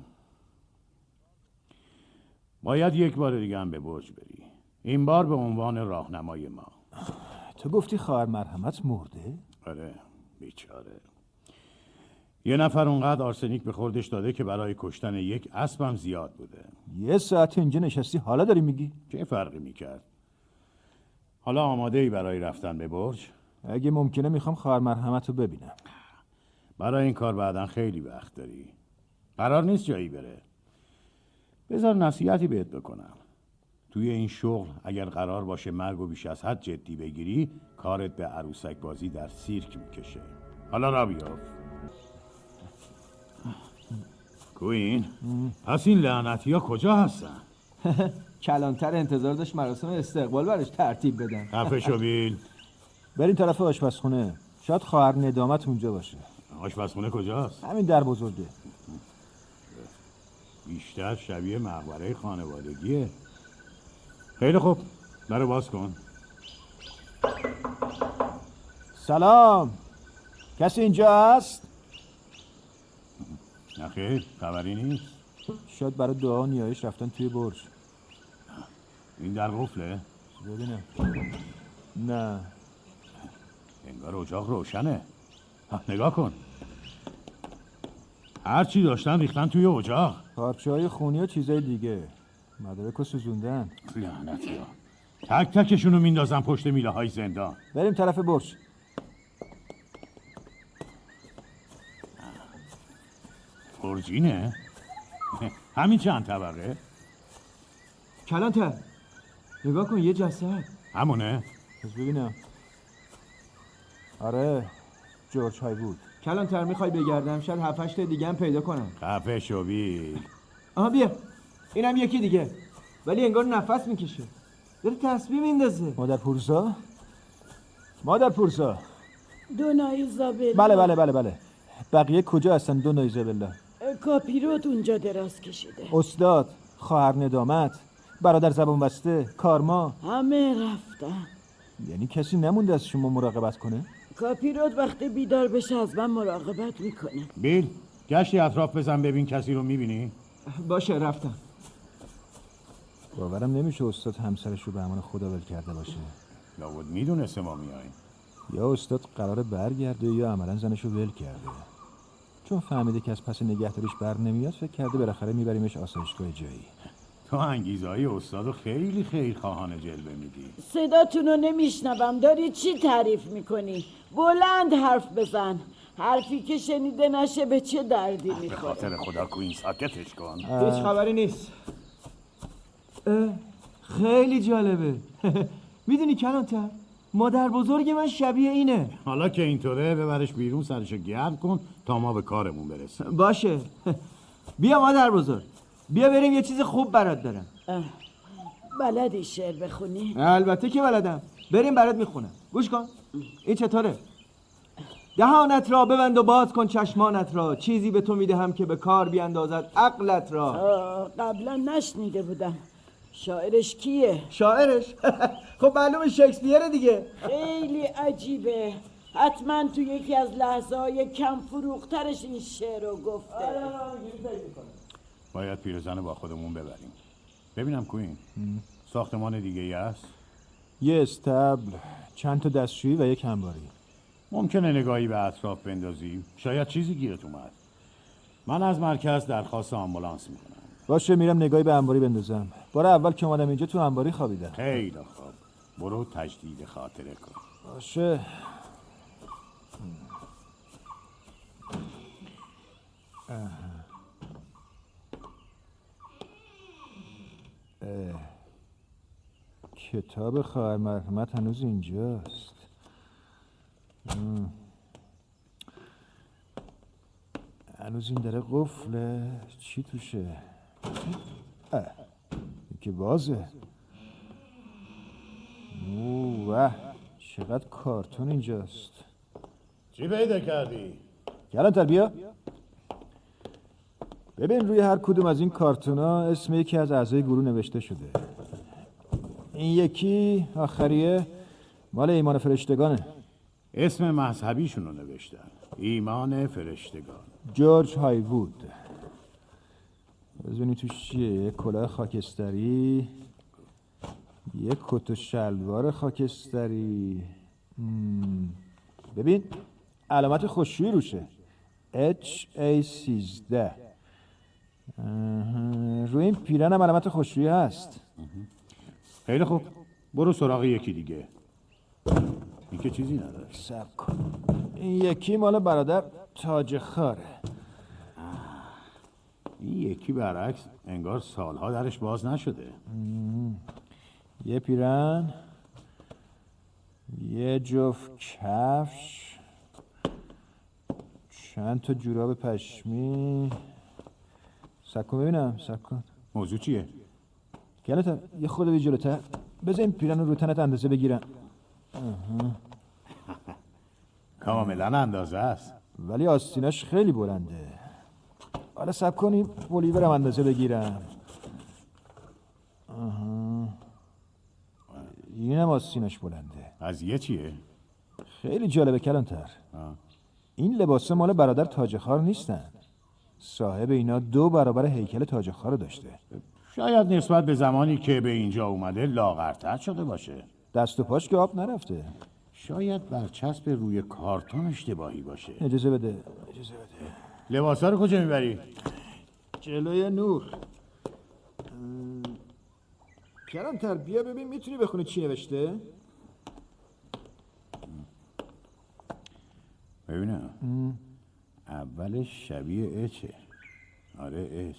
باید یک بار دیگه هم به برج بری. این بار به عنوان راهنمای ما. تو گفتی خواهر مرحمت مرده؟ آره، بیچاره. یه نفر اونقدر آرسنیک به خوردش داده که برای کشتن یک اسبم زیاد بوده. 1 ساعت اینجا نشستی حالا داری میگی؟ چه فرقی میکرد؟ حالا آماده ای برای رفتن به برج؟ اگه ممکنه میخوام خواهر مرحمت رو ببینم. برای این کار بعداً خیلی وقت داری. قرار نیست جایی بره. بذار نصیحتی بهت بکنم. توی این شغل اگر قرار باشه مرگو بیش از حد جدی بگیری، کارت به عروسک بازی در سیرک میکشه. حالا را بیافت. کوین، پس این لعنتی ها کجا هستن؟ کلانتر انتظار داشت مراسم استقبال براش ترتیب بدن. خفه شو بیل. بریم طرف آشپزخونه. شاید خواهر ندامت اونجا باشه. آشپزخونه کجاست؟ همین در بزرگه. بیشتر شبیه مقبره خانوادگیه. خیلی خوب، درو باز کن. سلام. کسی اینجا هست؟ نخیر، خبری نیست. شاید برای دعا و نیایش رفتن توی برج. این در قفله؟ ببینم. نه. انگار اجاق روشنه. نگاه کن. هر چی داشتن ریختن توی اجاق. پارچه‌های خونی و چیزای دیگه. مدارک رو سوزوندن. لعنتی ها. تک تکشونو میندازن پشت میله های زندان. بریم طرف برج. برجینه؟ همین چند طبقه؟ کلانتر نگاه کن، یه جسد. همونه؟ بس ببینم. آره، جورج هایوود. کلانتر میخوای بگردم؟ شاید 7-8 دیگه هم پیدا کنم. خفه شو بیل. آها بیا، اینم یکی دیگه، ولی انگار نفس میکشه، داره تسبیح میندازه. مادر پورسا؟ مادر پورسا، دونا ایزابلا. بله. بقیه کجا هستن دونا ایزابلا؟ کاپیروت اونجا دراز کشیده. استاد، خواهر ندامت، برادر زبان بسته، کارما، همه رفتن. یعنی کسی نمونده از شما مراقبت کنه؟ کاپیروت وقتی بیدار بشه از من مراقبت میکنه. بیل، گشتی اطراف بزن ببین کسی رو میبینی؟ باشه رفتم. باورم نمیشه استاد همسرش رو به امان خدا ول کرده باشه. لابد میدونسته ما میاییم. یا استاد قراره برگرده یا عملا زنش رو ول کرده. چون فهمیده که از پس نگهداریش بر نمیاد فکر کرده بالاخره میبریمش آسایشگاه جایی. تو انگیزه‌های استادو خیلی خیرخواهانه جلوه میدی. صداتون رو نمیشنوم. داری چی تعریف میکنی؟ بلند حرف بزن. حرفی که شنیده نشه به چه دردی میخوره؟ به خاطر خدا کوین ساکتش کن. هیچ خبری نیست. خیلی جالبه. میدونی کلانتر، مادر بزرگ من شبیه اینه. حالا که اینطوره ببرش بیرون سرشو گرم کن تا ما به کارمون برسیم. باشه. بیا مادر بزرگ، بیا بریم یه چیز خوب برات دارم. بلدی شعر بخونی؟ البته که بلدم. بریم برات میخونم. گوش کن. این چطوره؟ دهانت را ببند و باز کن چشمانت را، چیزی به تو میدهم که به کار بیاندازد عقلت را. قبلا نشنیده بودم. شاعرش کیه؟ شاعرش؟ خب معلومه شکسپیره دیگه. خیلی عجیبه. حتما تو یکی از لحظه‌های کم فروخترش این شعر رو گفته. باید پیرزن با خودمون ببریم. ببینم کوین ساختمان دیگه ای هست؟ یه استبل، چند تا دستشویی و یک انباری. ممکنه نگاهی به اطراف بندازیم. شاید چیزی گیرت اومد. من از مرکز درخواست آمبولانس میکنم. باشه میرم نگاهی به انباری بندازم. بار اول که اومدم اینجا تو انباری خوابیدم. خیلی خوب. برو تجدید خاطره کن. باشه. کتاب خواهر مرحمت هنوز اینجاست. هنوز این داره قفله. چی توشه؟ این که بازه. اوه چقدر کارتون اینجاست. چی پیدا کردی؟ کلانتر بیا. ببین روی هر کدوم از این کارتونا اسم یکی از اعضای گروه نوشته شده. این یکی آخریه مال ایمان فرشتگانه. اسم مذهبیشون رو نوشتن. ایمان فرشتگان. جورج هایوود. بزنی توش چیه؟ یک کلاه خاکستری، یک کت و شلوار خاکستری. ببین علامت خشکشویی روشه. HA13. روی این پیرن هم علامت خشکشویی هست. خیلی خوب برو سراغ یکی دیگه. این که چیزی نداره. صبر کن. این یکی مال برادر تاج خاره. این یکی برعکس انگار سالها درش باز نشده. یه پیرن، یه جفت کفش، چند تا جوراب پشمی. سکن ببینم. سکن. موضوع چیه؟ کلانتر یه خود بی جلوتر. بذار این پیرن رو تنت اندازه بگیرم. کاملا اندازه است. ولی آستیناش خیلی بلنده. حالا سب کنیم پلیورم اندازه بگیرم. اینم آستیناش بلنده. قضیه چیه؟ خیلی جالبه کلانتر. این لباسه مال برادر تاجخوار نیستن. صاحب اینا 2 برابر هیکل تاجخوار داشته. شاید نسبت به زمانی که به اینجا اومده لاغرتر شده باشه. دست و پاش که آب نرفته. شاید برچسب روی کارتون اشتباهی باشه. اجازه بده. لباسا رو کجا میبری؟ جلوی نور. کلانتر بیا ببین میتونی بخونی چی نوشته؟ ببینم. اولش شبیه اچه. آره اچ.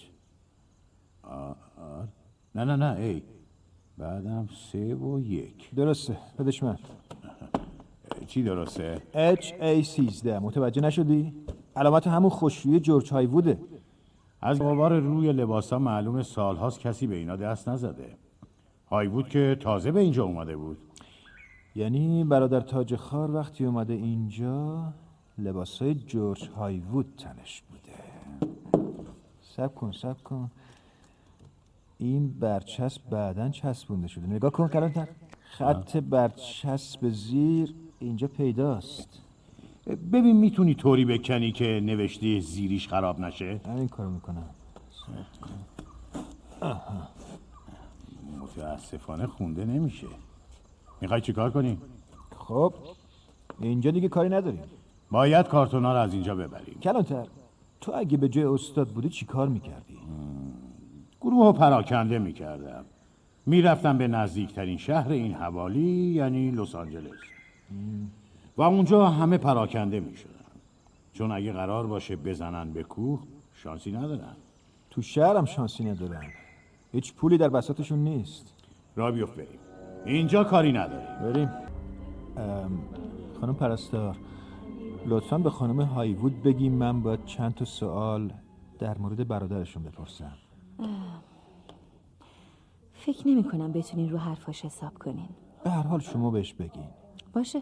نه ای. بعدم 3 و 1. درسته. بدش من. چی درسته؟ HA13. متوجه نشدی؟ علامت همون خشکشویی جورج هایووده. از غبار روی لباسا معلومه سالهاست کسی به اینا دست نزده. هایوود که تازه به اینجا اومده بود. یعنی برادر تاج خار وقتی اومده اینجا لباسای جورج هایوود تنش بوده. صبر کن این برچسب بعدن چسبونده شده. نگاه کن کلانتر، خط برچسب زیر اینجا پیداست. ببین میتونی طوری بکنی که نوشته زیریش خراب نشه؟ همین کارو میکنم. متاسفانه خونده نمیشه. میخوای چیکار کنی؟ خب اینجا دیگه کاری نداریم. باید کارتونا رو از اینجا ببریم. کلانتر تو اگه به جای استاد بودی چی کار میکردی؟ گروه رو پراکنده میکردم. میرفتم به نزدیکترین شهر این حوالی یعنی لس آنجلس و اونجا همه پراکنده میشدن، چون اگه قرار باشه بزنن به کوه شانسی ندارن. تو شهرم شانسی ندارن، هیچ پولی در بساطشون نیست. را بیفت بریم، اینجا کاری نداریم. بریم. خانم پرستار لطفاً به خانم هایوود بگیم من باید چند تا سوال در مورد برادرشون بپرسم. فکر نمی کنم بتونین رو حرفاش حساب کنین. به هر حال شما بهش بگین. باشه.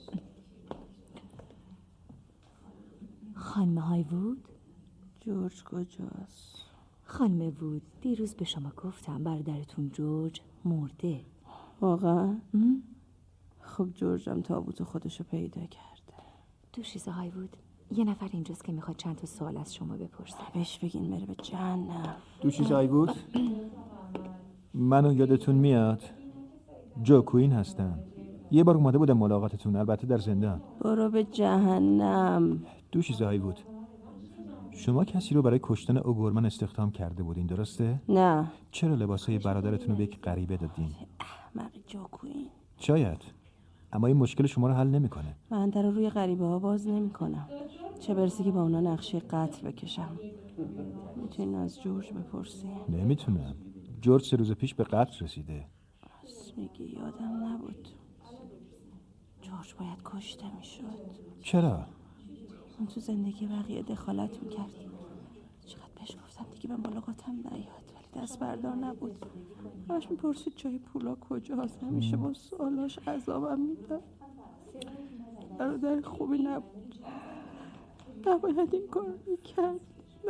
خانم هایوود؟ جورج کجاست؟ خانم وود دیروز به شما گفتم برادرتون جورج مرده. واقعا؟ خب جورجم تابوت خودشو پیدا کرده. دوشیزه هایوود، یه نفر اینجاست که میخواد چند تا سوال از شما بپرسه. بهش بگین بره به جهنم. دوشیزه هایوود، منو یادتون میاد؟ جو کوین هستم. یه بار اومده بودم ملاقاتتون، البته در زندان. برو به جهنم. دوشیزه هایوود، شما کسی رو برای کشتن اوگورمن استخدام کرده بودین درسته؟ نه. چرا لباسای برادرتون رو به یک غریبه دادین؟ احمق جو کوین. شاید، اما این مشکل شما رو حل نمیکنه. من در روی غریبه ها باز نمیکنم، چه برسی که با اونا نقشه قتل بکشم. میتونین از جورج بپرسی. نمیتونم. جورج 3 روز پیش به قتل رسیده. راست میگی، یادم نبود. جورج باید کشته میشد. چرا؟ اون تو زندگی بقیه دخالت میکرد. چقدر بهش گفتم دیگه به ملاقاتم نیاد، ولی دست بردار نبود. همش میپرسید جای پولا کجاست. همیشه با سوالاش عذابم میداد. برادر خوبی نبود. نباید این کار میکرد.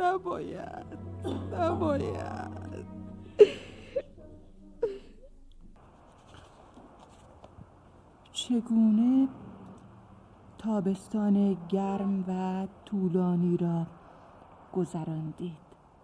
نباید. چگونه تابستان گرم و طولانی را گذراندید؟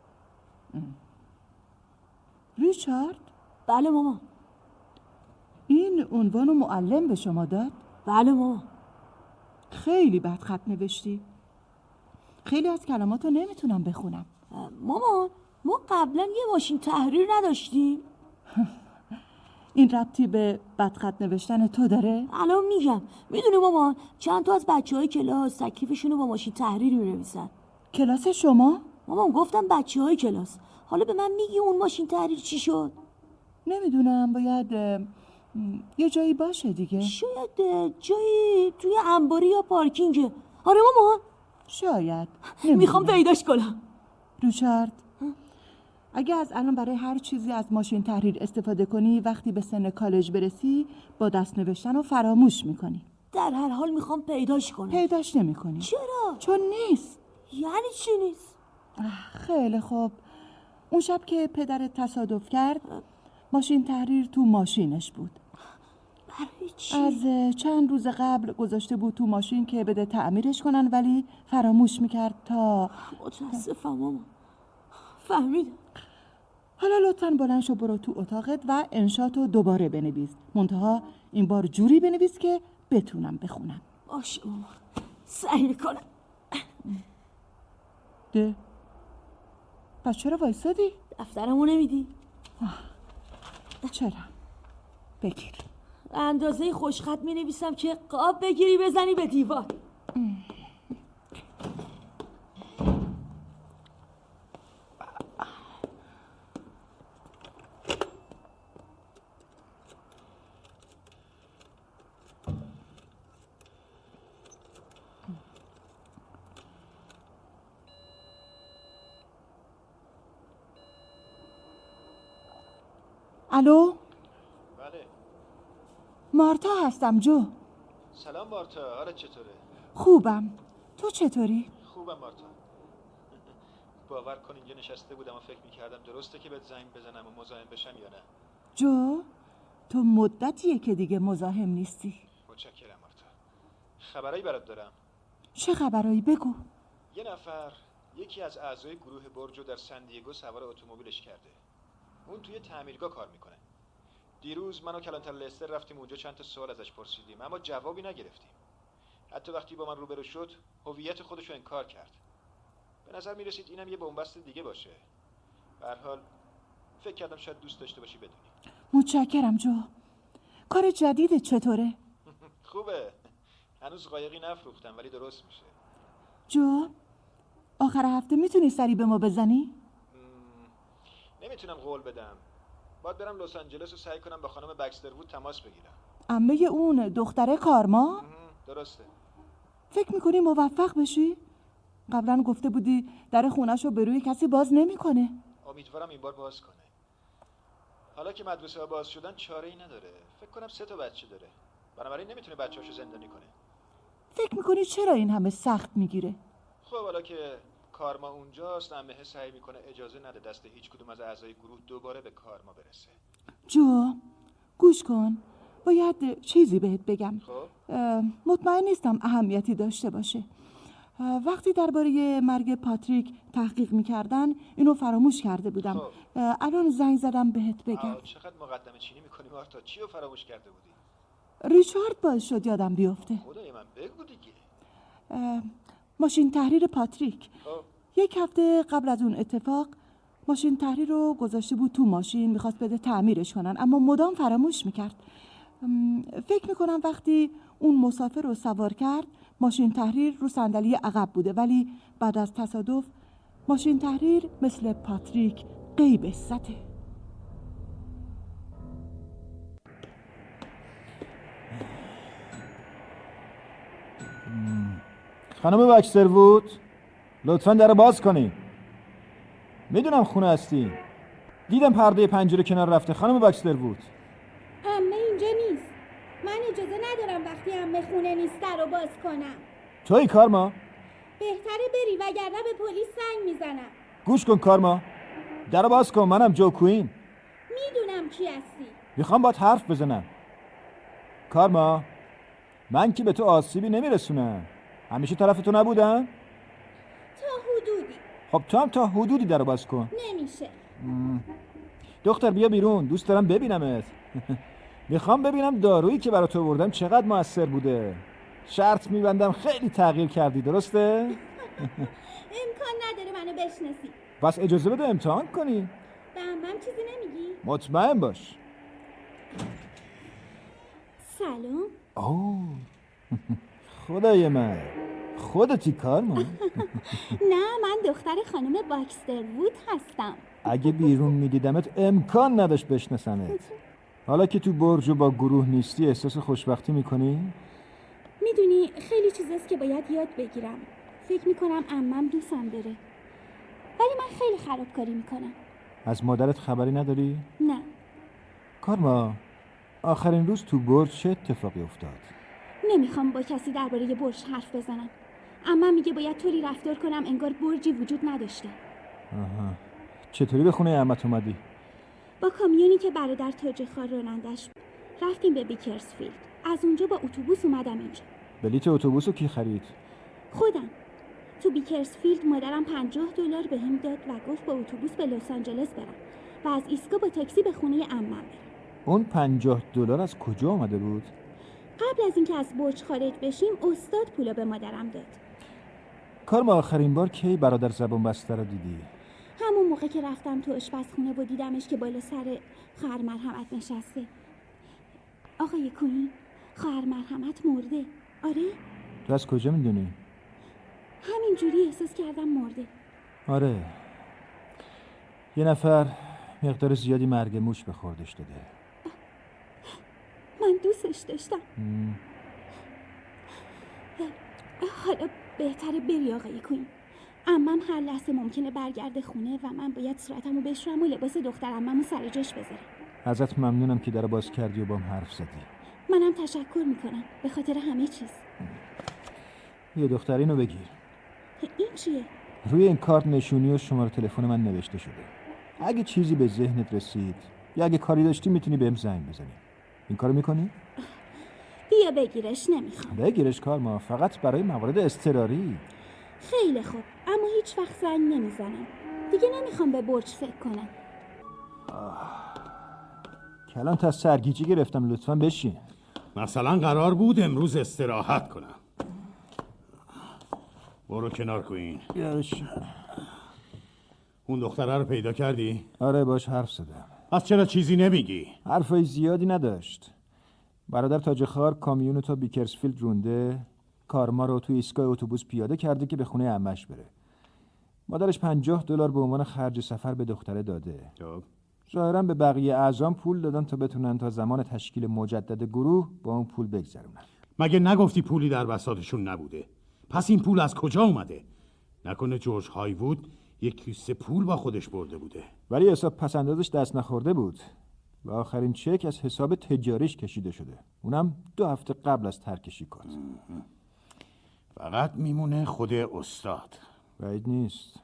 ریچارد؟ بله ماما. این عنوان و معلم به شما داد؟ بله ماما. خیلی بد خط نوشتی. خیلی از کلمات رو نمیتونم بخونم. ماما ما قبلا یه ماشین تحریر نداشتیم؟ این ربطی به بدخط نوشتن تو داره؟ الان میگم. میدونی ماما چند تا از بچه‌های کلاس تکلیفشون رو با ماشین تحریر مینویسن. کلاس شما؟ مامان گفتم بچه‌های کلاس. حالا به من میگی اون ماشین تحریر چی شد؟ نمیدونم، باید یه جایی باشه دیگه. شاید جایی توی انباری یا پارکینگه. آره ماما. شاید. میخوام پیداش کنم. ریچارد، اگه از الان برای هر چیزی از ماشین تحریر استفاده کنی، وقتی به سن کالج برسی با دست نوشتن رو فراموش میکنی. در هر حال میخوام پیداش کنم. پیداش نمیکنی. چرا؟ چون نیست. یعنی چی نیست؟ خیلی خوب. اون شب که پدرت تصادف کرد ماشین تحریر تو ماشینش بود. برای چی؟ از چند روز قبل گذاشته بود تو ماشین که بده تعمیرش کنن، ولی فراموش میکرد تا... متاسفم ماما. فهمیدم. حالا لطفاً بلند شو برو تو اتاقت و انشاتو دوباره بنویس. منتها این بار جوری بنویس که بتونم بخونم. باشه ماما، سعی میکنم. ده پس چرا وایسادی؟ دفترمو نمیدی؟ چرا؟ بگیر. اندازه خوشخط مینویسم که قاب بگیری بزنی به دیوار. الو؟ بله. مارتا هستم جو. سلام مارتا، حالت چطوره؟ خوبم. تو چطوری؟ خوبم مارتا. باور کن اینجا نشسته بودم و فکر میکردم درسته که بهت زنگ بزنم و مزاحم بشم یا نه. جو، تو مدتیه که دیگه مزاحم نیستی. متشکرم مارتا. خبرایی برات دارم. چه خبرایی؟ بگو. یه نفر یکی از اعضای گروه برجو در سندیگو سوار اتومبیلش کرده. اون توی تعمیرگاه کار میکنه. دیروز من و کلانتر لستر رفتیم اونجا، چند تا سوال ازش پرسیدیم اما جوابی نگرفتیم. حتی وقتی با من روبرو شد هویت خودش رو انکار کرد. به نظر میرسید اینم یه بنبست دیگه باشه. به هر حال فکر کردم شاید دوست داشته باشی بدونی. متشکرم جو. کار جدیدت چطوره؟ خوبه. هنوز قایقی نفروختم ولی درست میشه. جو، آخر هفته میتونی سری به ما بزنی؟ نمیتونم قول بدم. باید برم لس آنجلس و سعی کنم با خانم بکستروود تماس بگیرم. عمه اون دختره کارما؟ درسته. فکر میکنی موفق بشی؟ قبلا گفته بودی در خونش رو به روی کسی باز نمیکنه. امیدوارم این بار باز کنه. حالا که مدرسه ها باز شدن چاره ای نداره. فکر کنم 3 تا بچه داره. بنابراین نمیتونه بچه‌هاشو زندانی کنه. فکر میکنی چرا این همه سخت میگیره؟ خب حالا که کارما اونجاست، عمه سعی میکنه اجازه نده دست هیچ کدوم از اعضای گروه دوباره به کارما برسه. جو، گوش کن. باید چیزی بهت بگم. مطمئن نیستم اهمیتی داشته باشه. وقتی درباره مرگ پاتریک تحقیق میکردن اینو فراموش کرده بودم. الان زنگ زدم بهت بگم. چقدر مقدمه چینی میکنی مارتا؟ چی رو فراموش کرده بودی؟ ریچارد باعث شد یادم بیفته. خدای من بگو دیگه. ماشین تحریر پاتریک. 1 هفته قبل از اون اتفاق ماشین تحریر رو گذاشته بود تو ماشین، میخواست بده تعمیرش کنن اما مدام فراموش میکرد. فکر میکنم وقتی اون مسافر رو سوار کرد ماشین تحریر رو صندلی عقب بوده، ولی بعد از تصادف ماشین تحریر مثل پاتریک غیب سته. خانم بکستروود، لطفاً در باز کنی. میدونم خونه هستی. دیدم پرده پنجره کنار رفته. خانم بکستروود. عمه اینجا نیست. من اجازه ندارم وقتی عمه خونه نیست در رو باز کنم. تویی کارما؟ بهتره بری وگرنه به پلیس زنگ میزنم. گوش کن کارما. در رو باز کن. منم جو کوین. میدونم کی هستی. میخوام باهات حرف بزنم. کارما، من که به تو آسیبی نمیرسونم. همیشه طرف تو نبودم؟ تا حدودی. خب تو هم تا حدودی در رو باز کن. نمیشه. دختر بیا بیرون، دوست دارم ببینمت. میخوام ببینم دارویی که برات آوردم چقدر موثر بوده. شرط میبندم خیلی تغییر کردی، درسته؟ امکان نداره منو بشناسی. بس اجازه بده امتحان کنی. به عمم چیزی نمیگی؟ مطمئن باش. سلام. اوه خدای من، خودتی کارما؟ نه، من دختر خانم باکستروود هستم. اگه بیرون میدیدمت امکان نداشت بشناسمت. حالا که تو برج و با گروه نیستی احساس خوشبختی میکنی؟ میدونی خیلی چیزاست که باید یاد بگیرم. فکر میکنم عمم دوستم داره، ولی من خیلی خرابکاری میکنم. از مادرت خبری نداری؟ نه. کارما، آخرین روز تو برج چه اتفاقی افتاد؟ نمیخوام با کسی درباره برج حرف بزنم. عمم میگه باید طوری رفتار کنم انگار برجی وجود نداشته. آها. چطوری به خونه عمت اومدی؟ با کامیونی که برادر تاج خار رانندش رفتیم به بیکرزفیلد. از اونجا با اتوبوس اومدم اینجا. بلیت اتوبوس رو کی خرید؟ خودم. تو بیکرزفیلد مادرم $50 بهم داد و گفت با اتوبوس به لس آنجلس برم و از ایستگاه با تاکسی به خونه عمم برم. اون $50 از کجا آمده بود؟ قبل از اینکه از برج خارج بشیم استاد پولو به مادرم داد. کارما، آخرین بار کی برادر زبون بسته رو دیدی؟ همون موقع که رفتم تو آشپزخونه و دیدمش که بالا سر خواهر مرحمت نشسته. آقای کوین، خواهر مرحمت مرده. آره؟ تو از کجا میدونی؟ همین جوری احساس کردم مرده. آره، یه نفر مقدار زیادی مرگ موش به خوردش داده. من دوستش داشتم. حالا بهتره بری آقای کوین. عمم هر لحظه ممکنه برگرده خونه و من باید صورتمو بشورم و لباس دختر عممو سر جاش بذارم. ازت ممنونم که در باز کردی و بام حرف زدی. منم تشکر میکنم به خاطر همه چیز. یه دخترینو بگیر. این چیه؟ روی این کارت نشونی و شماره تلفن من نوشته شده. اگه چیزی به ذهنت رسید یا اگه کاری داشتی میتونی بهم زنگ بزنی. این کارو میکنی؟ بیا بگیرش. نمیخوام. بگیرش کارما، فقط برای موارد اضطراری. خیلی خوب، اما هیچ وقت زنگ نمیزنم. دیگه نمیخوام به برج فکر کنم. کلان تا سرگیجه گرفتم، لطفاً بشین. مثلا قرار بود امروز استراحت کنم. برو کنار کوین. اون دختره رو پیدا کردی؟ آره باش حرف زدم. پس چرا چیزی نمیگی؟ حرفای زیادی نداشت. برادر تاجخوار کامیونو تا بیکرسفیلد رونده، کارما رو توی ایستگاه اتوبوس پیاده کرده که به خونه عمش بره. مادرش $50 به عنوان خرج سفر به دختره داده. ظاهراً به بقیه اعضام پول دادن تا بتونن تا زمان تشکیل مجدد گروه با اون پول بگذرونن. مگه نگفتی پولی در بساطشون نبوده؟ پس این پول از کجا اومده؟ نکنه جورج هایوود یک کیسه پول با خودش برده بوده؟ ولی حساب پسندازش دست نخورده بود و آخرین چک از حساب تجاریش کشیده شده، اونم 2 هفته قبل از ترک شیکات. فقط میمونه خود استاد. بعید نیست.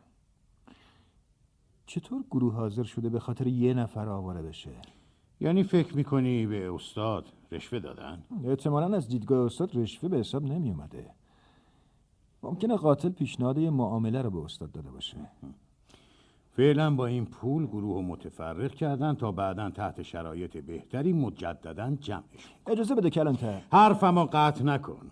چطور گروه حاضر شده به خاطر یه نفر آواره بشه؟ یعنی فکر میکنی به استاد رشوه دادن؟ احتمالاً از دیدگاه استاد رشوه به حساب نمی اومده. ممکنه قاتل پیشنهاد یه معامله رو به استاد داده باشه. فعلا با این پول گروه رو متفرق کردن تا بعداً تحت شرایط بهتری مجدداً جمعش. اجازه بده کلانتر. حرفمو قطع نکن.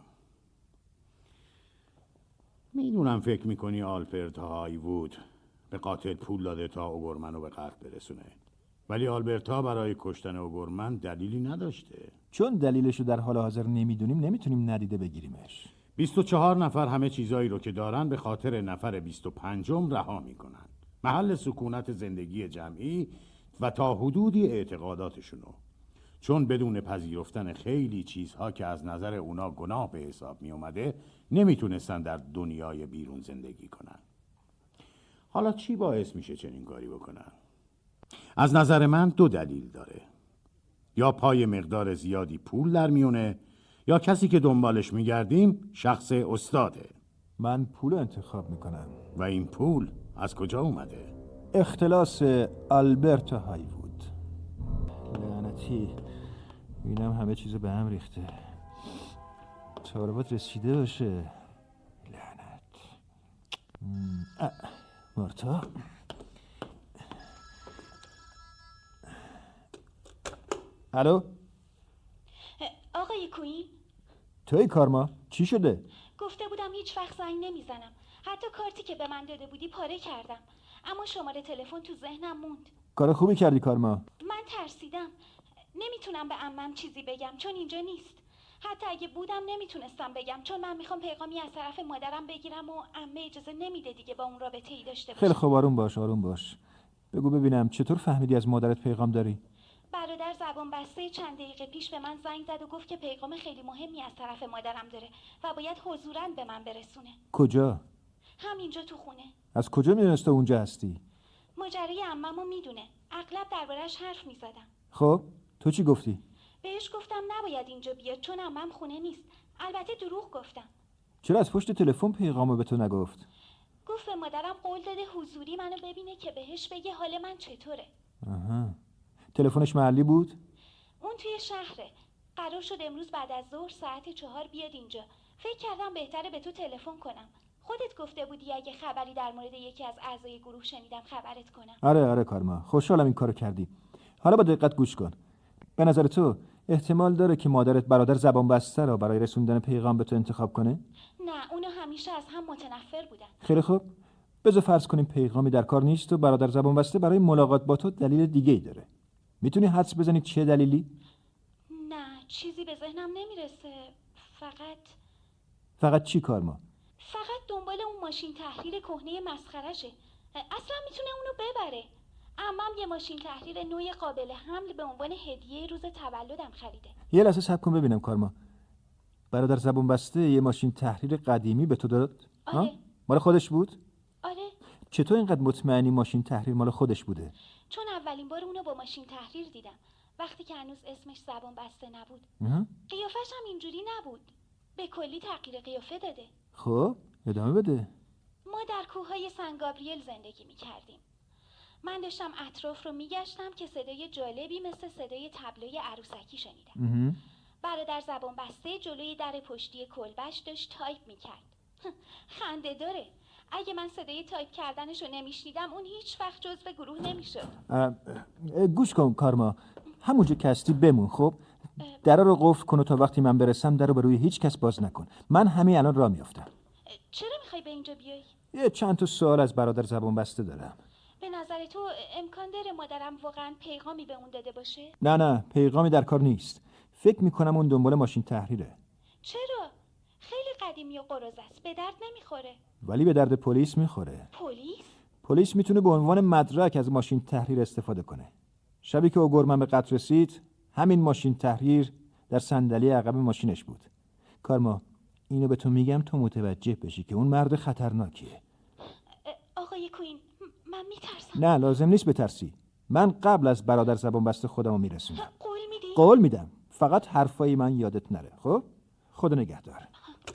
میدونم فکر میکنی آلبرت هایوود به قاتل پول داده تا اوگرمن رو به قتل برسونه، ولی آلبرتا برای کشتن اوگرمن دلیلی نداشته. چون دلیلشو در حال حاضر نمیدونیم نمیتونیم ندیده بگیریمش. 24 نفر همه چیزایی رو که دارن به خاطر نفر 25م رها میکنن. محل سکونت زندگی جمعی و تا حدودی اعتقاداتشونو. چون بدون پذیرفتن خیلی چیزها که از نظر اونا گناه به حساب می اومده نمیتونستن در دنیای بیرون زندگی کنن. حالا چی باعث میشه چنین کاری بکنن؟ از نظر من 2 دلیل داره. یا پای مقدار زیادی پول در میونه، یا کسی که دنبالش میگردیم شخص استاده. من پول انتخاب میکنم. و این پول از کجا اومده؟ اختلاس آلبرت هایوود. لعنتی، اینم همه چیزو به هم ریخته. طالبات رسیده باشه. لعنت. مارتا. الو؟ آقای کوین؟ توی کارما؟ چی شده؟ گفته بودم هیچ وقت زنگ نمیزنم. حتی کارتی که به من داده بودی پاره کردم. اما شماره تلفن تو ذهنم موند. کار خوبی کردی کارما. من ترسیدم. نمیتونم به عمم چیزی بگم چون اینجا نیست. حتی اگه بودم نمیتونستم بگم چون من میخوام پیغامی از طرف مادرم بگیرم و عمه اجازه نمیده دیگه با اون رابطه‌ای داشته باشه. خیلی خوب، آروم باش آروم باش. بگو ببینم چطور فهمیدی از مادرت پیغام داری؟ برادر زبان بسته چند دقیقه پیش به من زنگ زد و گفت که پیغام خیلی مهمی از طرف مادرم داره و باید حضوراً به من برسونه. کجا؟ همینجا تو خونه. از کجا میدونسته اونجا هستی؟ ماجرای عممو میدونه. اغلب دربارش حرف میزدم. خب تو چی گفتی؟ بهش گفتم نباید اینجا بیاد چون عمم خونه نیست. البته دروغ گفتم. چرا از پشت تلفن پیغامو به تو نگفت؟ گفت به مادرم قول داده حضوری منو ببینه که بهش بگه حال من چطوره. آها. تلفنش محلی بود؟ اون توی شهره. قرار شد امروز بعد از ظهر ساعت 4 بیاد اینجا. فکر کردم بهتره به تو تلفن کنم. خودت گفته بودی اگه خبری در مورد یکی از اعضای گروه شنیدم خبرت کنم. آره کارما، خوشحالم این کارو کردی. حالا با دقت گوش کن. به نظر تو احتمال داره که مادرت برادر زبان بسته رو برای رسوندن پیغام به تو انتخاب کنه؟ نه، اونا همیشه از هم متنفر بودن. خیلی خوب. بذار فرض کنیم پیغامی در کار نیست و برادر زبان بسته برای ملاقات با تو دلیل دیگه‌ای داره. میتونی حدس بزنی چه دلیلی؟ نه، چیزی به ذهنم نمیرسه. فقط چی کارما؟ فقط دنبال اون ماشین تحریر کهنه مسخرشه. اصلا میتونه اونو ببره. عمم یه ماشین تحریر نوع قابل حمل به عنوان هدیه روز تولدم خریده. یه لحظه صبر کن ببینم کارما. برادر زبون بسته یه ماشین تحریر قدیمی به تو داد؟ آره. مال خودش بود؟ آره. چطور اینقدر مطمئنی ماشین تحریر مال خودش بوده؟ چون اولین بار اونو با ماشین تحریر دیدم. وقتی که هنوز اسمش زبان بسته نبود. قیافش هم اینجوری نبود. به کلی تغییر قیافه داده. خب ادامه بده. ما در کوههای سن گابریل زندگی می‌کردیم. من داشتم اطراف رو میگشتم که صدای جالبی مثل صدای تبلوی عروسکی شنیدم. برادر زبان بسته جلوی در پشتی کلبش داشت تایپ میکرد. خنده داره. اگه من صدای تایپ کردنش رو نمیشنیدم اون هیچ وقت جزو گروه نمیشد. گوش کن کارما، همونجا که هستی بمون. خب درا رو قفل کن و تا وقتی من برسم درو به روی هیچ کس باز نکن. من همین الان راه میافتم. چرا میخوای به اینجا بیای؟ یه چند تا سوال از برادر زبان بسته دارم. به نظر تو امکان داره مادرم واقعا پیغامی به اون داده باشه؟ نه پیغامی در کار نیست. فکر میکنم اون دنبال ماشین تحریره. چرا؟ خیلی قدیمی و قراضه است. به درد نمیخوره. ولی به درد پلیس میخوره. پلیس میتونه به عنوان مدرک از ماشین تحریر استفاده کنه. شبی که اوگورمن به قتل رسید همین ماشین تحریر در صندلی عقب ماشینش بود. کارما، اینو به تو میگم تو متوجه بشی که اون مرد خطرناکیه. آقای کوین، من میترسم. نه لازم نیست بترسی. من قبل از برادر زبان بسته خودمو میرسونم. قول میدی؟ قول میدم. فقط حرفای من یادت نره. خب خدا نگهدار.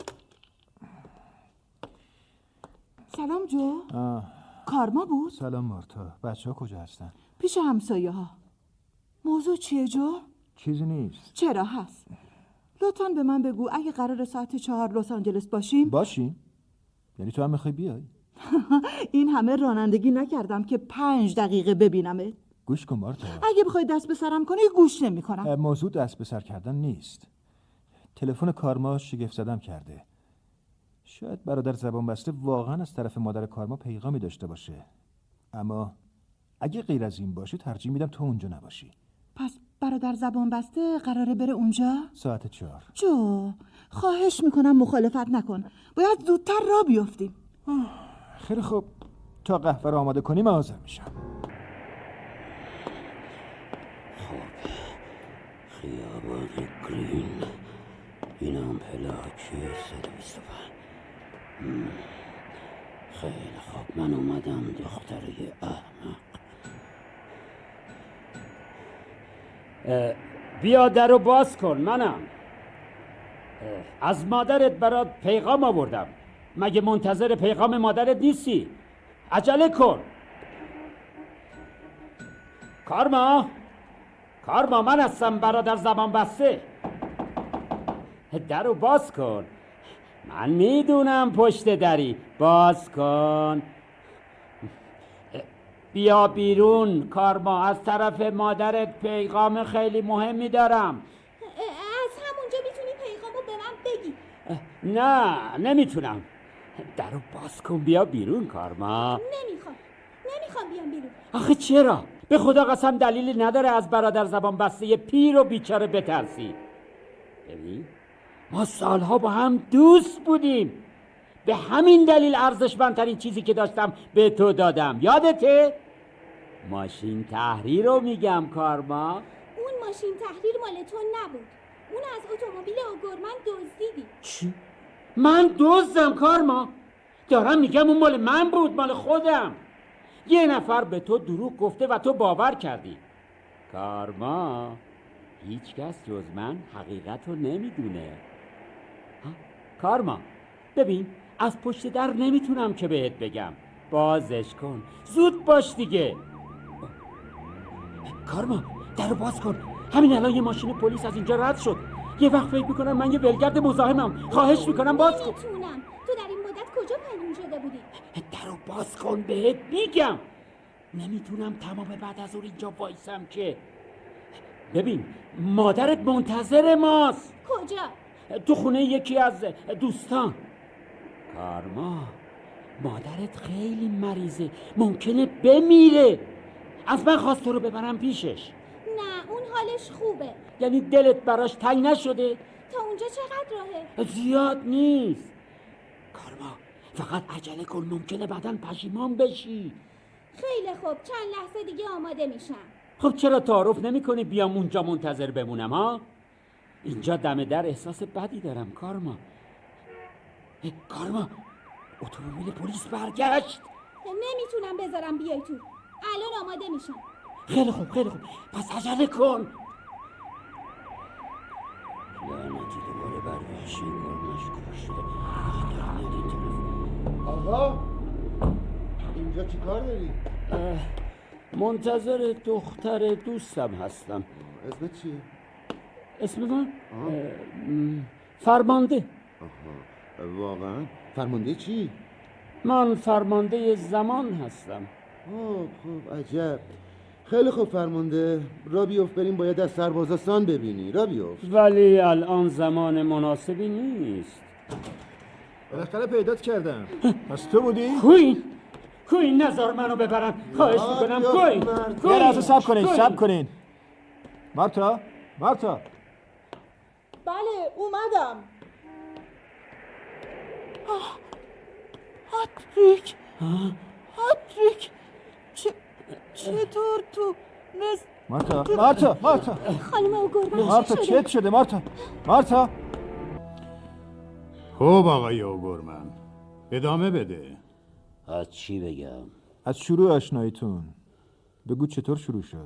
سلام جو. کارما بود؟ سلام مارتا. بچه‌ها کجا هستن؟ پیش همسایه ها. موضوع چیه جو؟ چیزی نیست. چرا هست؟ لطفاً به من بگو اگه قرار ساعت 4 لس آنجلس باشیم؟ یعنی تو هم میخوای بیای؟ این همه رانندگی نکردم که 5 دقیقه ببینمت. گوش کن مارتا. اگه بخوای دست به سرم کنی گوش نمی کنم. موضوع دست به سر کردن نیست. تلفن کارما شگفت زدم کرده. شاید برادر زبان بسته واقعا از طرف مادر کارما پیغامی داشته باشه. اما اگه غیر از این باشه ترجیح میدم تو اونجا نباشی. پس برادر زبان بسته قراره بره اونجا؟ ساعت 4. جو خواهش میکنم مخالفت نکن. باید زودتر راه بیافتیم. خیلی خوب. تا قهوه رو آماده کنی من حاضر میشم. خب خیابان گرین، اینم پلاک 125. خیلی خوب من اومدم دختره احمق. بیا درو باز کن. منم از مادرت برات پیغام آوردم. مگه منتظر پیغام مادرت نیستی؟ عجله کن. کارما من هستم برادر زبان بسته. درو باز کن. من میدونم پشت دری. باز کن. بیا بیرون کارما. از طرف مادرت پیغام خیلی مهمی دارم. از همونجا میتونی پیغامو به من بگی. نه نمیتونم. درو باز کن. بیا بیرون کارما. نمیخوام بیام بیرون. آخه چرا؟ به خدا قسم دلیلی نداره از برادر زبان بسته پیر و بیچاره بترسی. ببین ما سالها با هم دوست بودیم. به همین دلیل ارزشمندترین چیزی که داشتم به تو دادم. یادته؟ ماشین تحریر رو میگم کارما. اون ماشین تحریر مال تو نبود. اون از اتومبیل اوگورمن دزدیدی. چی؟ من دزدم کارما؟ دارم میگم اون مال من بود، مال خودم. یه نفر به تو دروغ گفته و تو باور کردی. کارما هیچ کس جز من حقیقت رو نمیدونه. کارما ببین از پشت در نمیتونم که بهت بگم. بازش کن. زود باش دیگه. کارما درو باز کن. همین الان یه ماشین پلیس از اینجا رد شد. یه وقت فکر میکنم من یه ولگرد مزاحمم. خواهش میکنم باز کن. نمیتونم. تو در این مدت کجا پنهون شده بودی؟ درو باز کن بهت میگم. نمیتونم تمام بعد از اون اینجا وایسم که. ببین مادرت منتظر ماست. کجا؟ تو خونه یکی از دوستان. کارما مادرت خیلی مریضه، ممکنه بمیره. از من خواست تو رو ببرم پیشش. نه اون حالش خوبه. یعنی دلت براش تنگ نشده؟ تا اونجا چقدر راهه؟ زیاد نیست. کارما فقط عجله کن، ممکنه بعداً پشیمان بشی. خیلی خوب چند لحظه دیگه آماده میشم. خب چرا تعارف نمی کنی بیام اونجا منتظر بمونم ها؟ اینجا دم در احساس بدی دارم کارما. کارما اتومبیل پلیس برگشت. نمیتونم بذارم بیای تو. الان آماده میشم. خیلی خوب پس عجله کن. آقا اینجا چی کار داری؟ منتظر دختر دوستم هستم. اسمت چیه؟ اسم من؟ فرمانده. واقعا؟ فرمانده چی؟ من فرمانده زمان هستم. خب عجب. خیلی خوب فرمانده. را بیفت بریم، باید از سربازستان ببینی. را بیفت. ولی الان زمان مناسبی نیست. بالاخره پیدات کردم. پس تو بودی؟ کوین نذار منو ببرن. خواهش میکنم کوین. یه لحظه صبر کنین. مارتا. بله اومدم. هاتریک چطور تو مارتا خانم اوگورمن مارتا چت شده مارتا خب آقای اوگورمن ادامه بده. از چی بگم؟ از شروع آشناییتون بگو چطور شروع شد.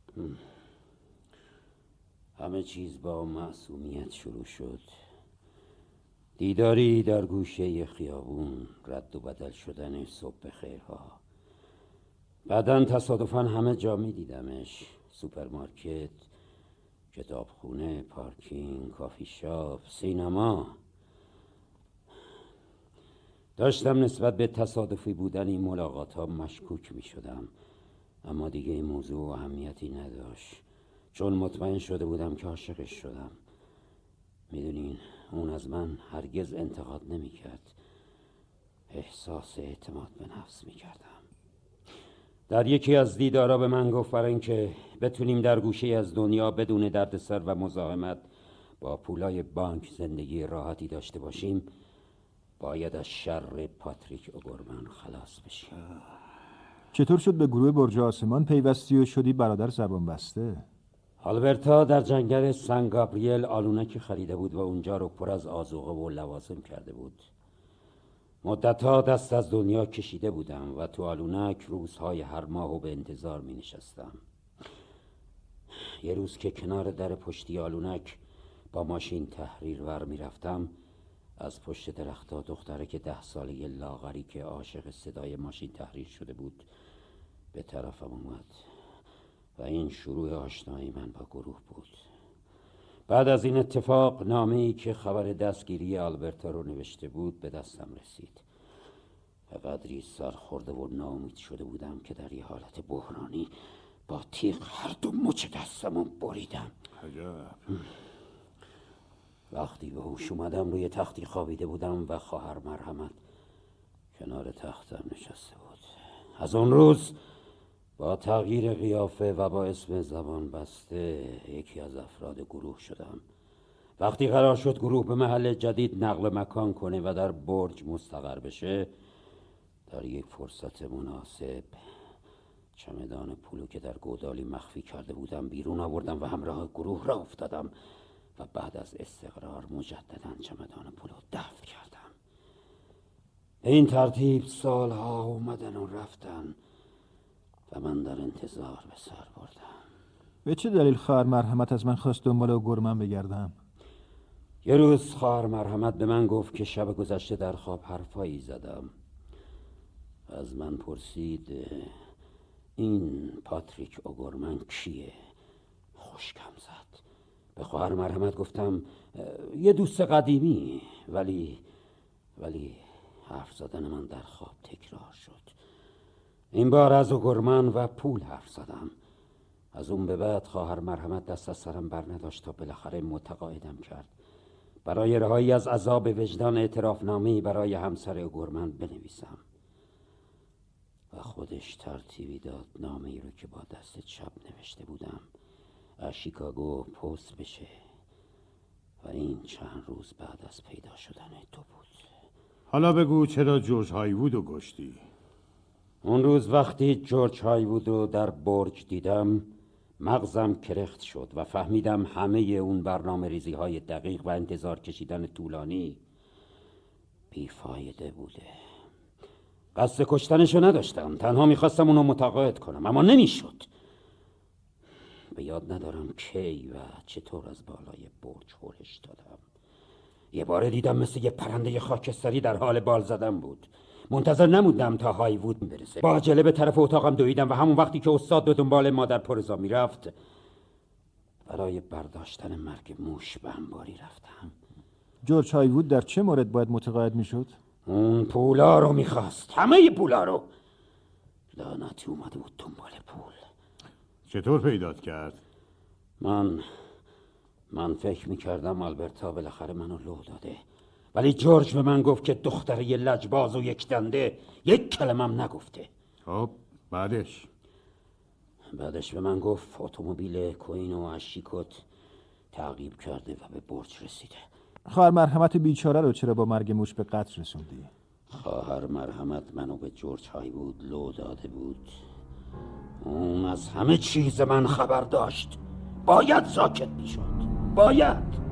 همه چیز با معصومیت شروع شد. دیداری در گوشه خیابون، رد و بدل شدن صبح خیرها. بعداً تصادفاً همه جا می دیدمش. سوپرمارکت، کتابخونه، پارکینگ، کافی شاپ، سینما. داشتم نسبت به تصادفی بودن این ملاقات ها مشکوک می شدم، اما دیگه این موضوع اهمیتی نداشت، چون مطمئن شده بودم که عاشقش شدم. میدونین اون از من هرگز انتقاد نمی کرد. احساس اعتماد به نفس می کردم. در یکی از دیدارا به من گفت برای اینکه بتونیم در گوشه از دنیا بدون دردسر و مزاحمت با پولای بانک زندگی راحتی داشته باشیم، باید از شر پاتریک اوگورمن خلاص بشیم. چطور شد به گروه برج آسمان پیوستی و شدی برادر زبان بسته؟ آلبرتا در جنگل سن گابریل آلونکی خریده بود و اونجا رو پر از آذوقه و لوازم کرده بود. مدتها دست از دنیا کشیده بودم و تو آلونک روزهای هر ماهو به انتظار می نشستم. یه روز که کنار در پشتی آلونک با ماشین تحریر ور می رفتم، از پشت درختها دختره که 10 ساله لاغری که عاشق صدای ماشین تحریر شده بود به طرفم اومد و این شروع آشنایی من با گروه بود. بعد از این اتفاق نامه‌ای که خبر دستگیری آلبرتا رو نوشته بود به دستم رسید و قدری سرخورده و ناامید شده بودم که در یه حالت بحرانی با تیغ هر دو مچ دستمو بریدم. وقتی به هوش اومدم روی تختی خوابیده بودم و خواهر مرحمت کنار تختم نشسته بود. از اون روز با تغییر قیافه و با اسم زبان بسته یکی از افراد گروه شدم. وقتی قرار شد گروه به محل جدید نقل مکان کنه و در برج مستقر بشه، در یک فرصت مناسب چمدان پولو که در گودالی مخفی کرده بودم بیرون آوردم و همراه گروه را افتادم و بعد از استقرار مجددا چمدان پولو دفن کردم. به این ترتیب سالها اومدن و رفتن و من در انتظار به سر بردم. به چه دلیل خواهر مرحمت از من خواست دنبال اوگورمن بگردم؟ یه روز خواهر مرحمت به من گفت که شب گذشته در خواب حرفایی زدم. از من پرسید این پاتریک اوگورمن کیه؟ خشکم زد. به خواهر مرحمت گفتم یه دوست قدیمی، ولی حرف زدن من در خواب تکرار شد. این بار از اوگورمن و پول حرف زدم. از اون به بعد خواهر مرحمت دست از سرم بر نداشت تا بالاخره متقاعدم کرد برای رهایی از عذاب وجدان اعترافنامه‌ای برای همسر اوگورمن بنویسم و خودش ترتیبی داد نامه‌ای رو که با دست چپ نوشته بودم از شیکاگو پست بشه و این چند روز بعد از پیدا شدن تو بود. حالا بگو چرا جورج هایوود رو کشتی؟ اون روز وقتی جورج هایوود رو در برج دیدم مغزم کرخت شد و فهمیدم همه اون برنامه ریزی های دقیق و انتظار کشیدن طولانی بیفایده بوده. قصد کشتنشو نداشتم، تنها میخواستم اونو متقاعد کنم، اما نمیشد. به یاد ندارم کی و چطور از بالای برج هلش دادم. یه بار دیدم مثل یه پرنده خاکستری در حال بال زدن بود. منتظر نموندم تا هایوود برسه. با عجله به طرف اتاقم دویدم و همون وقتی که استاد به دنبال مادر پرزا میرفت برای برداشتن مرگ موش به انباری رفتم. جورج هایوود در چه مورد باید متقاعد میشد؟ اون پولا رو میخواست، همه پولا رو. لعنتی اومده بود دنبال پول. چطور پیدات کرد؟ من فکر میکردم آلبرتا بالاخره منو لو داده، ولی جورج به من گفت که دختره یه لجباز و یک دنده یک کلمم نگفته. خب بعدش به من گفت اتومبیل کوین و اشیکوت تعقیب کرده و به برج رسیده. خواهر مرحمت بیچاره رو چرا با مرگ موش به قتل رسوندی؟ خواهر مرحمت منو به جورج هایوود لو داده بود. اون از همه چیز من خبر داشت. باید ساکت میشد. باید.